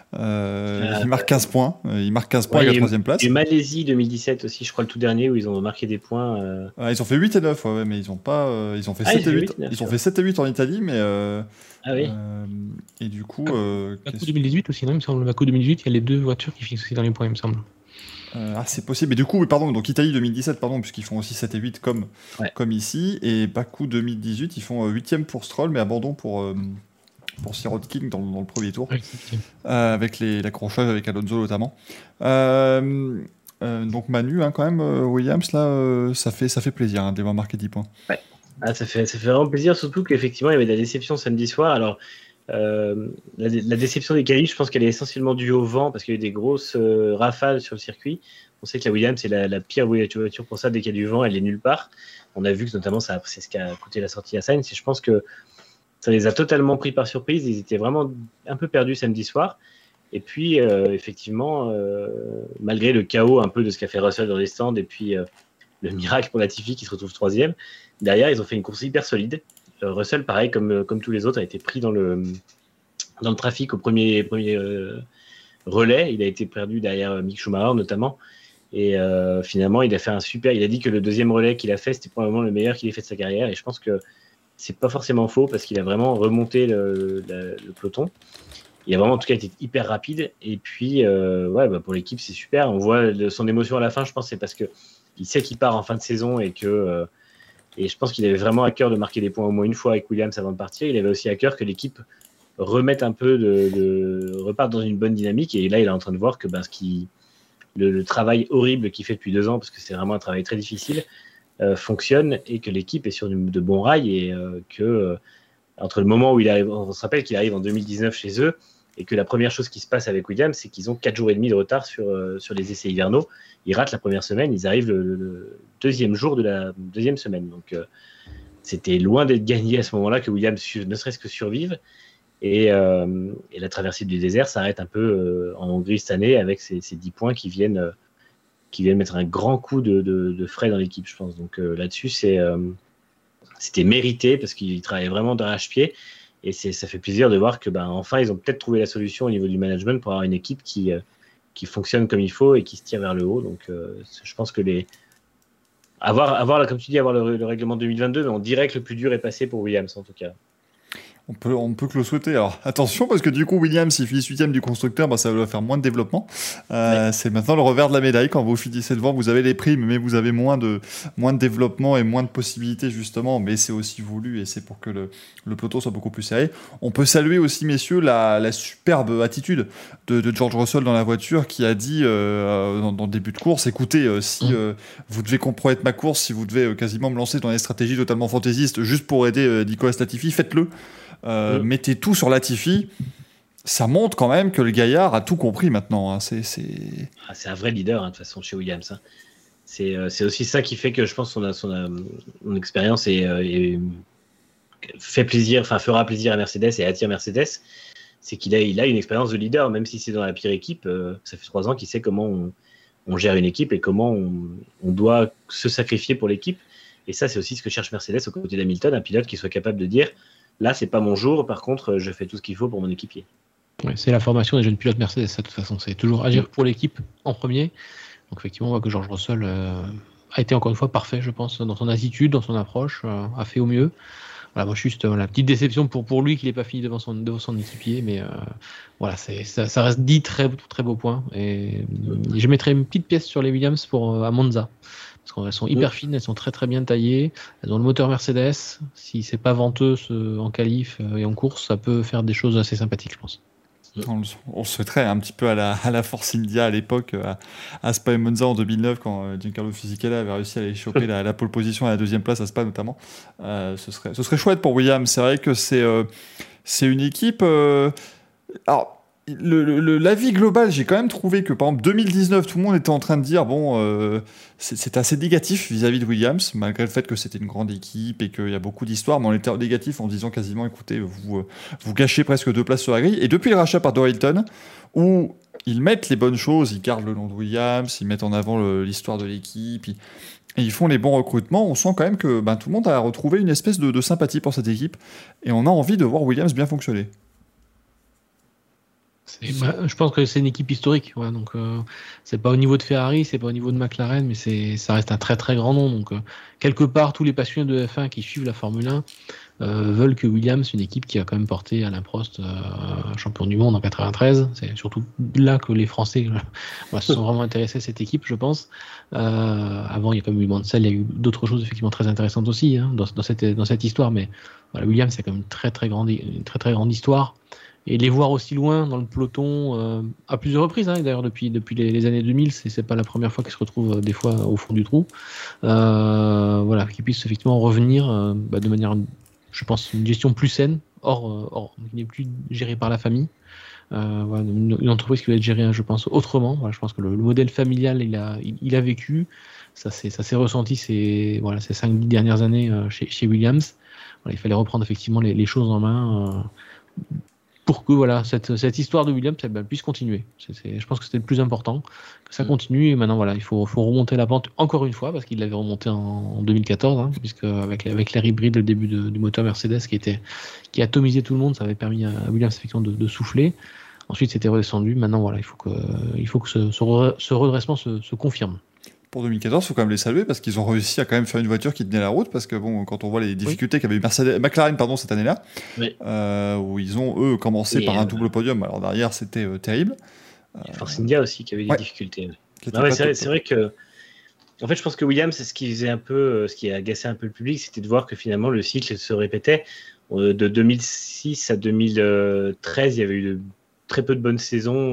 Il marque 15 points. Il marque 15 points, il est à 3ème place. Et Malaisie 2017 aussi, je crois, le tout dernier, où ils ont marqué des points. Ils ont fait 8 et 9, mais ils ont pas. Ils ont fait 7 et 8. Ils ont fait 7 et 8 en Italie, mais. Ah oui. Et du coup. Bakou 2018 aussi, non, il me semble. Bakou 2018, il y a les 2 voitures qui finissent aussi dans les points, il me semble. C'est possible, mais du coup, donc Italie 2017, puisqu'ils font aussi 7 et 8 comme ici, et Bakou 2018, ils font 8ème pour Stroll, mais abandon pour pour Sirotkin dans le premier tour, Oui. avec l'accrochage avec Alonso notamment. Donc Manu, quand même, Williams, là, ça fait plaisir de les voir marquer 10 points. Ouais. Ah, ça fait vraiment plaisir, surtout qu'effectivement, il y avait de la déception samedi soir. Alors, la déception des qualifs, je pense qu'elle est essentiellement due au vent, parce qu'il y a eu des grosses rafales sur le circuit. On sait que la Williams, c'est la pire voiture pour ça. Dès qu'il y a du vent, elle est nulle part. On a vu que notamment, c'est ce qui a coûté la sortie à Sainz. Et je pense que ça les a totalement pris par surprise. Ils étaient vraiment un peu perdus samedi soir. Et puis, effectivement, malgré le chaos un peu de ce qu'a fait Russell dans les stands, et puis le miracle pour Latifi qui se retrouve 3e, derrière, ils ont fait une course hyper solide. Russell, pareil, comme tous les autres, a été pris dans le trafic au premier relais. Il a été perdu derrière Mick Schumacher, notamment. Et finalement, il a dit que le deuxième relais qu'il a fait, c'était probablement le meilleur qu'il ait fait de sa carrière. Et je pense que c'est pas forcément faux, parce qu'il a vraiment remonté le peloton. Il a vraiment, en tout cas, été hyper rapide. Et puis, pour l'équipe, c'est super. On voit son émotion à la fin, je pense, c'est parce qu'il sait qu'il part en fin de saison et je pense qu'il avait vraiment à cœur de marquer des points au moins une fois avec Williams avant de partir. Il avait aussi à cœur que l'équipe remette un peu reparte dans une bonne dynamique. Et là, il est en train de voir que le travail horrible qu'il fait depuis 2 ans, parce que c'est vraiment un travail très difficile, fonctionne, et que l'équipe est sur de bons rails, et que entre le moment où il arrive, on se rappelle qu'il arrive en 2019 chez eux, et que la première chose qui se passe avec Williams, c'est qu'ils ont 4 jours et demi de retard sur les essais hivernaux. Ils ratent la première semaine, ils arrivent le deuxième jour de la deuxième semaine. Donc c'était loin d'être gagné à ce moment-là que Williams ne serait-ce que survive. Et la traversée du désert s'arrête un peu en Hongrie cette année, avec ces 10 points qui viennent mettre un grand coup de frais dans l'équipe, je pense. Donc là-dessus, c'était mérité, parce qu'ils travaillaient vraiment d'arrache-pied. Et ça fait plaisir de voir que enfin, ils ont peut-être trouvé la solution au niveau du management pour avoir une équipe qui fonctionne comme il faut et qui se tire vers le haut. Donc je pense que avoir comme tu dis, avoir le règlement 2022, mais on dirait que le plus dur est passé pour Williams, en tout cas. On peut que le souhaiter. Alors attention, parce que du coup, Williams, s'il finit 8e du constructeur, ça va faire moins de développement. C'est maintenant le revers de la médaille. Quand vous finissez devant, vous avez les primes, mais vous avez moins de développement et moins de possibilités, justement. Mais c'est aussi voulu, et c'est pour que le peloton soit beaucoup plus serré. On peut saluer aussi, messieurs, la superbe attitude de George Russell dans la voiture, qui a dit dans le début de course, écoutez, si vous devez compromettre ma course, si vous devez quasiment me lancer dans des stratégies totalement fantaisistes juste pour aider Nicolas Latifi, faites-le. Mettez tout sur Latifi. Ça montre quand même que le gaillard a tout compris maintenant. C'est un vrai leader, de toute façon, chez Williams. C'est aussi ça qui fait que je pense que son expérience fera plaisir à Mercedes et attire Mercedes. C'est qu'il a une expérience de leader, même si c'est dans la pire équipe. Ça fait 3 ans qu'il sait comment on gère une équipe et comment on doit se sacrifier pour l'équipe. Et ça, c'est aussi ce que cherche Mercedes aux côtés d'Hamilton, un pilote qui soit capable de dire: là, c'est pas mon jour, par contre, je fais tout ce qu'il faut pour mon équipier. Ouais, c'est la formation des jeunes pilotes Mercedes, ça, de toute façon. C'est toujours agir pour l'équipe en premier. Donc, effectivement, on voit que George Russell a été encore une fois parfait, je pense, dans son attitude, dans son approche, a fait au mieux. Voilà, moi, juste la petite déception pour lui qu'il n'ait pas fini devant son équipier, mais voilà, ça reste 10 très, très beaux points. Et je mettrai une petite pièce sur les Williams à Monza. Parce qu'elles sont hyper fines, elles sont très très bien taillées, elles ont le moteur Mercedes. Si c'est pas venteux en qualif et en course, ça peut faire des choses assez sympathiques, je pense. On le souhaiterait un petit peu à la Force India à l'époque, à Spa et Monza en 2009, quand Giancarlo Fisichella avait réussi à aller choper la pole position à la 2e place à Spa notamment. Ce serait chouette pour Williams. C'est vrai que c'est une équipe. Alors, l'avis global, j'ai quand même trouvé que par exemple 2019, tout le monde était en train de dire c'était assez négatif vis-à-vis de Williams, malgré le fait que c'était une grande équipe et qu'il y a beaucoup d'histoires, mais on était négatif en disant quasiment écoutez, vous gâchez presque 2 places sur la grille. Et depuis le rachat par Dorilton, où ils mettent les bonnes choses, ils gardent le nom de Williams, ils mettent en avant l'histoire de l'équipe, et ils font les bons recrutements, on sent quand même que tout le monde a retrouvé une espèce de sympathie pour cette équipe, et on a envie de voir Williams bien fonctionner. Je pense que c'est une équipe historique, ouais, donc c'est pas au niveau de Ferrari, c'est pas au niveau de McLaren, mais ça reste un très très grand nom. Donc quelque part, tous les passionnés de F1 qui suivent la Formule 1 veulent que Williams, une équipe qui a quand même porté Alain Prost champion du monde en 93, c'est surtout là que les Français se sont vraiment intéressés à cette équipe, je pense. Avant, il y a quand même eu Mansell, il y a eu d'autres choses effectivement très intéressantes aussi dans cette histoire, mais voilà, Williams, c'est quand même une très très grande histoire. Et les voir aussi loin dans le peloton à plusieurs reprises, d'ailleurs depuis les années 2000, c'est pas la première fois qu'ils se retrouvent des fois au fond du trou. Voilà, qu'ils puissent effectivement revenir de manière, je pense, une gestion plus saine, qui n'est plus gérée par la famille. Voilà, une entreprise qui va être gérée, je pense, autrement. Voilà, je pense que le modèle familial, il a vécu. Ça s'est ressenti ces 5-10 dernières années chez Williams. Voilà, il fallait reprendre effectivement les choses en main pour que cette histoire de Williams puisse continuer. Je pense que c'était le plus important, que ça continue. Et maintenant, il faut remonter la pente encore une fois, parce qu'il l'avait remonté en 2014, puisque avec l'air hybride, le début du moteur Mercedes qui atomisait tout le monde, ça avait permis à Williams effectivement de souffler. Ensuite, c'était redescendu. Maintenant, il faut que ce redressement se confirme. Pour 2014, il faut quand même les saluer parce qu'ils ont réussi à quand même faire une voiture qui tenait la route, parce que quand on voit les difficultés qu'avait eu McLaren cette année-là, où ils ont eux commencé par un double podium, alors derrière c'était terrible. Force India aussi qui avait des difficultés. C'est vrai que, en fait, je pense que Williams, c'est ce qui faisait ce qui a agacé un peu le public, c'était de voir que finalement le cycle se répétait. De 2006 à 2013, il y avait eu très peu de bonnes saisons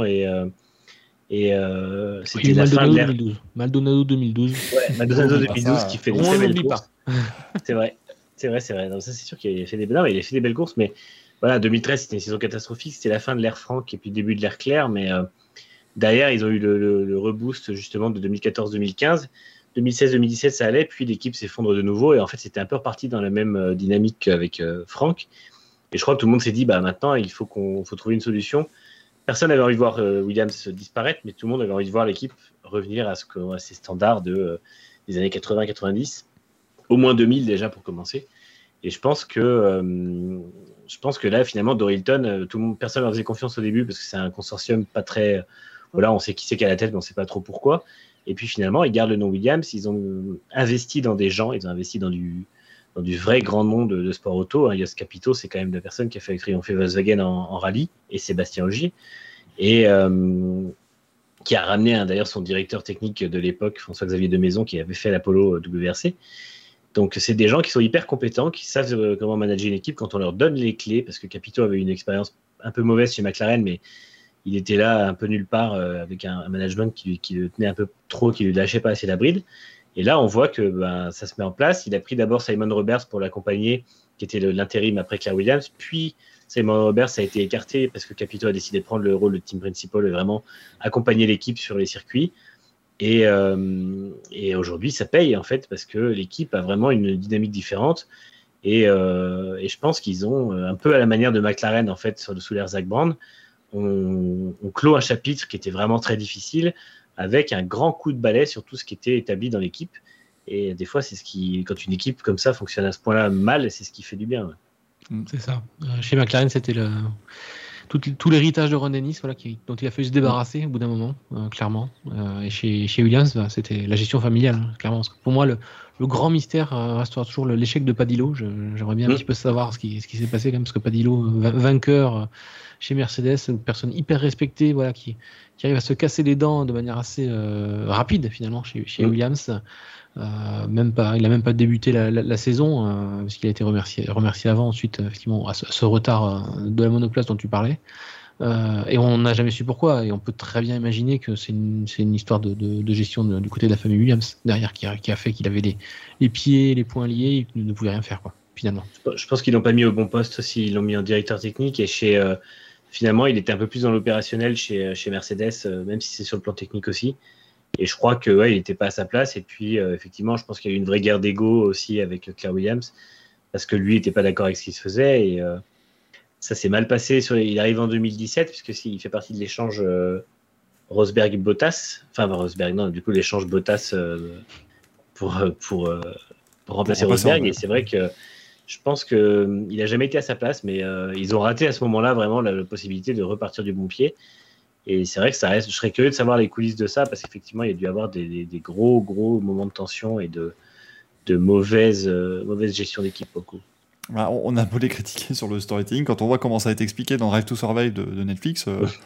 c'était la fin de l'ère. Maldonado 2012. Ouais, Maldonado 2012 qui fait des très belles courses. C'est vrai. Non, ça, c'est sûr qu'il a fait des belles courses, mais voilà, 2013, c'était une saison catastrophique. C'était la fin de l'ère Franck et puis le début de l'ère Claire, mais derrière, ils ont eu le reboost justement de 2014-2015. 2016-2017, ça allait, puis l'équipe s'effondre de nouveau, et en fait, c'était un peu reparti dans la même dynamique qu'avec Franck. Et je crois que tout le monde s'est dit, maintenant, il faut trouver une solution. Personne n'avait envie de voir Williams disparaître, mais tout le monde avait envie de voir l'équipe revenir à ces standards des années 80-90, au moins 2000 déjà pour commencer. Et je pense que là, finalement, Dorilton, personne ne leur faisait confiance au début parce que c'est un consortium pas très. Voilà, on sait qui c'est qui a la tête, mais on ne sait pas trop pourquoi. Et puis finalement, ils gardent le nom Williams. Ils ont investi dans des gens, ils ont investi dans du vrai grand monde de sport auto. Jos Capito, c'est quand même la personne qui a fait triompher Volkswagen en rallye, et Sébastien Ogier, et qui a ramené d'ailleurs son directeur technique de l'époque, François-Xavier Demaison, qui avait fait l'Apollo WRC. Donc c'est des gens qui sont hyper compétents, qui savent comment manager une équipe quand on leur donne les clés, parce que Capito avait une expérience un peu mauvaise chez McLaren, mais il était là un peu nulle part avec un management qui le tenait un peu trop, qui lui lâchait pas assez la bride. Et là, on voit que ça se met en place. Il a pris d'abord Simon Roberts pour l'accompagner, qui était l'intérim après Claire Williams. Puis Simon Roberts a été écarté parce que Capito a décidé de prendre le rôle de team principal et vraiment accompagner l'équipe sur les circuits. Et aujourd'hui, ça paye en fait parce que l'équipe a vraiment une dynamique différente. Et je pense qu'ils ont un peu à la manière de McLaren en fait sous l'ère Zak Brown, on clôt un chapitre qui était vraiment très difficile, avec un grand coup de balai sur tout ce qui était établi dans l'équipe. Et des fois, quand une équipe comme ça fonctionne à ce point-là mal, c'est ce qui fait du bien. Ouais. C'est ça. Chez McLaren, c'était tout l'héritage de Ron Dennis, dont il a fallu se débarrasser au bout d'un moment, clairement. Et chez Williams, c'était la gestion familiale, clairement. Parce que pour moi, le grand mystère restera toujours l'échec de Padillo. J'aimerais bien un petit peu savoir ce qui s'est passé, quand même, parce que Padillo, vainqueur chez Mercedes, une personne hyper respectée, qui arrive à se casser les dents de manière assez rapide, finalement, chez Williams. Il n'a même pas débuté la saison, parce qu'il a été remercié avant, ensuite, effectivement, à ce retard de la monoplace dont tu parlais. Et on n'a jamais su pourquoi. Et on peut très bien imaginer que c'est une histoire de gestion du côté de la famille Williams, derrière, qui a fait qu'il avait les pieds, les poings liés, et qu'il ne pouvait rien faire, finalement. Je pense qu'ils l'ont pas mis au bon poste aussi. Ils l'ont mis en directeur technique, et finalement, il était un peu plus dans l'opérationnel chez Mercedes, même si c'est sur le plan technique aussi. Et je crois qu'il n'était pas à sa place. Et puis, effectivement, je pense qu'il y a eu une vraie guerre d'ego aussi avec Claire Williams, parce que lui n'était pas d'accord avec ce qui se faisait. Et ça s'est mal passé. Il arrive en 2017, puisqu'il fait partie de l'échange Rosberg-Bottas. Enfin, Rosberg, non, du coup, l'échange Bottas pour remplacer Rosberg. Et c'est vrai que je pense qu'il n'a jamais été à sa place, mais ils ont raté à ce moment-là vraiment la possibilité de repartir du bon pied. Et c'est vrai que ça reste. Je serais curieux de savoir les coulisses de ça, parce qu'effectivement, il y a dû y avoir des gros moments de tension et de mauvaise gestion d'équipe beaucoup. Bah, on a beau les critiquer sur le storytelling, quand on voit comment ça a été expliqué dans Drive to Survive de Netflix,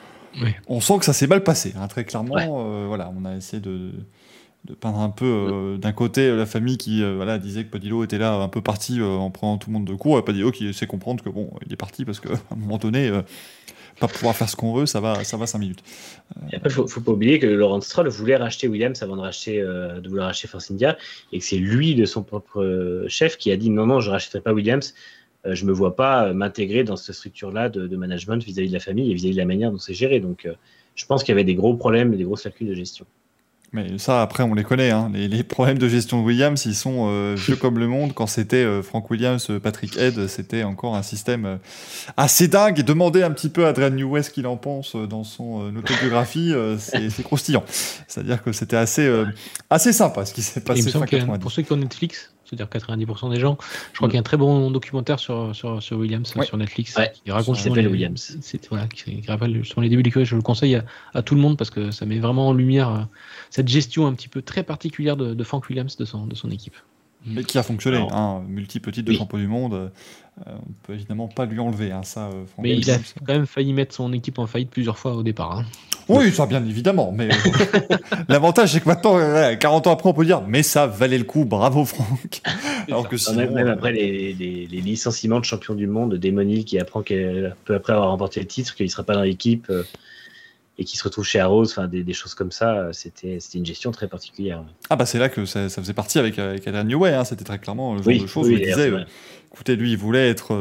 on sent que ça s'est mal passé, hein, très clairement. Voilà, on a essayé de peindre un peu d'un côté la famille qui disait que Padillo était là un peu parti en prenant tout le monde de court, et Padillo qui sait comprendre que bon, il est parti parce qu'à un moment donné, pas pouvoir faire ce qu'on veut, ça va 5 minutes. Et après, faut pas oublier que Laurent Stroll voulait racheter Williams avant de vouloir racheter Force India, et que c'est lui, de son propre chef, qui a dit non, je rachèterai pas Williams. Je me vois pas m'intégrer dans cette structure-là de management vis-à-vis de la famille et vis-à-vis de la manière dont c'est géré. Donc, je pense qu'il y avait des gros problèmes, des grosses lacunes de gestion. Mais ça, après, on les connaît. Hein. Les problèmes de gestion de Williams, ils sont vieux comme le monde. Quand c'était Frank Williams, Patrick Head, c'était encore un système assez dingue. Et demander un petit peu à Adrian Newey ce qu'il en pense dans son autobiographie, c'est croustillant. C'est-à-dire que c'était assez sympa ce qui s'est passé. Il me semble que pour ceux qui ont Netflix, c'est-à-dire 90% des gens, je crois qu'il y a un très bon documentaire sur Williams sur Netflix qui raconte qui s'appelle Williams. Qui rappelle sur les débuts du coach. Je le conseille à tout le monde parce que ça met vraiment en lumière cette gestion un petit peu très particulière de Frank Williams de son équipe. Mais qui a fonctionné, multiple titre de champion du monde, on peut évidemment pas lui enlever ça. Frank mais Williams, il a quand même failli mettre son équipe en faillite plusieurs fois au départ. Hein. Oui, ça bien évidemment, mais l'avantage c'est que maintenant, 40 ans après, on peut dire mais ça valait le coup, bravo Franck. Alors que sinon, même après les licenciements de champion du monde, Damon Hill qui apprend peu après avoir remporté le titre, qu'il ne sera pas dans l'équipe et qui se retrouve chez Arrows, enfin des choses comme ça, c'était une gestion très particulière. Ah bah c'est là que ça faisait partie avec Adrian Newey, c'était très clairement le genre de choses où il disait, écoutez, lui il voulait être,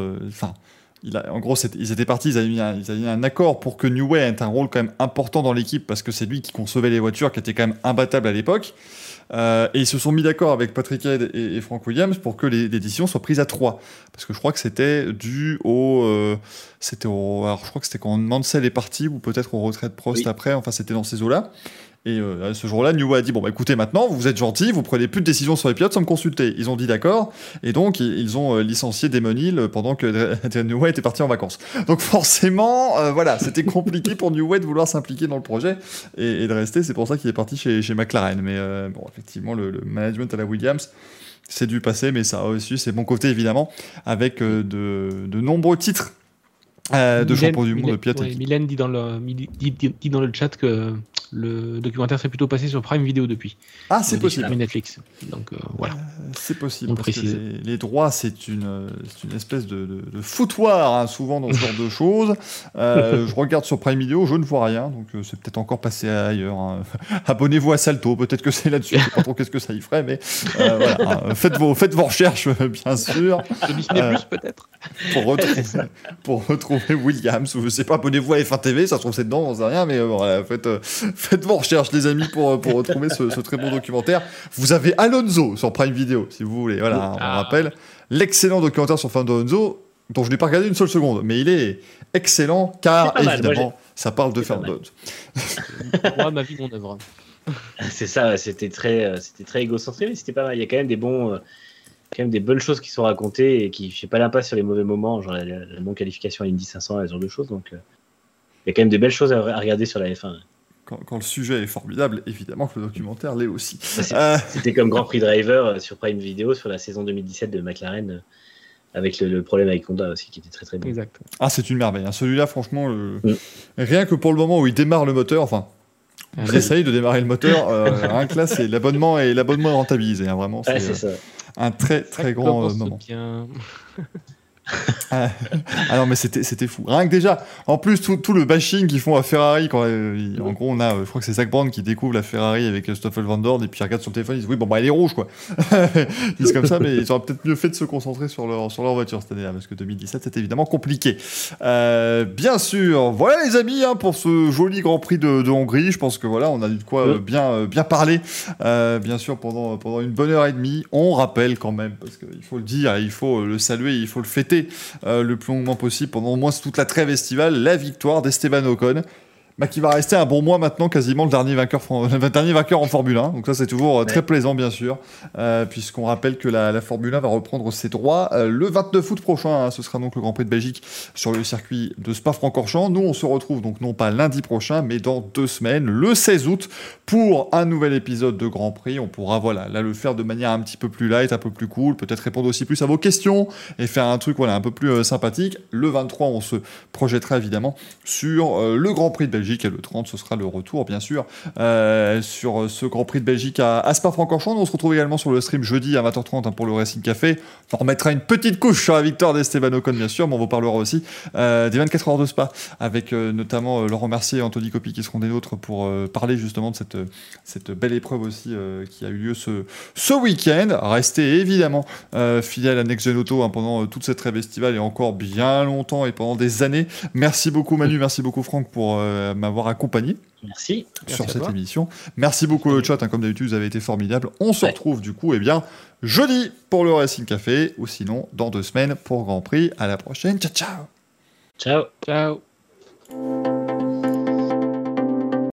en gros, ils étaient partis, ils avaient mis un accord pour que Newey ait un rôle quand même important dans l'équipe parce que c'est lui qui concevait les voitures qui étaient quand même imbattables à l'époque. Et ils se sont mis d'accord avec Patrick Head et Frank Williams pour que les décisions soient prises à 3. Parce que je crois que c'était dû alors je crois que c'était quand Mansell est parti ou peut-être au retrait de Prost après. Enfin, c'était dans ces eaux-là. Et ce jour-là, Newey a dit bon bah écoutez, maintenant vous êtes gentils, vous prenez plus de décisions sur les pilotes sans me consulter. Ils ont dit d'accord, et donc ils ont licencié Damon Hill pendant que Adrian Newey était parti en vacances. Donc forcément, c'était compliqué pour Newey de vouloir s'impliquer dans le projet et de rester. C'est pour ça qu'il est parti chez McLaren. Mais effectivement, le management à la Williams, c'est du passé, mais ça a aussi ses bons côtés évidemment, avec de nombreux titres de champion du monde de pilote. Mylène dit dans le chat que le documentaire s'est plutôt passé sur Prime Video depuis. Ah, c'est possible. Netflix. Donc voilà. C'est possible. Parce que les droits, c'est une espèce de foutoir, souvent dans ce genre de choses. Je regarde sur Prime Video, je ne vois rien, donc c'est peut-être encore passé ailleurs. Abonnez-vous à Salto, peut-être que c'est là-dessus. Je ne sais pas trop qu'est-ce que ça y ferait, mais voilà. Faites vos recherches, bien sûr. Disney Plus, peut-être. Pour retrouver Williams, ou je sais pas, abonnez-vous à F1 TV, ça se trouve c'est dedans, on sait rien, mais voilà, faites vos recherches, les amis, pour retrouver ce très bon documentaire. Vous avez Alonso sur Prime Video, si vous voulez. Voilà, on rappelle l'excellent documentaire sur Fernando Alonso, dont je n'ai pas regardé une seule seconde, mais il est excellent, car évidemment, ça parle de Fernando Alonso. Moi, ma vie, mon œuvre. C'est ça, c'était très égocentré, mais c'était pas mal. Il y a quand même des bonnes choses qui sont racontées et qui ne font pas l'impasse sur les mauvais moments, genre la non-qualification à l'Indy 500 et ce genre de choses. Donc, il y a quand même des belles choses à regarder sur la F1. Quand le sujet est formidable, évidemment que le documentaire l'est aussi. C'était comme Grand Prix Driver sur Prime Video sur la saison 2017 de McLaren, avec le problème avec Honda aussi, qui était très très bon. Exact. Ah, c'est une merveille. Celui-là, franchement, rien que pour le moment où il démarre le moteur, il essaye de démarrer le moteur, rien que là, c'est l'abonnement est rentabilisé. Vraiment, c'est ça. Un très très grand moment. Bien. non, mais c'était fou. Rien que déjà, en plus tout le bashing qu'ils font à Ferrari quand en gros on a, je crois que c'est Zach Brown qui découvre la Ferrari avec Stoffel Van Dorn et puis il regarde sur le téléphone, ils disent oui elle est rouge quoi. Ils disent comme ça, mais ils auraient peut-être mieux fait de se concentrer sur leur voiture cette année-là parce que 2017 c'était évidemment compliqué. Bien sûr, voilà les amis pour ce joli Grand Prix de Hongrie. Je pense que voilà on a eu de quoi bien parler. Bien sûr pendant une bonne heure et demie. On rappelle quand même parce qu'il faut le dire, il faut le saluer, il faut le fêter le plus longuement possible pendant au moins toute la trêve estivale, la victoire d'Esteban Ocon. Qui va rester un bon mois maintenant, quasiment le dernier vainqueur en Formule 1. Donc ça, c'est toujours très plaisant, bien sûr, puisqu'on rappelle que la Formule 1 va reprendre ses droits le 29 août prochain. Ce sera donc le Grand Prix de Belgique sur le circuit de Spa-Francorchamps. Nous, on se retrouve donc non pas lundi prochain, mais dans 2 semaines, le 16 août, pour un nouvel épisode de Grand Prix. On pourra, là, le faire de manière un petit peu plus light, un peu plus cool, peut-être répondre aussi plus à vos questions et faire un truc, un peu plus sympathique. Le 23, on se projettera évidemment sur le Grand Prix de Belgique. Et le 30, ce sera le retour, bien sûr, sur ce Grand Prix de Belgique à Spa-Francorchamps. On se retrouve également sur le stream jeudi à 20h30 pour le Racing Café. On remettra une petite couche sur la victoire d'Esteban Ocon, bien sûr, mais on vous parlera aussi des 24 heures de Spa, avec notamment Laurent Mercier et Anthony Coppi qui seront des nôtres pour parler justement de cette belle épreuve aussi qui a eu lieu ce week-end. Restez évidemment fidèles à Next Gen Auto pendant toute cette trêve estivale et encore bien longtemps et pendant des années. Merci beaucoup Manu, merci beaucoup Franck pour m'avoir accompagné. Merci sur cette émission. Merci beaucoup le chat, comme d'habitude vous avez été formidable. On se retrouve du coup jeudi pour le Racing Café ou sinon dans 2 semaines pour Grand Prix. À la prochaine. Ciao. Ciao.